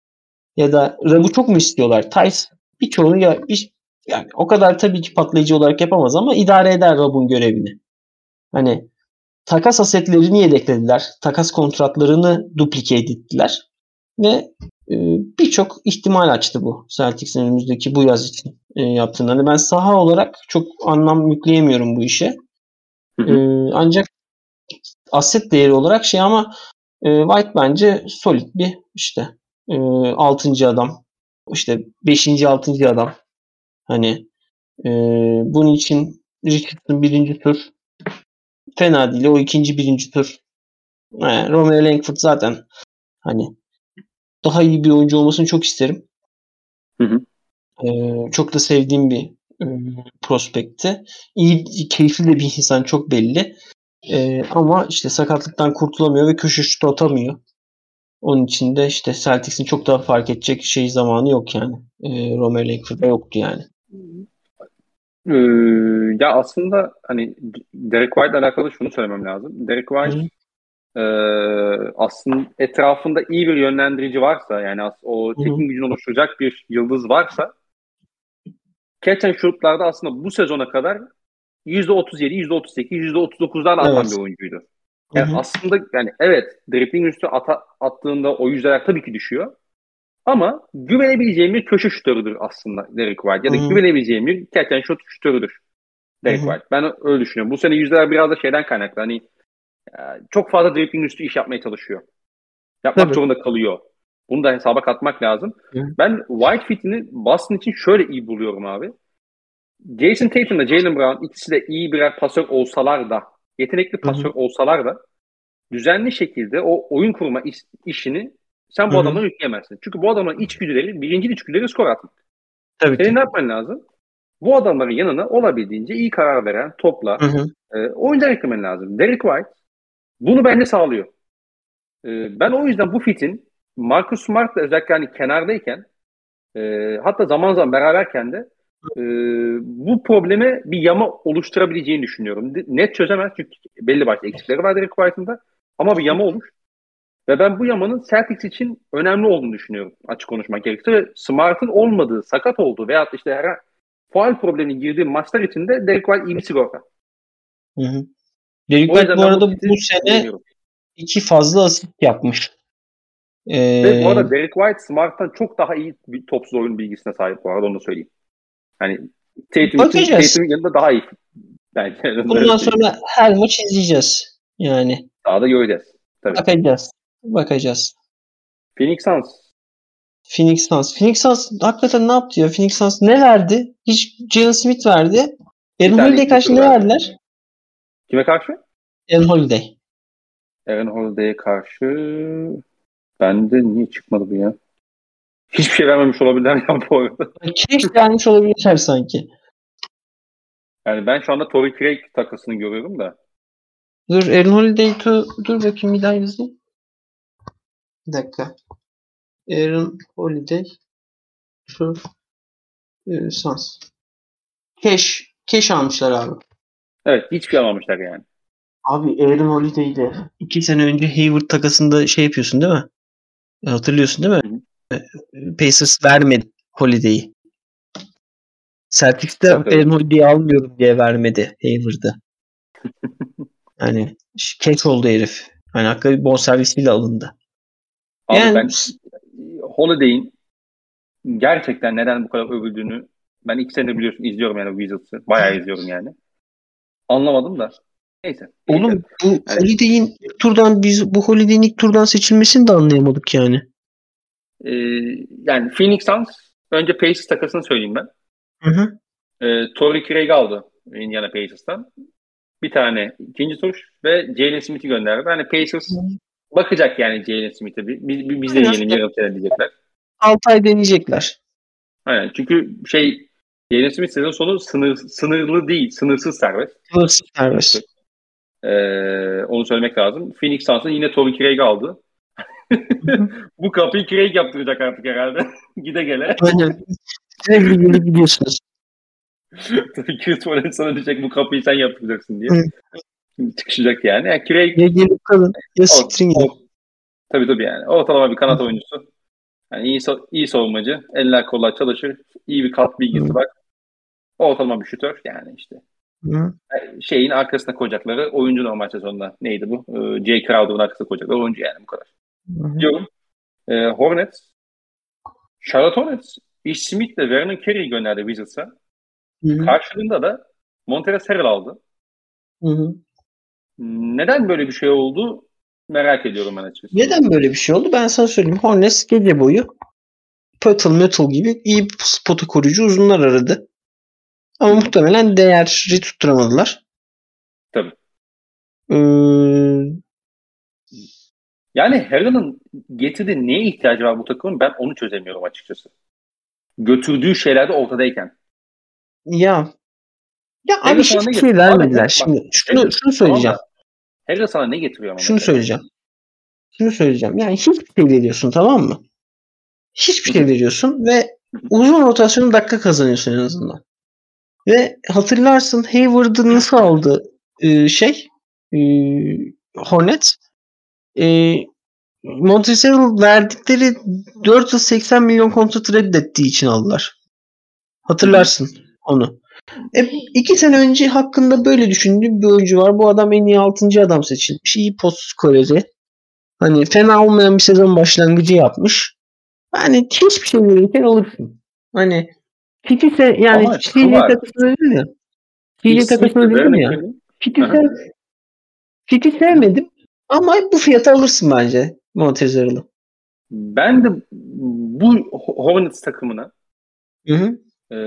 Ya da Rab'ı çok mu istiyorlar? Tice birçoğunu ya, bir, yani o kadar tabii ki patlayıcı olarak yapamaz ama idare eder Rab'ın görevini. Hani takas asetlerini yedeklediler. Takas kontratlarını duplicate ettiler. Ve e, birçok ihtimal açtı bu Celtics'in önümüzdeki bu yaz için e, yaptığında. Hani ben saha olarak çok anlam yükleyemiyorum bu işe. Hı E, hı. ancak aset değeri olarak şey ama e, White bence solid bir işte e, altıncı adam. İşte beşinci altıncı adam. Hani e, bunun için Richardson birinci tur fena değil. O ikinci birinci tur. E, Romeo Langford zaten hani daha iyi bir oyuncu olmasını çok isterim. Hı hı. E, çok da sevdiğim bir e, prospekti. İyi, keyifli de bir insan çok belli. E, ama işte sakatlıktan kurtulamıyor ve köşe şutu atamıyor. Onun için de işte Celtics'in çok daha fark edecek şey zamanı yok yani. E, Romeo Langford'da yoktu yani. Ee, ya aslında hani Derek White'la alakalı şunu söylemem lazım. Derek White Hı e, aslında etrafında iyi bir yönlendirici varsa yani as- o hı. çekim gücünü oluşturacak bir yıldız varsa catch and shoot'larda aslında bu sezona kadar yüzde otuz yedi, yüzde otuz sekiz, yüzde otuz dokuzlarla atan bir Evet. oyuncuydu. Hı Yani hı. aslında yani evet dribbling üstü ata, attığında o yüzdeler tabii ki düşüyor. Ama güvenebileceğim bir köşe şutörüdür aslında Derek White. Ya Hı da hı. güvenebileceğim bir catch and shoot şutörüdür Hı Derek hı. White. Ben öyle düşünüyorum. Bu sene yüzdeler biraz da şeyden kaynaklı. Hani e, çok fazla dribbling üstü iş yapmaya çalışıyor. Yapmak Tabii. zorunda kalıyor. Bunu da hesaba katmak lazım. Hı Ben White fitini Boston için şöyle iyi buluyorum abi. Jason Tatum'la Jaylen Brown ikisi de iyi birer pasör olsalar da, yetenekli hı. pasör olsalar da düzenli şekilde o oyun kurma iş, işini sen Hı bu hı. adamlara yükleyemezsin. Çünkü bu adamların içgüdüleri, birinci içgüdüleri skor atmak. Tabii Senin ki. ne yapman lazım? Bu adamların yanına olabildiğince iyi karar veren, topla Hı hı. e, oyuncular eklemen lazım. Derek White bunu bence sağlıyor. E, ben o yüzden bu fitin Marcus Smart'la özellikle hani kenardayken e, hatta zaman zaman beraberken de e, bu probleme bir yama oluşturabileceğini düşünüyorum. Net çözemez çünkü belli başlı eksikleri var Derek White'ın da ama bir yama olur. Ve ben bu yamanın Celtics için önemli olduğunu düşünüyorum açık konuşmak gerekirse. Ve Smart'ın olmadığı, sakat olduğu veyahut işte her faul problemine girdiği maçlar için de Derek White iyi bir sigorta. Hı hı. Derek O White yüzden bu ben bu arada bu fiti sene beğeniyorum. iki fazla asist yapmış. Ve bu Ee, arada Derek White Smart'tan çok daha iyi bir topsuz oyun bilgisine sahip bu arada onu da söyleyeyim. Hani Tatum için bakacağız. Tatum'un yanında daha iyi bence. Öyle Bundan söyleyeyim. sonra her maç izleyeceğiz. Yani Daha da göreceğiz. Tabii. bakacağız. Bakacağız. Phoenix Suns. Phoenix Suns. Phoenix Suns hakikaten ne yaptı ya? Phoenix Suns ne verdi? Hiç Jalen Smith verdi. Aaron Holiday'e karşı ne verdiler? Kime karşı? Aaron Holiday. Aaron Holiday'e karşı bende niye çıkmadı bu ya? Hiçbir şey vermemiş olabilirler ya bu arada. Keşke vermiş olabilirler sanki. Yani ben şu anda Torrey Craig takasını görüyorum da. Dur Aaron Holiday to, dur bakayım bir daha yazayım. Bir dakika. Aaron Holiday to e, Suns. Cash. Cash almışlar abi. Evet, hiçbir şey almamışlar yani. Abi Aaron Holiday'de iki sene önce Hayward takasında şey yapıyorsun değil mi? Hatırlıyorsun değil mi? Hı hı. Pacers vermedi Holiday'i. Celtics'te Aaron Holiday'i almıyorum diye vermedi Hayward'ı. Yani keş oldu herif. Hani hakikaten bonservisiyle alındı. Abi yani, ben Holiday'in gerçekten neden bu kadar övüldüğünü ben iki senedir biliyorsun izliyorum yani Wizards'ı. Bayağı izliyorum yani. Anlamadım da. Neyse. Oğlum bu yani, Holiday'in ilk turdan biz bu Holiday'in ilk turdan seçilmesini de anlayamadık yani. E, yani Phoenix Suns önce Pacers takasını söyleyeyim ben. Hı hı. E, Torrey Craig aldı Indiana Pacers'tan. Bir tane ikinci tur ve Jalen Smith'i gönderdi. Hani Pacers hı. bakacak yani Jalen Smith'e. Biz, biz, biz de yiyelim yarım sene diyecekler. altı ay deneyecekler. Aynen. Çünkü şey Jalen Smith sezon sonu sınır, sınırlı değil. Sınırsız serbest. Sınırsız serbest. Ee, onu söylemek lazım. Phoenix Suns'ın yine Torrey Craig aldı. Bu kapıyı Craig yaptıracak artık herhalde. Gide gele. Aynen. Sürekli gelip gidiyorsunuz. Tabii Chris Paul'un sana diyecek bu kapıyı sen yaptıracaksın diye. Çıkışacak yani. yani Craig, ya gelip kalın ya siktirin gidin. Tabii tabii yani. Ortalama bir kanat oyuncusu. Yani iyi, iyi savunmacı. Eller kollar çalışır. İyi bir kat bilgisi var. Ortalama bir şütör yani işte. Hı. Şeyin arkasına koyacakları oyuncu normal sezonda. Neydi bu? Ee, Jay Crowder'ın arkasına koyacakları oyuncu yani bu kadar. Hı. Diyorum. Ee, Hornets. Charlotte Hornets. Ish Smith ile Vernon Carey'i gönderdi Wizards'a. Karşılığında da Montrezl Harrell aldı. Hı hı. Neden böyle bir şey oldu? Merak ediyorum ben açıkçası. Neden böyle bir şey oldu? Ben sana söyleyeyim. Hornets gece boyu Pötl Metal gibi iyi spotu koruyucu uzunlar aradı. Ama Hı. muhtemelen değeri tutturamadılar. Tabii. Ee, yani Harrell'ın getirdiği neye ihtiyacı var bu takımın? Ben onu çözemiyorum açıkçası. Götürdüğü şeyler de ortadayken. Ya ya Harrell abi hiçbir şey vermediler. Abi, Şimdi bak, şunu, Harrell, şunu söyleyeceğim. Tamam Harrell sana ne getiriyor ama Şunu mesela? söyleyeceğim. Şunu söyleyeceğim. Yani hiçbir şey veriyorsun, tamam mı? Hiçbir şey veriyorsun ve uzun rotasyonu dakika kazanıyorsun en azından. Ve hatırlarsın Hayward'ı nasıl aldı ee, şey ee, Hornets ee, Montrezl verdikleri dört yüz seksen milyon kontratı reddettiği için aldılar. Hatırlarsın onu. E, iki sene önce hakkında böyle düşündüğüm bir oyuncu var. Bu adam en iyi altıncı adam seçilmiş. İyi post skoreri. Hani fena olmayan bir sezon başlangıcı yapmış. Hani hiçbir şey verirken alırsın. Hani Fitise yani C J takısını dedim ya. C J takısını dedim ya. Fitise Fit'i sevmedim. Ama bu fiyata alırsın bence Montrezl'ı. Ben de bu Hornets takımına hı hı. E,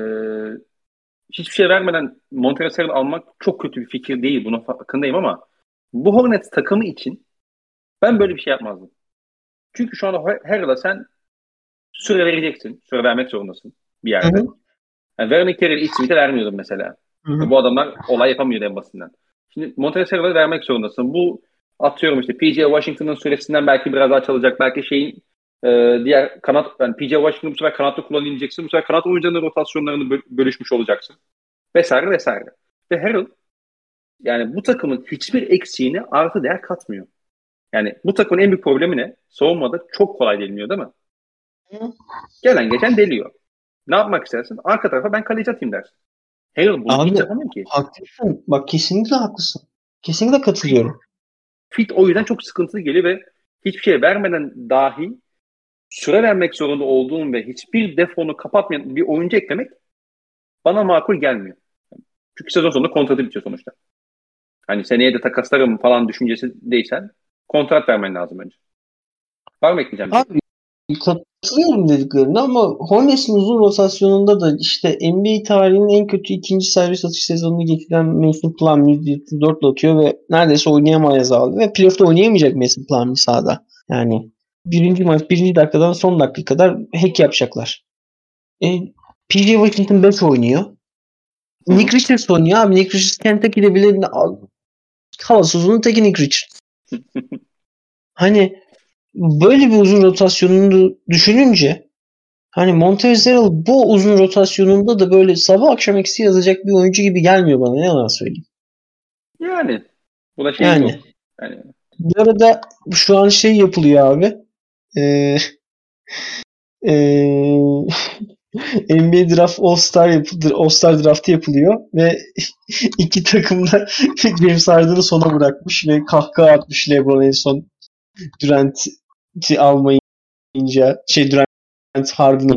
hiçbir şey vermeden Montrezl almak çok kötü bir fikir değil. Bunun farkındayım ama bu Hornets takımı için ben böyle bir şey yapmazdım. Çünkü şu anda Harrell'a sen süre vereceksin. Süre vermek zorundasın bir yerde. Hı hı. Yani Vernon Carey'le Ish Smith'e vermiyordum mesela. Hı hı. Bu adamlar olay yapamıyordu en basitinden. Şimdi Montrezl'e vermek zorundasın. Bu atıyorum işte P J Washington'ın süresinden belki biraz daha çalacak. Belki şeyin e, diğer kanat yani P J Washington'ı bu sefer kanatta kullanabileceksin. Bu sefer kanat oyuncularının rotasyonlarını bölüşmüş olacaksın. Vesaire vesaire. Ve Harrell yani bu takımın hiçbir eksiğini artı değer katmıyor. Yani bu takımın en büyük problemi ne? Savunmada çok kolay deliniyor değil mi? Hı. Gelen geçen deliyor. Ne yapmak istersin? Arka tarafa ben kaleci atayım dersin. Harrell bunu Abi, hiç yapamıyor ki. Haklısın. Bak kesinlikle haklısın. Kesinlikle katılıyorum. Fit o yüzden çok sıkıntılı geliyor ve hiçbir şey vermeden dahi süre vermek zorunda olduğun ve hiçbir defonu kapatmayan bir oyuncu eklemek bana makul gelmiyor. Çünkü sezon sonunda kontratı bitiyor sonuçta. Hani seneye de takaslarım falan düşüncesi değilsen kontrat vermen lazım önce. Var mı ekleyeceğim? Abi Katılıyorum dediklerine ama Hornets'in uzun rotasyonunda da işte N B A tarihinin en kötü ikinci servis atış sezonunu geçiren Mason Plumlee yüzde yetmiş dört atıyor ve neredeyse oynayamayız aldı ve playoff'ta oynayamayacak Mason Plumlee sahada. Yani birinci maç birinci dakikadan son dakika kadar hack yapacaklar. E, P J Washington beş oynuyor. Hı hı. Nick Richards oynuyor abi. Nick Richards Kentucky'de bile havası uzun teki Nick Richards. Hani böyle bir uzun rotasyonunu düşününce hani Montrezl Harrell bu uzun rotasyonunda da böyle sabah akşam eksi yazacak bir oyuncu gibi gelmiyor bana. Ne yalan söyleyeyim. Yani bu da şey Yani. yok. Yani. Bu arada şu an şey yapılıyor abi. Ee, ee, N B A Draft All-Star yapıldı. All-Star draftı yapılıyor ve iki takım da James Harden'ı sona bırakmış ve kahkaha atmış LeBron en son Durant'i almayınca şey Durant Harden'ı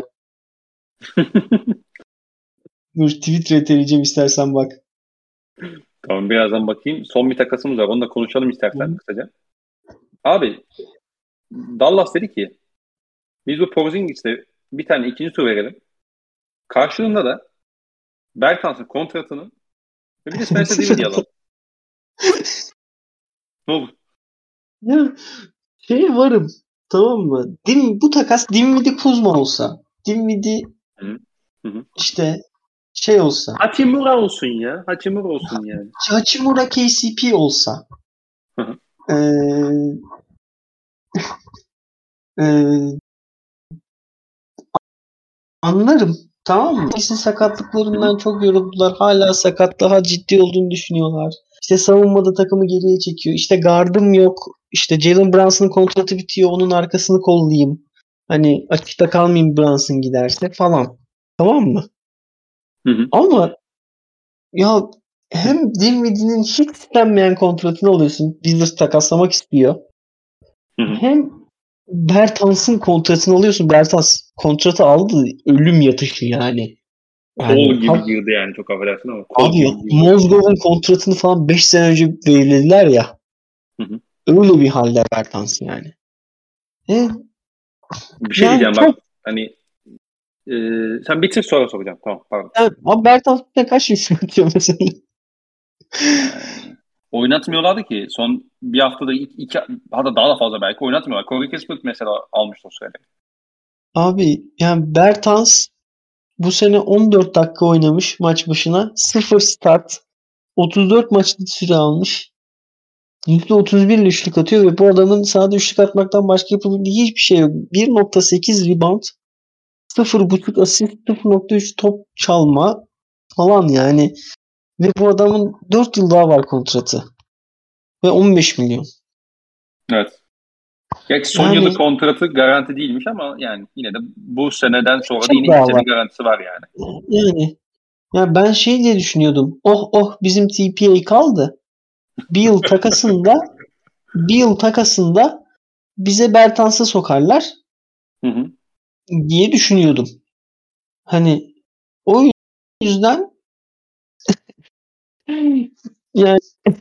dur tweet reteleyeceğim istersen bak. Tamam birazdan bakayım. Son bir takasımız var. Onu da konuşalım istersen Hı. kısaca. Abi Dallas dedi ki biz bu Porzingis'te bir tane ikinci tur verelim. Karşılığında da Bertans'ın kontratını ve bir de Spencer Dinwiddie alalım. Ne olur? Ya şey varım. Tamam mı? Dim, bu takas Dinwiddie Kuzma olsa. Dinwiddie hı hı. işte şey olsa. Hachimura olsun ya. Hachimura olsun yani. Hachimura K C P olsa. Hı hı. Ee, e, anlarım. Tamam mı? İkisi sakatlıklarından çok yoruldular. Hala sakat, daha ciddi olduğunu düşünüyorlar. İşte savunmada takımı geriye çekiyor. İşte gardım yok. İşte Jalen Brunson'ın kontratı bitiyor. Onun arkasını kollayayım. Hani açıkta kalmayayım Brunson giderse falan. Tamam mı? Hı hı. Ama ya hem Dinwiddie'nin hiç istenmeyen kontratını alıyorsun. Wizards takaslamak istiyor. Hı hı. Hem Bertans'ın kontratını alıyorsun. Bertans kontratı aldı. Ölüm yatışı yani. Kol yani, gibi ha, girdi yani çok affedersin ama. Kol abi Mozgov'un kontratını falan beş sene önce verildiler ya. Hı hı. Öyle bir halde Bertans yani. E, bir şey yani diyeceğim çok... bak. Hani e, sen bitir sonra soracağım. Tamam pardon. Yani, abi Bertans ne kaç isim atıyor mesela? Yani, oynatmıyorlardı ki. Son bir haftada iki, iki hatta daha da fazla belki oynatmıyorlar. Corey Kispert mesela almıştı o sırada. Abi yani Bertans bu sene on dört dakika oynamış maç başına. sıfır start. otuz dört maçta süre almış. yüzde otuz bir üçlük atıyor ve bu adamın sahada üçlük atmaktan başka yapabildiği hiçbir şey yok. bir nokta sekiz rebound, sıfır virgül beş asist, sıfır nokta üç top çalma falan yani. Ve bu adamın dört yıl daha var kontratı. Ve on beş milyon. Evet. Gerçi son yani, yılı kontratı garanti değilmiş ama yani yine de bu seneden sonra da yine iki sene garantisi var yani. Yani ya ben şey diye düşünüyordum. Oh oh bizim T P A kaldı. Bir yıl takasında bir yıl takasında bize Bertans'ı sokarlar. Hı hı. Diye düşünüyordum. Hani o yüzden yani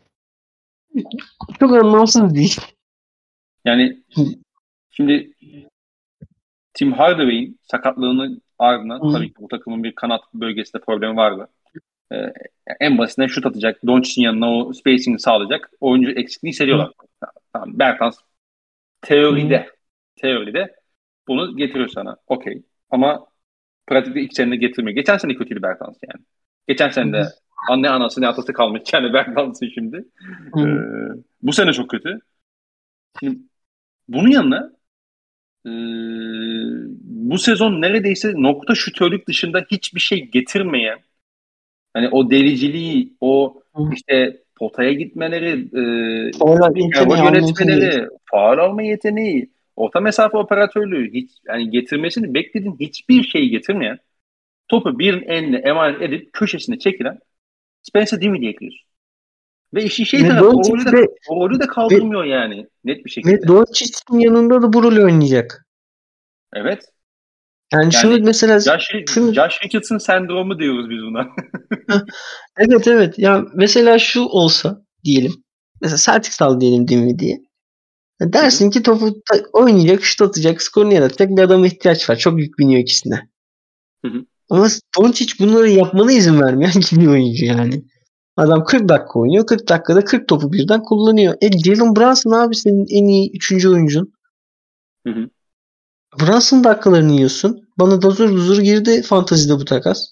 çok anlamsız değil. Yani şimdi Tim Hardaway'in sakatlığının ardından Hı. tabii ki bu takımın bir kanat bölgesinde problemi vardı. Ee, en basitinden şut atacak, Doncic'in yanına o spacing'i sağlayacak oyuncu eksikliğini hissediyorlar. Hı. Tamam, Bertans teoride Hı. teoride bunu getiriyor sana. Okey. Ama pratikte ilk senede getirmiyor. Geçen sene kötüydü Bertans yani. Geçen sene de anne anası ne atası kalmış yani Bertans'ın şimdi. Ee, bu sene çok kötü. Şimdi bunun yanına Ee, bu sezon neredeyse nokta şutörlük dışında hiçbir şey getirmeyen, hani o deliciliği, o işte potaya gitmeleri, e, yönetmeleri, faul alma yeteneği, orta mesafe operatörlüğü hiç yani getirmesini beklediğin hiçbir şeyi getirmeyen, topu birinin eline emanet edip köşesine çekilen Spencer Dinwiddie ekliyorsun. Ve işin şey tarafı o rolü de, o rolü de kaldırmıyor ve, yani net bir şekilde. Ve Doncic'in yanında da bu rolü oynayacak. Evet. Yani, yani şunu mesela Josh, şunu, Josh Richardson sendromu diyoruz biz buna. evet evet. Ya mesela şu olsa diyelim. Mesela Celtics al diyelim Dinwiddie'yi. Dersin ki topu ta- oynayacak, şut atacak, skorunu yaratacak bir adama ihtiyaç var. Çok yük biniyor ikisine. Hı hı. Ama Doncic bunları yapmana izin vermeyen bir oyuncu yani. Adam kırk dakika oynuyor. kırk dakikada kırk topu birden kullanıyor. E Jalen Brunson abi senin en iyi üçüncü oyuncun. Hı hı. Brunson dakikalarını yiyorsun. Bana dozur dozur girdi fantazide bu takas.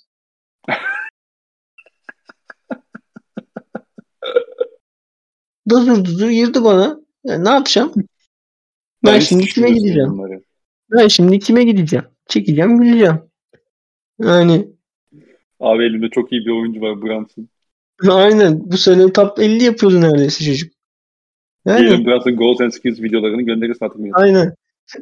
Dozur dozur girdi bana. Yani ne yapacağım? Ben Bana hiç şimdi kime düşünmüyorsun ya gideceğim? bunları. Ben şimdi kime gideceğim? Çekeceğim, gideceğim. Yani Abi elimde çok iyi bir oyuncu var, Brunson. aynen bu sene top elli yapıyordu neredeyse çocuk. Jalen Yani Brunson Goals and Skills videolarını gönderirsin hatırlıyorsun. aynen.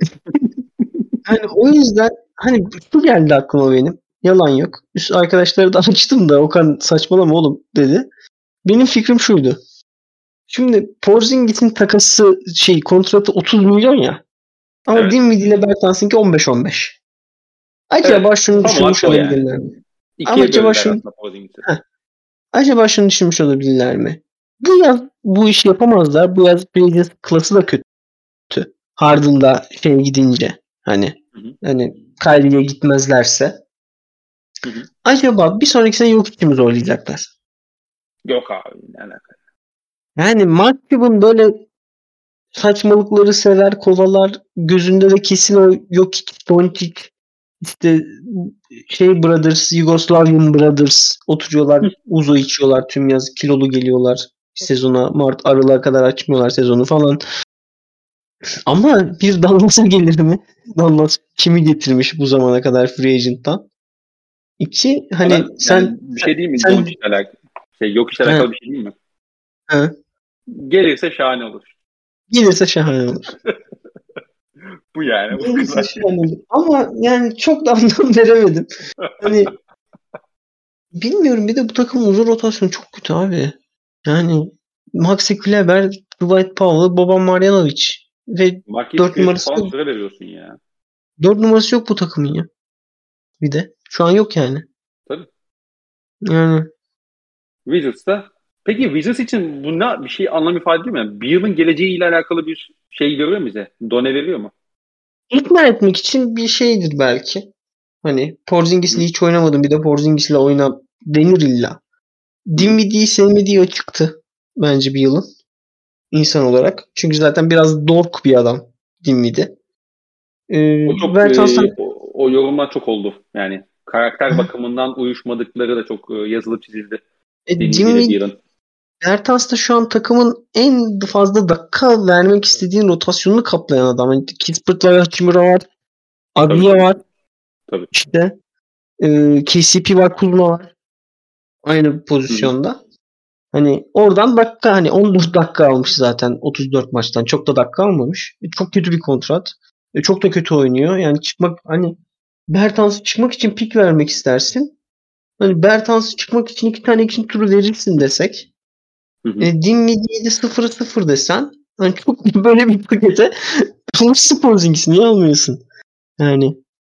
Yani o yüzden hani şu geldi aklıma benim. Yalan yok. Üst arkadaşları da açtım da Okan saçmalama oğlum dedi. Benim fikrim şuydu. Şimdi Porzingis'in takası şey kontratı otuz milyon ya. Ama Evet. Dinwiddie ile Bertans'ınki on beş on beş. Acaba Evet. şunu Tam olarak düşünmüş o yani. olabilirler mi? Ama İkiye acaba böldüler şunu, aslında Porzingis'i. heh, acaba şunu düşünmüş olabilirler mi? Bu yaz bu işi yapamazlar. Bu yaz Bridges klası da kötü. Harden'da şeye gidince hani Hı hı. hani Kyrie'ye gitmezlerse Hı hı. acaba bir sonraki sene yok için mi zorlayacaklar? Yok abi, ne alaka. Yani Mark Cuban böyle saçmalıkları sever, kovalar. Gözünde de kesin o yok Doncic işte şey Brothers, Yugoslavian Brothers oturuyorlar, uzo içiyorlar tüm yaz, kilolu geliyorlar sezona. Mart Aralık'a kadar açmıyorlar sezonu falan. Ama bir Dallas'a gelir mi? Dallas kimi getirmiş bu zamana kadar free agent'tan? İki hani Bana sen yani bir şey değil mi? sen Doncic'le alakalı. Şey, yok işle ha, alakalı bir şey değil mi? ha, Gelirse şahane olur. gelirse şahane olur. Bu yani, bu Gelirse kadar. şahane olur. Ama yani çok da anlam veremedim. Hani bilmiyorum, bir de bu takımın uzun rotasyonu çok kötü abi. Yani Maxi Kleber, Dwight Powell, Boban Marjanovic ve Marquis dört Chris'e numarası falan yok. süre veriyorsun ya. dört numarası yok bu takımın ya. Bir de. Şu an yok yani. Tabii. Yani Wizards'ta. Peki Wizards için bu ne, bir şey anlam ifade ediyor mu? Yani bir yılın geleceğiyle alakalı bir şey görüyor mu bize? Done veriyor mu? ikna etmek için bir şeydir belki. Hani Porzingis'le Hı hiç oynamadım. Bir de Porzingis'le oyna denir illa. hı. Hı. Dinwiddie'yi sevmediği açıktı. Bence bir yılın. İnsan olarak. Çünkü zaten biraz dork bir adam Dinwiddie. Ee, O çok Bertans'tan e, o, o yorumlar çok oldu. Yani karakter bakımından uyuşmadıkları da çok e, yazılıp çizildi. e, Dinwiddie ile Dinwiddie Beal'ın. Bertans da şu an takımın en fazla dakika vermek istediğin rotasyonunu kaplayan adam. Yani Kispert var, Hachimura var, Tabii Avdija tabii. var, Tabii. işte e, K C P var, Kuzma var. Aynı Hı hı. pozisyonda. Hani oradan dakika, hani on dört dakika almış zaten otuz dört maçtan. Çok da dakika almamış. E, çok kötü bir kontrat. E, çok da kötü oynuyor. Yani çıkmak, hani Bertans'ı çıkmak için pik vermek istersin. Hani Bertans'ı çıkmak için iki tane ikinci turu verirsin desek. Hı hı. E, Dinwiddie'yi de sıfıra sıfır desen. Hani çok böyle bir pakete Plus Porzingis niye almıyorsun? Yani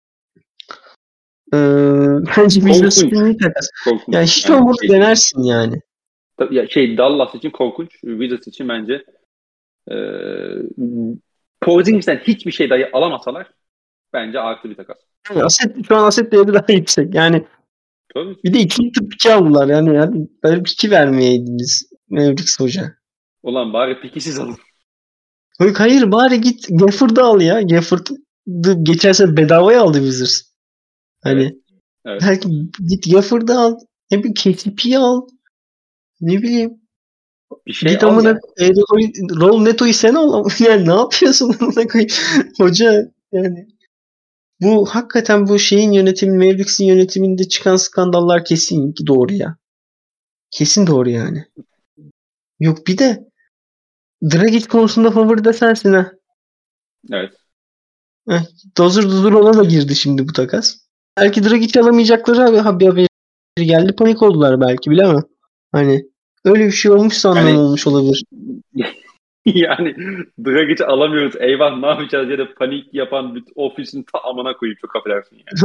e, bence Korkunç. Wizards'ın iyi takas. Korkunç. Yani hiç Yani bir olmadı şey diyeyim. denersin yani. Tabii ya şey, Dallas için korkunç. Wizards için bence e, Porzingis'ten hiçbir şey dahi alamasalar bence artı bir takas. Yani aset, şu an aset değeri daha yüksek. Yani Tabii. bir de ikinci tıp iki aldılar. Yani, yani böyle bir iki vermeyeydiniz Mavericks hoca. Ulan bari pikisiz alın. Yok, hayır, bari git Gafford'u al ya. Gafford geçen sene bedavaya aldı Wizards. Evet. Hani Evet. belki git Gafford'u al. Ne bileyim K C P'yi al. Ne bileyim. Bir şey Git al amına ya. e, Roll Neto'yu sen al. Yani ne yapıyorsun amına koyayım? Hoca yani bu hakikaten bu şeyin yönetimi, Mavericks'in yönetiminde çıkan skandallar kesin doğru ya. Kesin doğru yani. Yok bir de Dragic konusunda favori de sensin ha. Evet. Heh, Dozur Dozur ona da girdi şimdi bu takas. Belki Dragic alamayacakları abi, haber haberi geldi, panik oldular belki, bilemem. Hani öyle bir şey olmuşsa anlam Yani olmuş olabilir. yani Dragic'i alamıyoruz. Eyvah, ne yapacağız diye de panik yapan bir ofisin tamamına koyup çok affedersin yani.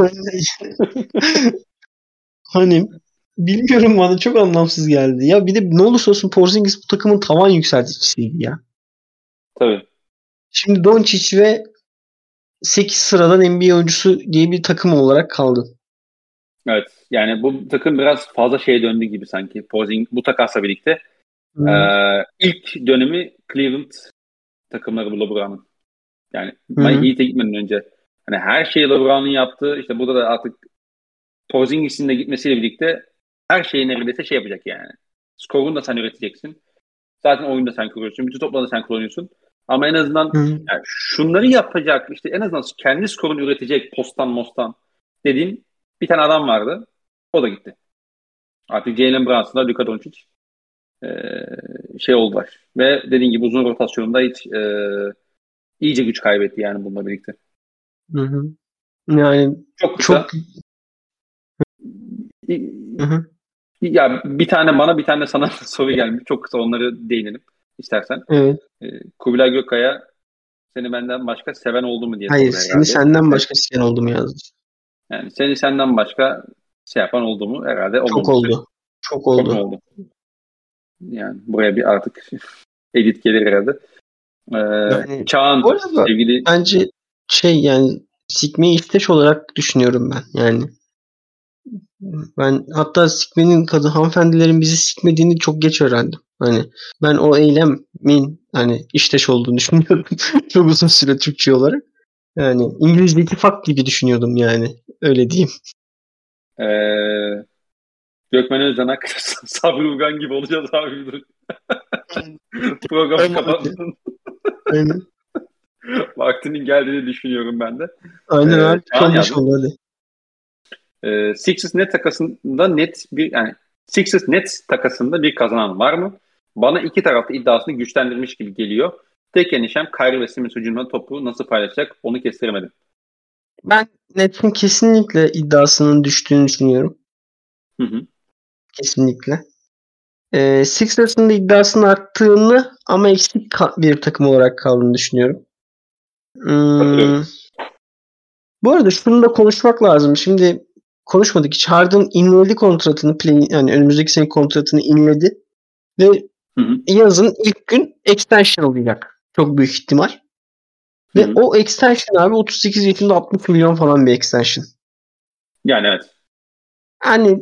Hani bilmiyorum, bana çok anlamsız geldi. Ya bir de ne olursa olsun Porzingis bu takımın tavan yükselticisiydi ya. Tabii. Şimdi Doncic ve sekiz sıradan N B A oyuncusu diye bir takım olarak kaldı. Evet. Yani bu takım biraz fazla şeye döndü gibi sanki. Posing bu takasla birlikte. Hmm. Ee, ilk dönemi Cleveland takımları bu LeBron'un. Yani Miami Hı-hı. Heat'e gitmeden önce. Hani her şeyi LeBron'un yaptığı. İşte burada da artık Porzingis'in de gitmesiyle birlikte her şeyi neredeyse şey yapacak yani. Skorunu da sen üreteceksin. Zaten oyunu da sen kuruyorsun. Bütün topları da sen kullanıyorsun. Ama en azından Hı-hı. yani şunları yapacak, işte en azından kendi skorunu üretecek postan mostan dediğim bir tane adam vardı. O da gitti. Artık Jalen Brunson'la Luka Doncic e, şey oldular. Ve dediğim gibi uzun rotasyonunda hiç e, iyice güç kaybetti yani bununla birlikte. Hı-hı. Yani Çok kısa. çok Hı-hı. Ya bir tane bana bir tane sana soru gelmiş. Çok kısa onları değinelim istersen. Evet. E, Kubilay Gökkaya seni benden başka seven oldu mu diye Hayır, sordu seni herhalde. senden Evet. başka sen oldu mu yazdı. Yani seni senden başka şey yapan oldu mu? Herhalde Çok olmamıştır. oldu. Çok Çok mu oldu. oldu? Yani buraya bir artık edit gelir herhalde. Ee, Yani Çağan bu arada sevgili bence şey yani sikmeyi isteş olarak düşünüyorum ben. Yani ben hatta sikmenin kadı hanımefendilerin bizi sikmediğini çok geç öğrendim. Hani ben o eylemin hani işteş olduğunu düşünüyorum. Çok uzun süre Türkçe olarak. Yani İngilizce'deki fuck gibi düşünüyordum yani. Öyle diyeyim. ee, Gökmen Özdanak Sabri Ugan gibi olacağız abi. Dur. Programı Aynen öyle. kapattın. Aynen. Vaktinin geldiğini düşünüyorum ben de. Aynen Ee, abi. Çağan on beş yazdı. oldu hadi. Ee, Sixers net takasında net bir yani Sixers net takasında bir kazanan var mı? Bana iki tarafta iddiasını güçlendirmiş gibi geliyor. Tek endişem Kyrie ve Simmons hücumda topu nasıl paylaşacak onu kestiremedim. Ben Nets'in kesinlikle iddiasının düştüğünü düşünüyorum. Hı hı. Kesinlikle. Ee, Sixers'ın da iddiasının arttığını ama eksik ka- bir takım olarak kaldığını düşünüyorum. Hmm. Katılıyorum. Bu arada şunu da konuşmak lazım. Şimdi konuşmadık hiç. Harden inledi kontratını. Play, yani önümüzdeki sene kontratını inledi. Ve Hı hı. yazın ilk gün extension olacak. Çok büyük ihtimal. Hı Ve hı. o extension abi otuz sekiz yaşında altmış milyon falan bir extension. Yani evet. Yani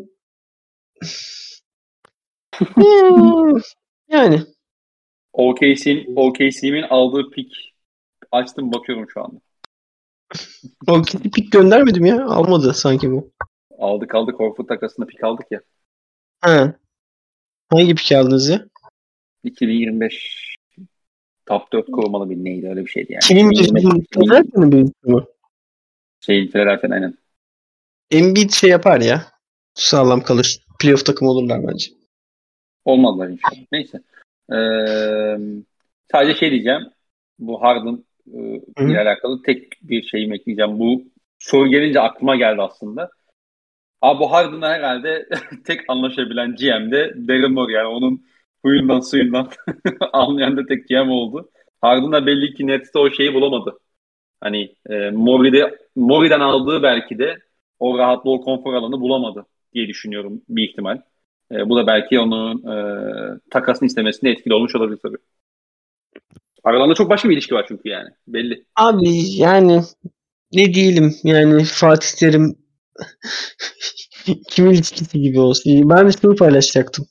hmm, yani O K C'nin O K C'nin aldığı pik açtım bakıyorum şu anda. o pik göndermedim ya. Almadı sanki bu. Aldık aldık Horford takasında pik aldık ya. Ha. Hangi pik aldınız ya? iki bin yirmi beş top dört korumalı bir neydi öyle bir şeydi yani. Kimin iki bin yirmi beş bir iki bin mi büyük mü? şeyin Philadelphia'nın aynen. Embiid şey yapar ya. Sağlam kalır. Playoff takımı olurlar bence. Olmazlar inşallah. Neyse. Ee, sadece şey diyeceğim. Bu Harden e, ile Hı. alakalı tek bir şeyimi ekleyeceğim. Bu soru gelince aklıma geldi aslında. Abi bu Harden'la herhalde tek anlaşabilen G M de Daryl Morey. Yani onun huyundan suyundan anlayan da tek G M oldu. Harden'la belli ki Nets'te o şeyi bulamadı. Hani e, Morey'de, Morey'den aldığı belki de o rahatlığı, o konfor alanı bulamadı diye düşünüyorum bir ihtimal. E, bu da belki onun e, takasını istemesinde etkili olmuş olabilir tabii. Aralarında çok başka bir ilişki var çünkü yani. Belli. Abi yani ne diyelim yani Fatih Terim kim ilişkisi gibi olsun. Ben de şunu paylaşacaktım.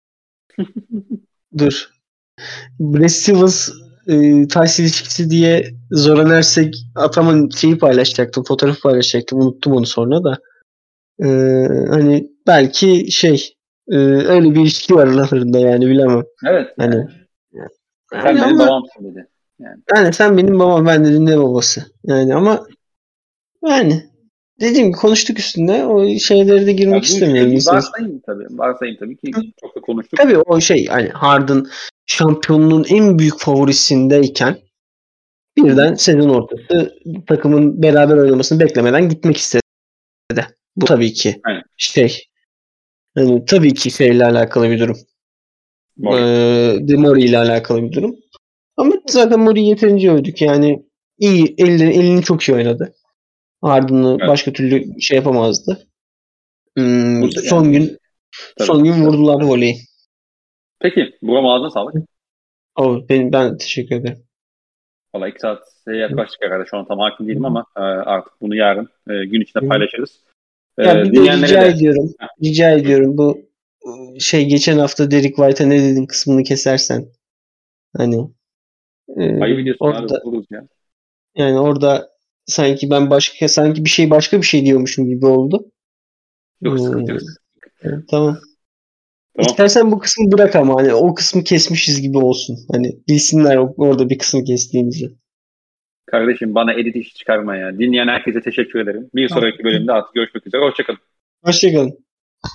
Dur. Brad Stevens e, Taş ilişkisi diye Zoran Ersek Ataman şeyi paylaşacaktım. Fotoğrafı paylaşacaktım. Unuttum onu sonra da. E, hani belki şey e, öyle bir ilişki var aralarında yani bilemem. Evet Hani yani. Sen yani benim ama babamsın dedi. Yani. yani sen benim babam ben dedim ne babası. Yani ama yani dediğim gibi konuştuk üstünde. O şeylere de girmek Ya bu şey istemiyorum. bir İnsan. varsayım tabii. Varsayım tabii ki çok da konuştuk. Tabii o şey hani Harden şampiyonluğun en büyük favorisindeyken Hı hı. birden sezon ortası takımın beraber oynamasını beklemeden gitmek istedi. Bu tabii ki Aynen. şey hani tabii ki şeyle alakalı bir durum. Morey. Ee, De Mori ile alakalı bir durum. Ama zaten Mori'yi yeterince övdük. Yani iyi elini, elini çok iyi oynadı. Harden'ı Evet. başka türlü şey yapamazdı. Bu Hmm, se- son yani gün tabii. son gün Tabii. vurdular voleyi. Peki. Buram ağzına sağlık. Oh, ben, ben teşekkür ederim. Valla iki saate yaklaştık herhalde. Şu an tam hakim değilim ama e, artık bunu yarın e, gün içinde paylaşırız. E, Ya bir de dinleyenlere rica de ediyorum. Rica ediyorum bu e, şey geçen hafta Derek White'a ne dedin kısmını kesersen. Hani e, ayıp ediyorsun abi. orada Buluruz ya. yani orada sanki ben başka sanki bir şey başka bir şey diyormuşum gibi oldu. Yok, Ee, sıkıntı yok. tamam. Tamam. Tamam. İstersen bu kısmı bırak ama hani o kısmı kesmişiz gibi olsun. Hani bilsinler o- orada bir kısmı kestiğimizi. Kardeşim bana edit işi çıkarma ya. Dinleyen herkese teşekkür ederim. Bir sonraki bölümde artık görüşmek üzere. Hoşçakalın. Hoşçakalın.